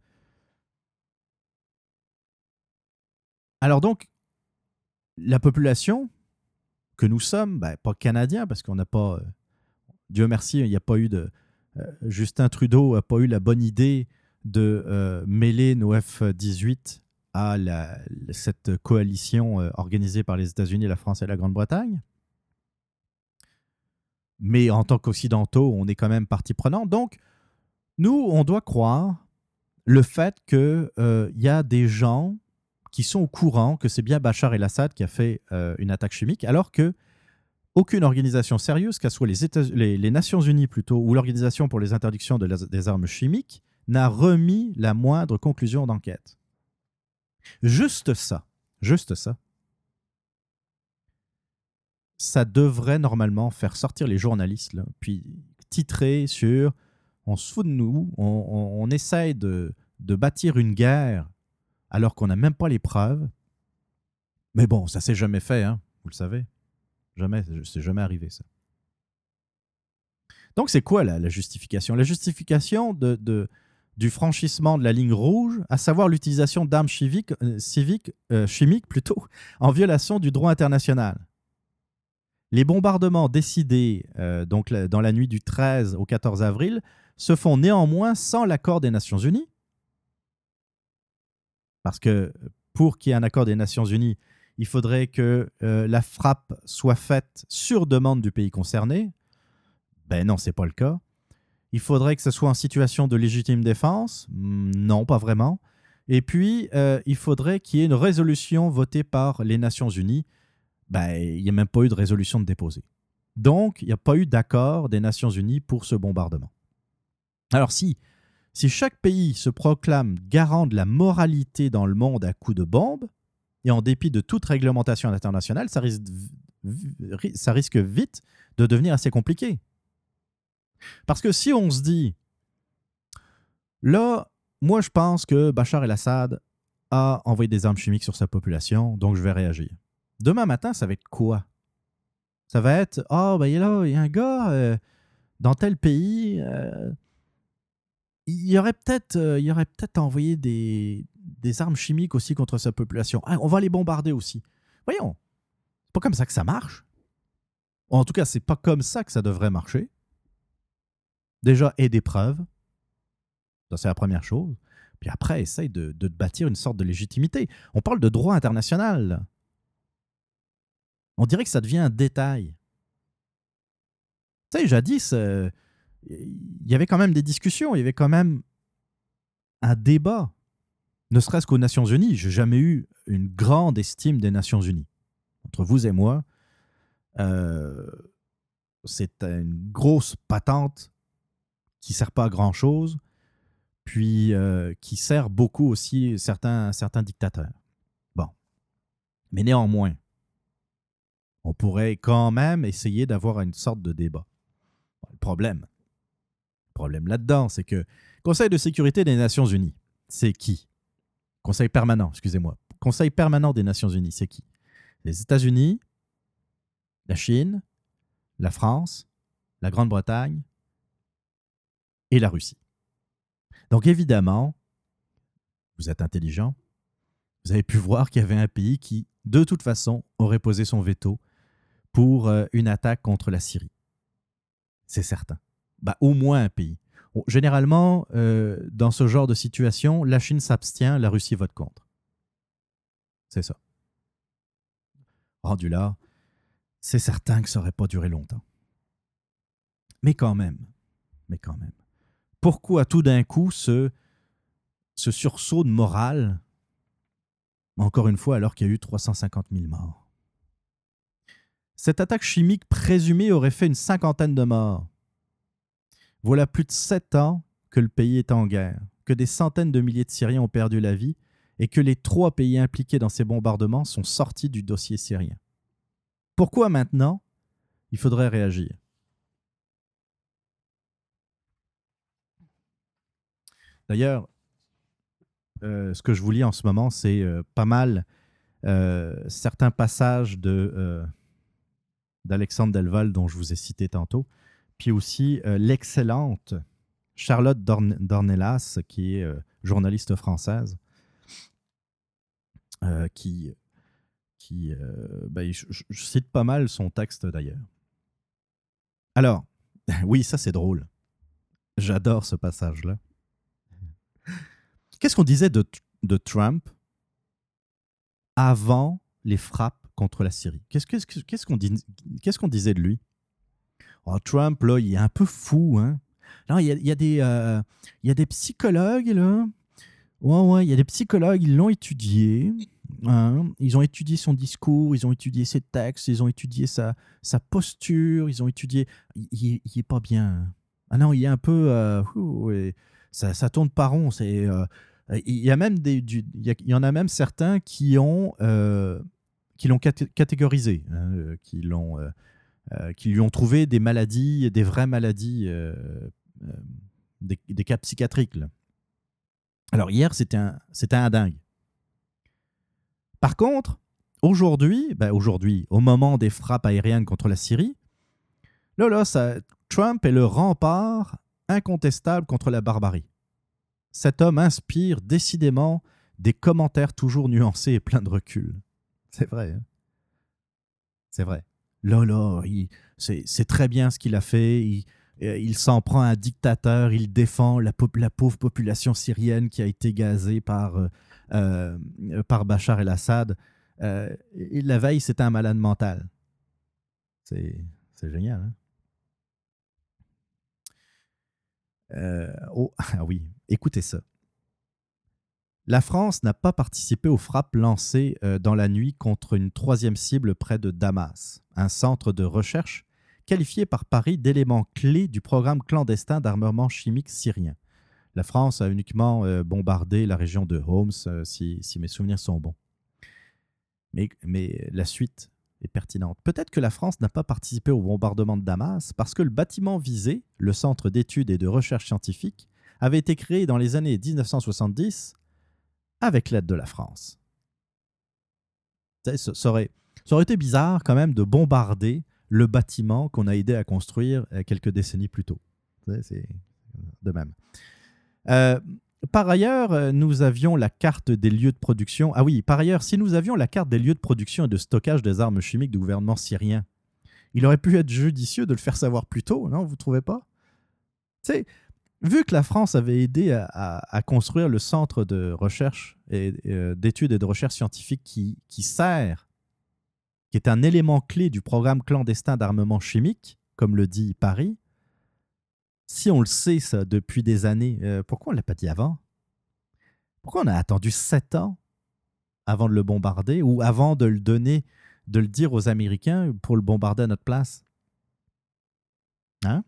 Alors donc, la population que nous sommes, pas canadiens, parce qu'on n'a pas, Dieu merci, il n'y a pas eu de... Justin Trudeau n'a pas eu la bonne idée de mêler nos F-18 à cette coalition organisée par les États-Unis, la France et la Grande-Bretagne. Mais en tant qu'Occidentaux, on est quand même partie prenante. Donc, nous, on doit croire le fait qu'il y a des gens qui sont au courant que c'est bien Bachar el-Assad qui a fait une attaque chimique, alors que aucune organisation sérieuse, qu'elle soit les Nations Unies plutôt, ou l'Organisation pour les interdictions des armes chimiques, n'a remis la moindre conclusion d'enquête. Juste ça, ça devrait normalement faire sortir les journalistes, là, puis titrer sur « on se fout de nous, on essaye de bâtir une guerre alors qu'on n'a même pas les preuves. » Mais bon, ça ne s'est jamais fait, hein, vous le savez. Jamais, c'est jamais arrivé, ça. Donc, c'est quoi la justification? La justification du franchissement de la ligne rouge, à savoir l'utilisation d'armes chimiques en violation du droit international. Les bombardements décidés donc, dans la nuit du 13 au 14 avril se font néanmoins sans l'accord des Nations Unies. Parce que pour qu'il y ait un accord des Nations Unies, il faudrait que la frappe soit faite sur demande du pays concerné. Non, ce n'est pas le cas. Il faudrait que ce soit en situation de légitime défense. Non, pas vraiment. Et puis, il faudrait qu'il y ait une résolution votée par les Nations Unies. Ben, il n'y a même pas eu de résolution de déposer. Donc, il n'y a pas eu d'accord des Nations Unies pour ce bombardement. Alors, si chaque pays se proclame garant de la moralité dans le monde à coups de bombes, et en dépit de toute réglementation internationale, ça risque vite de devenir assez compliqué. Parce que si on se dit, là, moi je pense que Bachar el-Assad a envoyé des armes chimiques sur sa population, donc je vais réagir. Demain matin, ça va être quoi? Ça va être, ben il y a un gars dans tel pays, il y aurait peut-être envoyé des armes chimiques aussi contre sa population. Ah, on va les bombarder aussi. Voyons, c'est pas comme ça que ça marche. En tout cas, c'est pas comme ça que ça devrait marcher. Déjà, aie des preuves. Ça, c'est la première chose. Puis après, essaye de bâtir une sorte de légitimité. On parle de droit international, là. On dirait que ça devient un détail. Tu sais, jadis, il y avait quand même des discussions, il y avait quand même un débat. Ne serait-ce qu'aux Nations Unies, j'ai jamais eu une grande estime des Nations Unies. Entre vous et moi, c'est une grosse patente qui ne sert pas à grand-chose, puis qui sert beaucoup aussi certains dictateurs. Bon. Mais néanmoins, on pourrait quand même essayer d'avoir une sorte de débat. Bon, le problème là-dedans, c'est que Conseil de sécurité des Nations Unies, c'est qui? Conseil permanent, excusez-moi. Conseil permanent des Nations Unies, c'est qui? Les États-Unis, la Chine, la France, la Grande-Bretagne et la Russie. Donc évidemment, vous êtes intelligent, vous avez pu voir qu'il y avait un pays qui, de toute façon, aurait posé son veto pour une attaque contre la Syrie. C'est certain. Bah, au moins un pays. Bon, généralement, dans ce genre de situation, la Chine s'abstient, la Russie vote contre. C'est ça. Rendu là, c'est certain que ça n'aurait pas duré longtemps. Mais quand même. Pourquoi tout d'un coup ce sursaut de morale, encore une fois, alors qu'il y a eu 350 000 morts? Cette attaque chimique présumée aurait fait une 50aine de morts. Voilà plus de 7 ans que le pays est en guerre, que des centaines de milliers de Syriens ont perdu la vie et que les 3 pays impliqués dans ces bombardements sont sortis du dossier syrien. Pourquoi maintenant il faudrait réagir? D'ailleurs, ce que je vous lis en ce moment, c'est pas mal certains passages d'Alexandre Delval dont je vous ai cité tantôt, puis aussi l'excellente Charlotte Dornelas, qui est journaliste française, je cite pas mal son texte d'ailleurs. Alors, oui, ça c'est drôle. J'adore ce passage-là. Qu'est-ce qu'on disait de Trump avant les frappes contre la Syrie? Qu'est-ce qu'on disait de lui? Oh, Trump, là, il est un peu fou, hein? Non, il y a des psychologues, là. Ouais, il y a des psychologues, ils l'ont étudié. Hein? Ils ont étudié son discours, ils ont étudié ses textes, ils ont étudié sa posture, ils ont étudié... Il est pas bien. Ah non, il est un peu... ça tourne pas rond. Il y a même il y en a même certains qui l'ont catégorisé, hein, qui lui ont trouvé des maladies, des vraies maladies, des cas psychiatriques. Là. Alors hier, c'était un dingue. Par contre, aujourd'hui, au moment des frappes aériennes contre la Syrie, Trump est le rempart incontestable contre la barbarie. Cet homme inspire décidément des commentaires toujours nuancés et pleins de recul. C'est vrai. Hein? C'est vrai. C'est très bien ce qu'il a fait. Il s'en prend à un dictateur. Il défend la pauvre population syrienne qui a été gazée par Bachar el-Assad. Et la veille, c'était un malade mental. C'est génial. Hein? Ah oui, écoutez ça. La France n'a pas participé aux frappes lancées dans la nuit contre une troisième cible près de Damas, un centre de recherche qualifié par Paris d'élément clé du programme clandestin d'armement chimique syrien. La France a uniquement bombardé la région de Homs, si mes souvenirs sont bons. Mais la suite est pertinente. Peut-être que la France n'a pas participé au bombardement de Damas parce que le bâtiment visé, le Centre d'études et de recherche scientifique, avait été créé dans les années 1970 avec l'aide de la France. Ça aurait été bizarre quand même de bombarder le bâtiment qu'on a aidé à construire quelques décennies plus tôt. C'est de même. Par ailleurs, nous avions la carte des lieux de production. Ah oui, par ailleurs, si nous avions la carte des lieux de production et de stockage des armes chimiques du gouvernement syrien, il aurait pu être judicieux de le faire savoir plus tôt, non? Vous ne trouvez pas? Tu sais, vu que la France avait aidé à construire le centre de recherche et d'études et de recherche scientifique qui est un élément clé du programme clandestin d'armement chimique, comme le dit Paris, si on le sait ça depuis des années, pourquoi on ne l'a pas dit avant? Pourquoi on a attendu 7 ans avant de le bombarder ou avant de le donner, de le dire aux Américains pour le bombarder à notre place? Hein?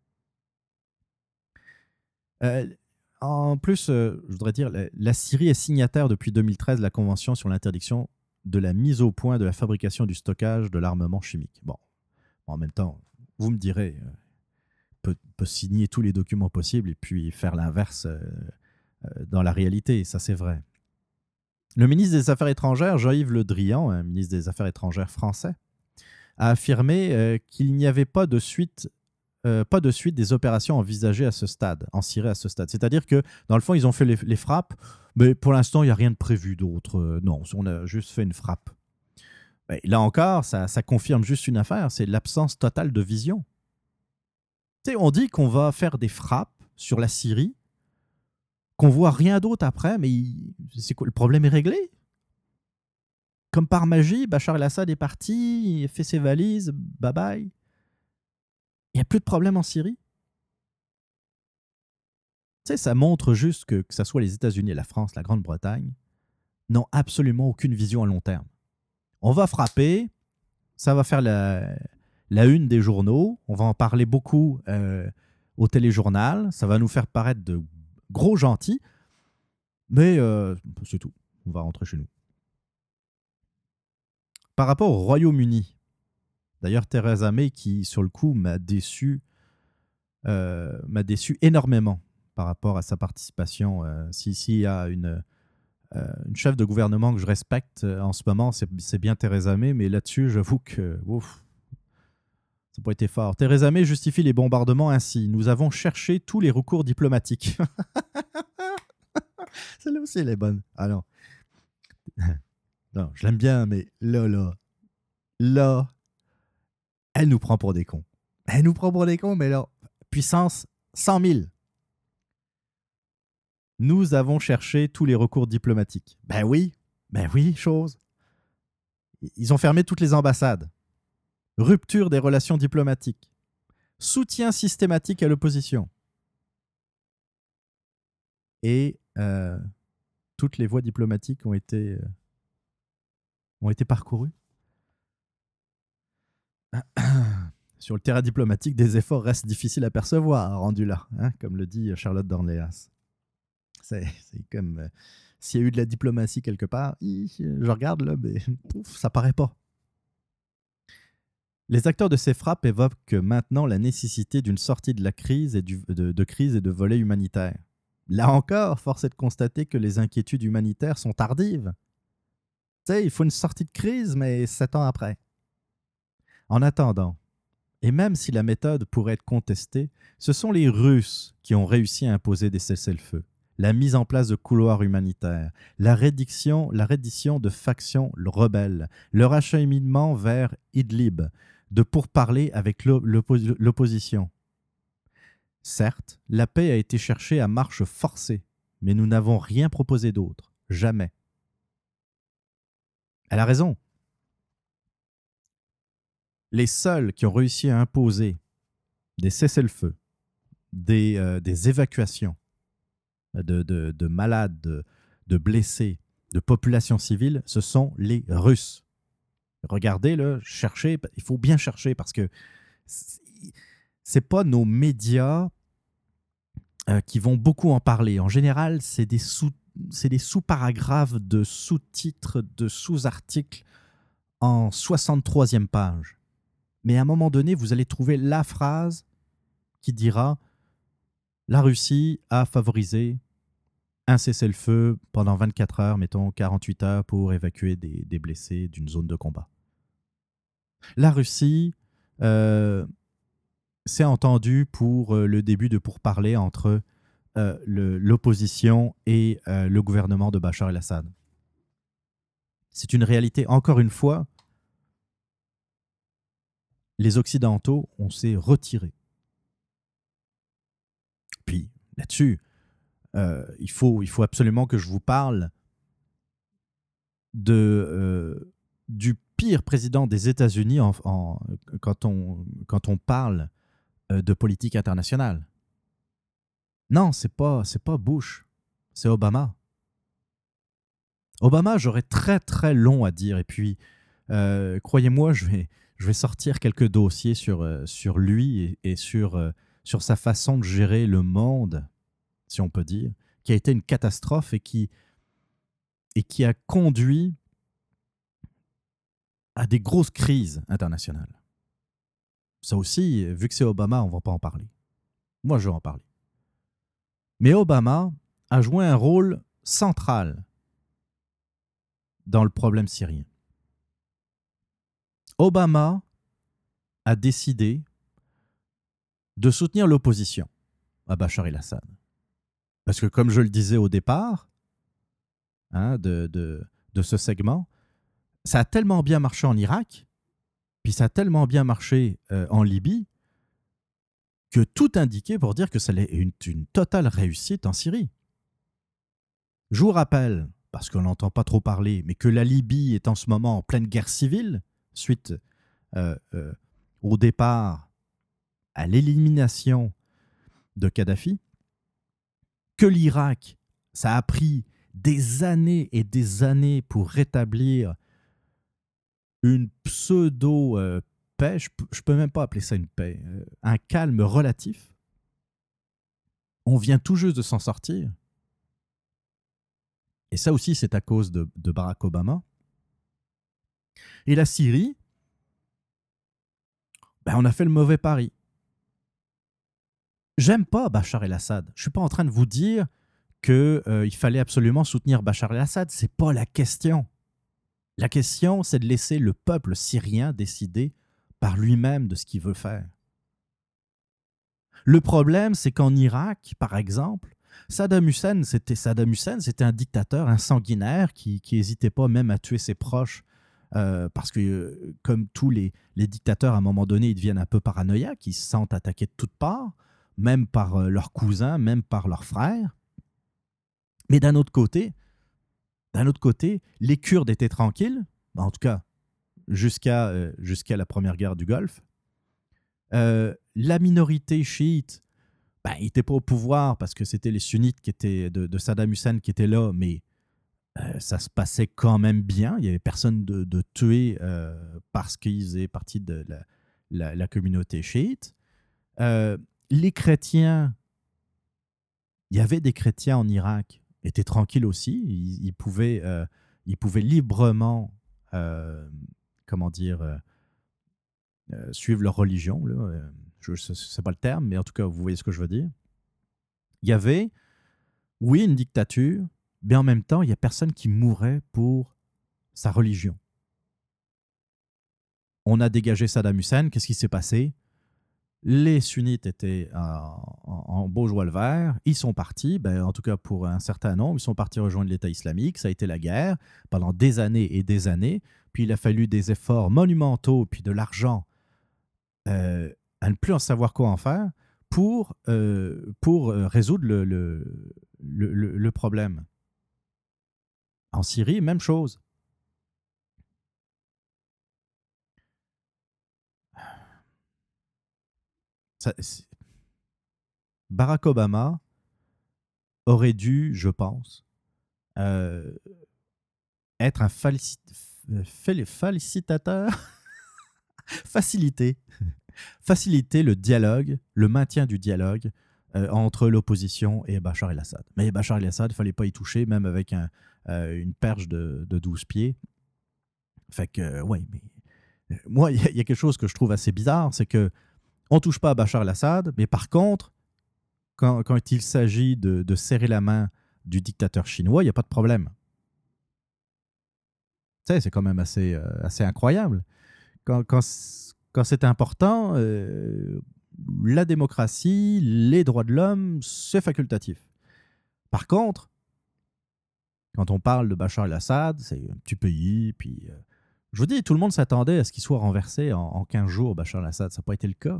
En plus, je voudrais dire, la Syrie est signataire depuis 2013 de la Convention sur l'interdiction de la mise au point de la fabrication et du stockage de l'armement chimique. Bon, en même temps, vous me direz, peut signer tous les documents possibles et puis faire l'inverse dans la réalité, ça c'est vrai. Le ministre des Affaires étrangères, Jean-Yves Le Drian, un ministre des Affaires étrangères français, a affirmé qu'il n'y avait pas de suite des opérations envisagées à ce stade, en Syrie à ce stade. C'est-à-dire que, dans le fond, ils ont fait les frappes, mais pour l'instant, il n'y a rien de prévu d'autre. Non, on a juste fait une frappe. Mais là encore, ça confirme juste une affaire, c'est l'absence totale de vision. Tu sais, on dit qu'on va faire des frappes sur la Syrie, qu'on voit rien d'autre après, mais c'est quoi, le problème est réglé? Comme par magie, Bachar el-Assad est parti, il a fait ses valises, bye bye. Il n'y a plus de problème en Syrie. Tu sais, ça montre juste que ce soit les États-Unis, la France, la Grande-Bretagne, n'ont absolument aucune vision à long terme. On va frapper, ça va faire la une des journaux, on va en parler beaucoup au téléjournal, ça va nous faire paraître de gros gentils, mais c'est tout, on va rentrer chez nous. Par rapport au Royaume-Uni, d'ailleurs Theresa May qui sur le coup m'a déçu énormément par rapport à sa participation. S'il y a une chef de gouvernement que je respecte en ce moment, c'est bien Theresa May, mais là-dessus j'avoue que ça n'a pas été fort. Theresa May justifie les bombardements ainsi. Nous avons cherché tous les recours diplomatiques. Celle-là aussi, elle est bonne. Ah non. Non, je l'aime bien, mais là, elle nous prend pour des cons. Elle nous prend pour des cons, mais là, puissance 100 000. Nous avons cherché tous les recours diplomatiques. Ben oui, chose. Ils ont fermé toutes les ambassades. Rupture des relations diplomatiques. Soutien systématique à l'opposition. Et toutes les voies diplomatiques ont été parcourues. Sur le terrain diplomatique, des efforts restent difficiles à percevoir, rendus là, hein, comme le dit Charlotte Dornelas. C'est comme s'il y a eu de la diplomatie quelque part, je regarde là, mais ça paraît pas. Les acteurs de ces frappes évoquent maintenant la nécessité d'une sortie de la crise et de crise et de volet humanitaire. Là encore, force est de constater que les inquiétudes humanitaires sont tardives. Tu sais, il faut une sortie de crise, mais 7 ans après. En attendant, et même si la méthode pourrait être contestée, ce sont les Russes qui ont réussi à imposer des cessez-le-feu, la mise en place de couloirs humanitaires, la reddition de factions rebelles, leur acheminement vers Idlib, de pourparlers avec l'opposition. Certes, la paix a été cherchée à marche forcée, mais nous n'avons rien proposé d'autre, jamais. Elle a raison. Les seuls qui ont réussi à imposer des cessez-le-feu, des évacuations de malades, de blessés, de populations civiles, ce sont les Russes. Regardez, là, cherchez, il faut bien chercher parce que c'est pas nos médias qui vont beaucoup en parler. En général, c'est des sous-paragraphes de sous-titres, de sous-articles en 63e page. Mais à un moment donné, vous allez trouver la phrase qui dira « La Russie a favorisé un cessez-le-feu pendant 24 heures, mettons 48 heures, pour évacuer des blessés d'une zone de combat. » La Russie s'est entendue pour le début de pourparlers entre l'opposition et le gouvernement de Bachar el-Assad. C'est une réalité. Encore une fois, les Occidentaux, on s'est retirés. Puis, là-dessus, il faut absolument que je vous parle du pire président des États-Unis quand on parle de politique internationale. Non, c'est pas Bush, c'est Obama. Obama, j'aurais très très long à dire. Et puis, croyez-moi, je vais sortir quelques dossiers sur lui et sur sa façon de gérer le monde, si on peut dire, qui a été une catastrophe et qui a conduit à des grosses crises internationales. Ça aussi, vu que c'est Obama, on ne va pas en parler. Moi, je vais en parler. Mais Obama a joué un rôle central dans le problème syrien. Obama a décidé de soutenir l'opposition à Bachar el-Assad. Parce que, comme je le disais au départ de ce segment, ça a tellement bien marché en Irak, puis ça a tellement bien marché en Libye, que tout indiquait pour dire que ça allait être une totale réussite en Syrie. Je vous rappelle, parce qu'on n'entend pas trop parler, mais que la Libye est en ce moment en pleine guerre civile, suite au départ, à l'élimination de Kadhafi, que l'Irak, ça a pris des années et des années pour rétablir une pseudo-paix, je ne peux même pas appeler ça une paix, un calme relatif. On vient tout juste de s'en sortir. Et ça aussi, c'est à cause de Barack Obama. Et la Syrie, on a fait le mauvais pari. J'aime pas Bachar el-Assad. Je ne suis pas en train de vous dire qu'il fallait absolument soutenir Bachar el-Assad. Ce n'est pas la question. La question, c'est de laisser le peuple syrien décider par lui-même de ce qu'il veut faire. Le problème, c'est qu'en Irak, par exemple, Saddam Hussein, c'était un dictateur, un sanguinaire qui n'hésitait pas même à tuer ses proches parce que, comme tous les dictateurs, à un moment donné, ils deviennent un peu paranoïaques, ils se sentent attaqués de toutes parts, même par leurs cousins, même par leurs frères. Mais d'un autre côté, les Kurdes étaient tranquilles, en tout cas jusqu'à la première guerre du Golfe. La minorité chiite n'était pas au pouvoir parce que c'était les sunnites qui étaient de Saddam Hussein qui étaient là, mais ça se passait quand même bien. Il n'y avait personne de tué parce qu'ils faisaient partie de la communauté chiite. Les chrétiens, il y avait des chrétiens en Irak, étaient tranquilles aussi. Ils pouvaient librement, suivre leur religion. Là. Je ne sais pas le terme, mais en tout cas, vous voyez ce que je veux dire. Il y avait, oui, une dictature, mais en même temps, il n'y a personne qui mourait pour sa religion. On a dégagé Saddam Hussein. Qu'est-ce qui s'est passé? Les sunnites étaient en beau joie le vert. Ils sont partis, en tout cas pour un certain nombre, ils sont partis rejoindre l'État islamique. Ça a été la guerre pendant des années et des années. Puis il a fallu des efforts monumentaux, puis de l'argent à ne plus en savoir quoi en faire pour résoudre le problème. En Syrie, même chose. Barack Obama aurait dû, je pense, euh, être un facilitateur, faciliter le dialogue, le maintien du dialogue entre l'opposition et Bachar el-Assad. Mais Bachar el-Assad, il ne fallait pas y toucher, même avec une perche de 12 pieds. Fait que, oui, mais moi, il y a quelque chose que je trouve assez bizarre, c'est que on ne touche pas à Bachar el-Assad, mais par contre, quand il s'agit de serrer la main du dictateur chinois, il n'y a pas de problème. Tu sais, c'est quand même assez incroyable. Quand c'est important, la démocratie, les droits de l'homme, c'est facultatif. Par contre, quand on parle de Bachar el-Assad, c'est un petit pays, puis je vous dis, tout le monde s'attendait à ce qu'il soit renversé en 15 jours, Bachar el-Assad. Ça n'a pas été le cas.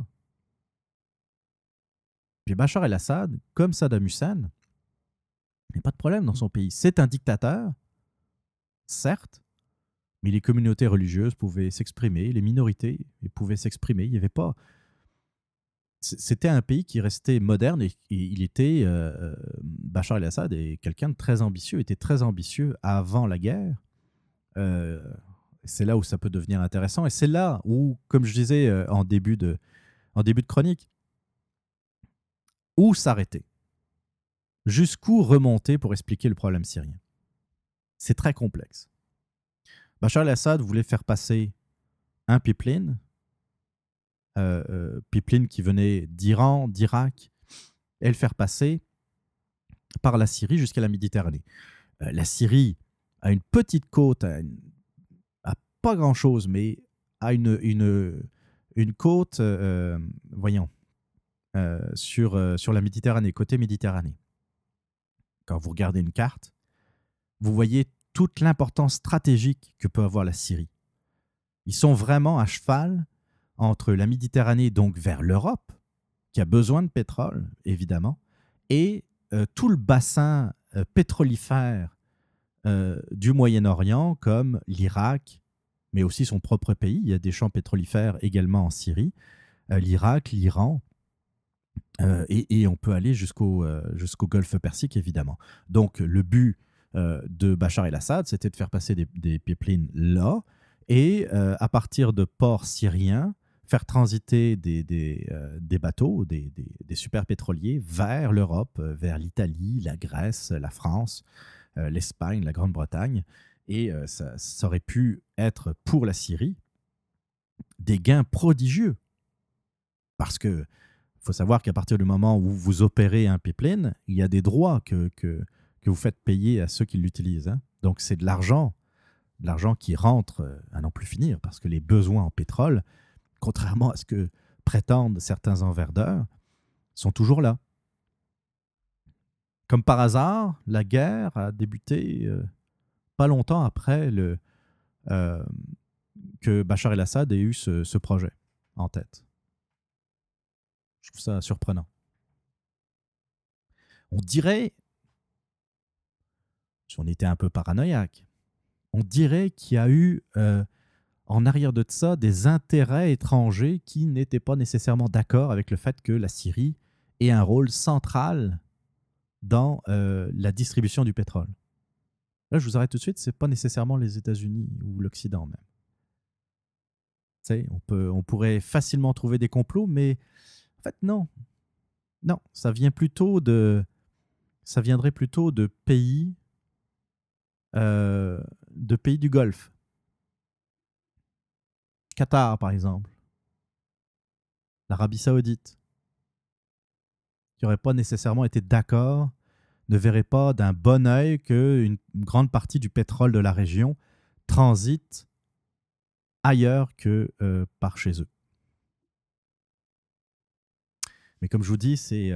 Puis Bachar el-Assad, comme Saddam Hussein, il n'y a pas de problème dans son pays. C'est un dictateur, certes, mais les communautés religieuses pouvaient s'exprimer, les minorités pouvaient s'exprimer. Il n'y avait pas... C'était un pays qui restait moderne et il était... Bachar el-Assad est quelqu'un de très ambitieux, était très ambitieux avant la guerre. C'est là où ça peut devenir intéressant. Et c'est là où, comme je disais en début de chronique, où s'arrêter? Jusqu'où remonter pour expliquer le problème syrien? C'est très complexe. Bachar el-Assad voulait faire passer un pipeline qui venait d'Iran, d'Irak, et le faire passer par la Syrie jusqu'à la Méditerranée. La Syrie a une petite côte, a pas grand-chose, mais a une côte, sur la Méditerranée, côté Méditerranée. Quand vous regardez une carte, vous voyez toute l'importance stratégique que peut avoir la Syrie. Ils sont vraiment à cheval entre la Méditerranée, donc vers l'Europe, qui a besoin de pétrole, évidemment, et tout le bassin pétrolifère du Moyen-Orient, comme l'Irak, mais aussi son propre pays. Il y a des champs pétrolifères également en Syrie, l'Irak, l'Iran, et on peut aller jusqu'au Golfe Persique, évidemment. Donc, le but de Bachar el-Assad, c'était de faire passer des pipelines là, et à partir de ports syriens, faire transiter des bateaux, des super pétroliers vers l'Europe, vers l'Italie, la Grèce, la France, l'Espagne, la Grande-Bretagne. Et ça aurait pu être pour la Syrie des gains prodigieux. Parce que faut savoir qu'à partir du moment où vous opérez un pipeline, il y a des droits que vous faites payer à ceux qui l'utilisent. Hein. Donc c'est de l'argent qui rentre à n'en plus finir, parce que les besoins en pétrole, contrairement à ce que prétendent certains enverdeurs, sont toujours là. Comme par hasard, la guerre a débuté pas longtemps après que Bachar el-Assad ait eu ce projet en tête. Je trouve ça surprenant. On dirait, si on était un peu paranoïaque, on dirait qu'il y a eu en arrière de ça des intérêts étrangers qui n'étaient pas nécessairement d'accord avec le fait que la Syrie ait un rôle central dans la distribution du pétrole. Là, je vous arrête tout de suite, ce n'est pas nécessairement les États-Unis ou l'Occident même. Tu sais, on pourrait facilement trouver des complots, mais en fait, non. Non, ça viendrait plutôt de pays du Golfe. Qatar, par exemple. L'Arabie Saoudite. Qui n'aurait pas nécessairement été d'accord, ne verrait pas d'un bon œil qu'une grande partie du pétrole de la région transite ailleurs que par chez eux. Mais comme je vous dis, c'est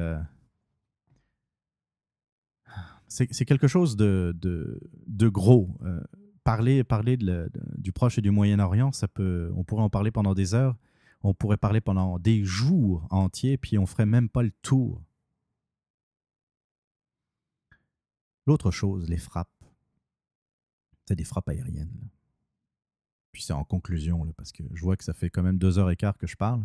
quelque chose de gros. Parler du Proche et du Moyen-Orient, on pourrait en parler pendant des heures, on pourrait parler pendant des jours entiers, puis on ne ferait même pas le tour. L'autre chose, les frappes. C'est des frappes aériennes. Là. Puis c'est en conclusion, là, parce que je vois que ça fait quand même 2h15 que je parle.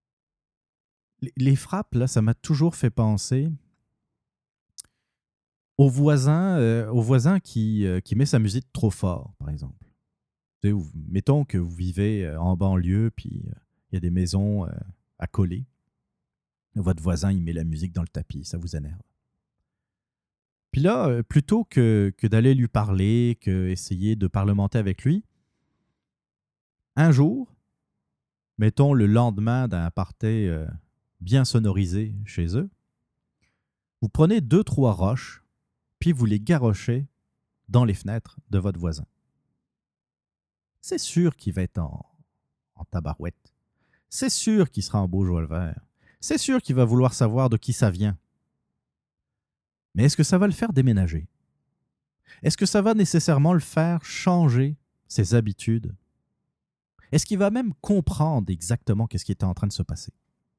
Les frappes, là, ça m'a toujours fait penser au voisin qui met sa musique trop fort, par exemple. Mettons que vous vivez en banlieue, puis il y a des maisons à coller. Votre voisin, il met la musique dans le tapis, ça vous énerve. Puis là, plutôt que d'aller lui parler, essayer de parlementer avec lui, un jour, mettons le lendemain d'un party bien sonorisé chez eux, vous prenez 2-3 roches, puis vous les garrochez dans les fenêtres de votre voisin. C'est sûr qu'il va être en tabarouette. C'est sûr qu'il sera en beau joie le vert. C'est sûr qu'il va vouloir savoir de qui ça vient. Mais est-ce que ça va le faire déménager? Est-ce que ça va nécessairement le faire changer ses habitudes? Est-ce qu'il va même comprendre exactement qu'est-ce qui était en train de se passer?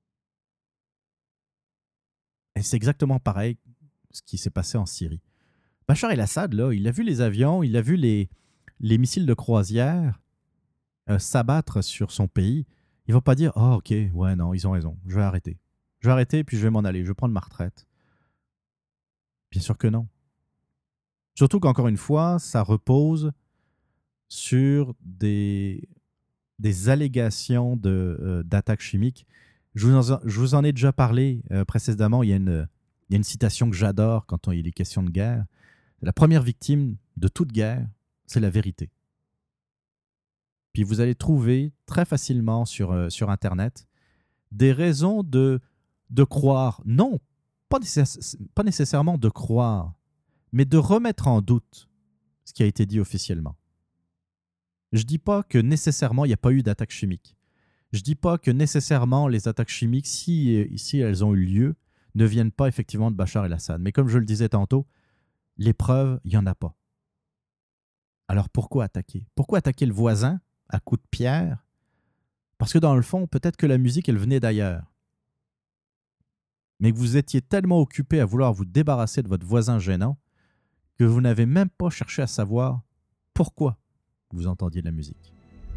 Et c'est exactement pareil ce qui s'est passé en Syrie. Bachar el-Assad, là, il a vu les avions, il a vu les missiles de croisière s'abattre sur son pays. Il ne va pas dire « Ah, ok, ouais, non, ils ont raison, je vais arrêter. Je vais arrêter, puis je vais m'en aller, je vais prendre ma retraite. » Bien sûr que non. Surtout qu'encore une fois, ça repose sur des allégations d'attaques chimiques. Je vous en ai déjà parlé précédemment. Il y a une citation que j'adore quand il est question de guerre. La première victime de toute guerre, c'est la vérité. Puis vous allez trouver très facilement sur Internet des raisons de croire, non, pas nécessairement de croire, mais de remettre en doute ce qui a été dit officiellement. Je ne dis pas que nécessairement il n'y a pas eu d'attaque chimique. Je ne dis pas que nécessairement les attaques chimiques, si elles ont eu lieu, ne viennent pas effectivement de Bachar el-Assad. Mais comme je le disais tantôt, les preuves, il n'y en a pas. Alors pourquoi attaquer? Pourquoi attaquer le voisin à coups de pierre? Parce que dans le fond, peut-être que la musique, elle venait d'ailleurs. Mais que vous étiez tellement occupé à vouloir vous débarrasser de votre voisin gênant que vous n'avez même pas cherché à savoir pourquoi vous entendiez de la musique.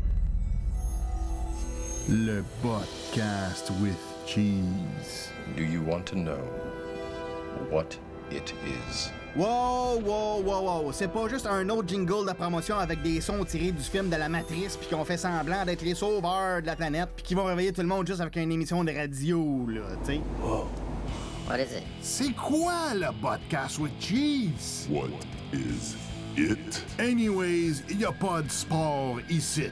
Le podcast with cheese. Do you want to know what it is? Wow! C'est pas juste un autre jingle de promotion avec des sons tirés du film de la Matrice puis qu'on fait semblant d'être les sauveurs de la planète puis qui vont réveiller tout le monde juste avec une émission de radio, là, tu sais. Wow. What is it? C'est quoi le podcast with cheese? What is it? Anyways, y a pas de sport ici.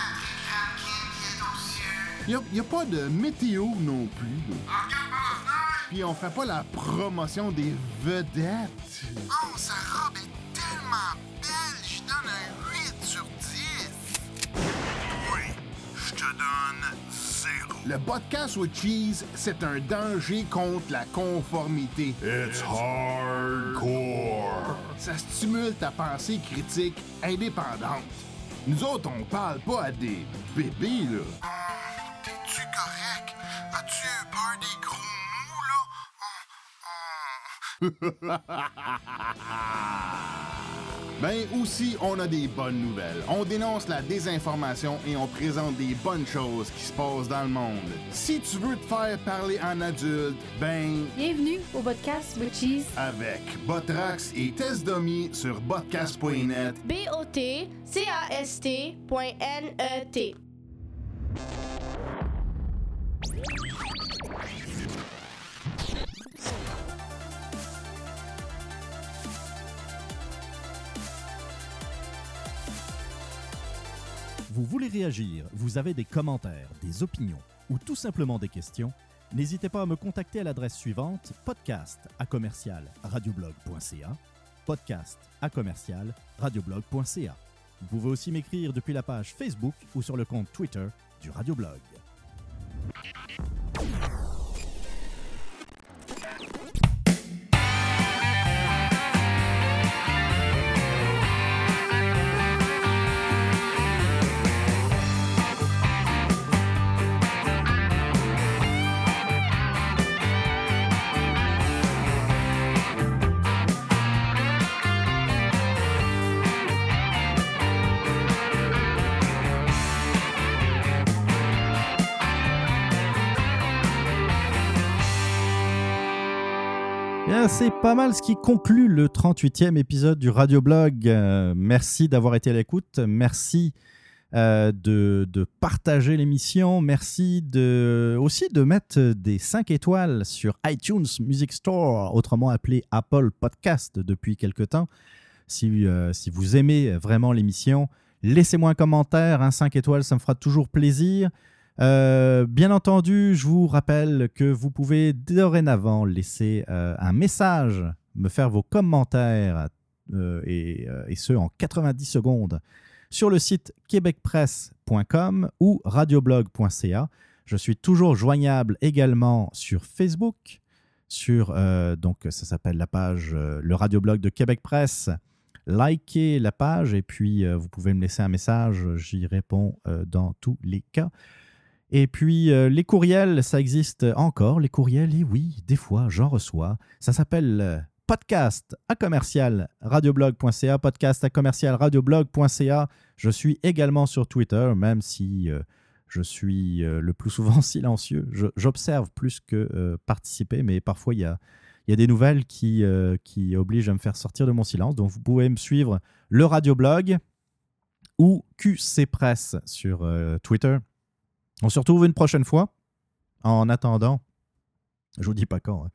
Y a pas de météo non plus. Puis on fait pas la promotion des vedettes. Oh, sa robe est tellement belle, je donne un 8 sur 10. Oui, je te donne 0. Le podcast with cheese, c'est un danger contre la conformité. It's hardcore. Ça stimule ta pensée critique indépendante. Nous autres, on parle pas à des bébés, là. T'es-tu correct? As-tu peur des gros mots, là? Ben aussi, on a des bonnes nouvelles. On dénonce la désinformation et on présente des bonnes choses qui se passent dans le monde. Si tu veux te faire parler en adulte, ben... Bienvenue au podcast with cheese. Avec Botrax et Tess Domi sur botcast.net. BOTCAST.net. Vous voulez réagir, vous avez des commentaires, des opinions ou tout simplement des questions, n'hésitez pas à me contacter à l'adresse suivante podcast@radioblog.ca podcast@radioblog.ca. Vous pouvez aussi m'écrire depuis la page Facebook ou sur le compte Twitter du Radioblog. bien, c'est pas mal ce qui conclut le 38e épisode du Radioblog. Merci d'avoir été à l'écoute. Merci de partager l'émission. Merci aussi de mettre des 5 étoiles sur iTunes Music Store, autrement appelé Apple Podcast depuis quelque temps. Si vous aimez vraiment l'émission, laissez-moi un commentaire. 5 étoiles, ça me fera toujours plaisir. Bien entendu, je vous rappelle que vous pouvez dorénavant laisser un message, me faire vos commentaires et ce en 90 secondes sur le site québecpresse.com ou radioblog.ca. Je suis toujours joignable également sur Facebook, donc ça s'appelle la page le Radioblog de Québec Presse. Likez la page et puis vous pouvez me laisser un message, j'y réponds dans tous les cas. Et puis, les courriels, ça existe encore, les courriels, et oui, des fois, j'en reçois. Ça s'appelle podcast@radioblog.ca, podcast@radioblog.ca. Je suis également sur Twitter, même si je suis le plus souvent silencieux. J'observe plus que participer, mais parfois, il y a des nouvelles qui obligent à me faire sortir de mon silence. Donc, vous pouvez me suivre le Radioblog ou QC Presse sur Twitter. On se retrouve une prochaine fois. En attendant, je vous dis pas quand.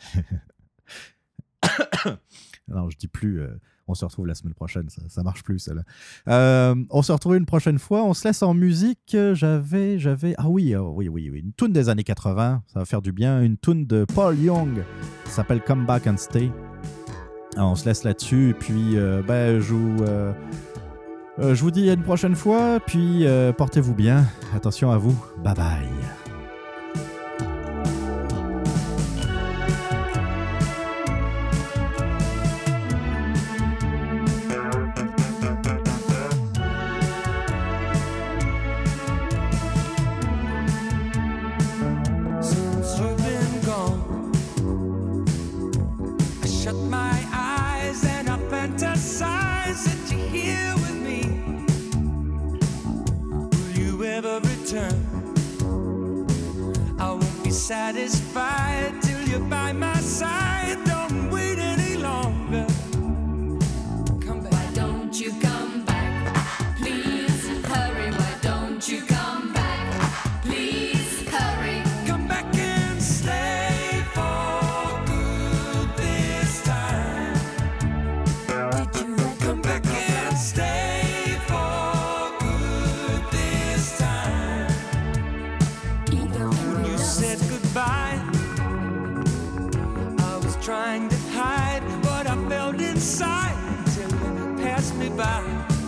Non, je dis plus. On se retrouve la semaine prochaine. Ça marche plus, celle-là. On se retrouve une prochaine fois. On se laisse en musique. J'avais. Ah oui, une toune des années 80. Ça va faire du bien. Une toune de Paul Young. Ça s'appelle Come Back and Stay. Alors, on se laisse là-dessus. Et puis, je vous dis à une prochaine fois, puis portez-vous bien. Attention à vous. Bye bye. Since you've been gone, I shut my eyes and I fantasize that you're here with me. Will you ever return? I won't be satisfied till you're by my side. Don't wait any longer. Come back. Why don't you come back? Please hurry. Why don't you come back? Please hurry. Come back and stay for good this time. Did you come back and stay for good this time? When you said goodbye, I was trying to hide what I felt inside until you passed me by.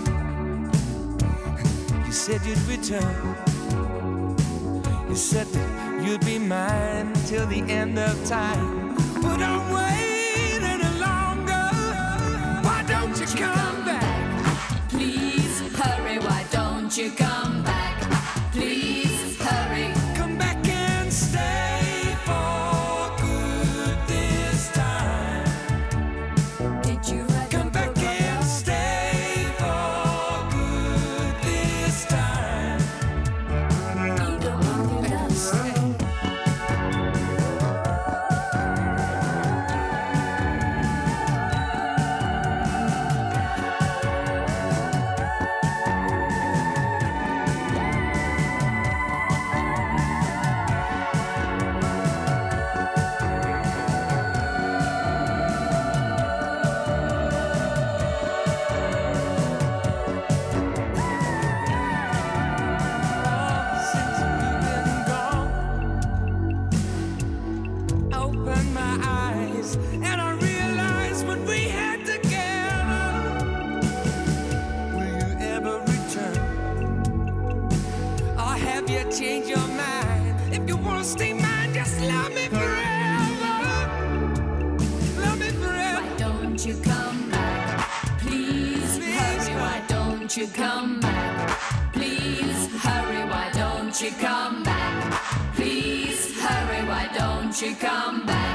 You said you'd return. You said that you'd be mine till the end of time. But I'm waiting any longer. Why don't you come back? Please hurry. Why don't you come back? Please hurry. Come back and stay for good this time. Did you come back and stay for good this time? Since you've been gone, I opened my eyes and I realized what we had together. Will you ever return? Or have you changed your mind? If you want to stay mine, just love me forever. Love me forever. Why don't you come back? Please hurry. Why don't you come back? Please hurry. Why don't you come back? Please hurry. Why don't you come back?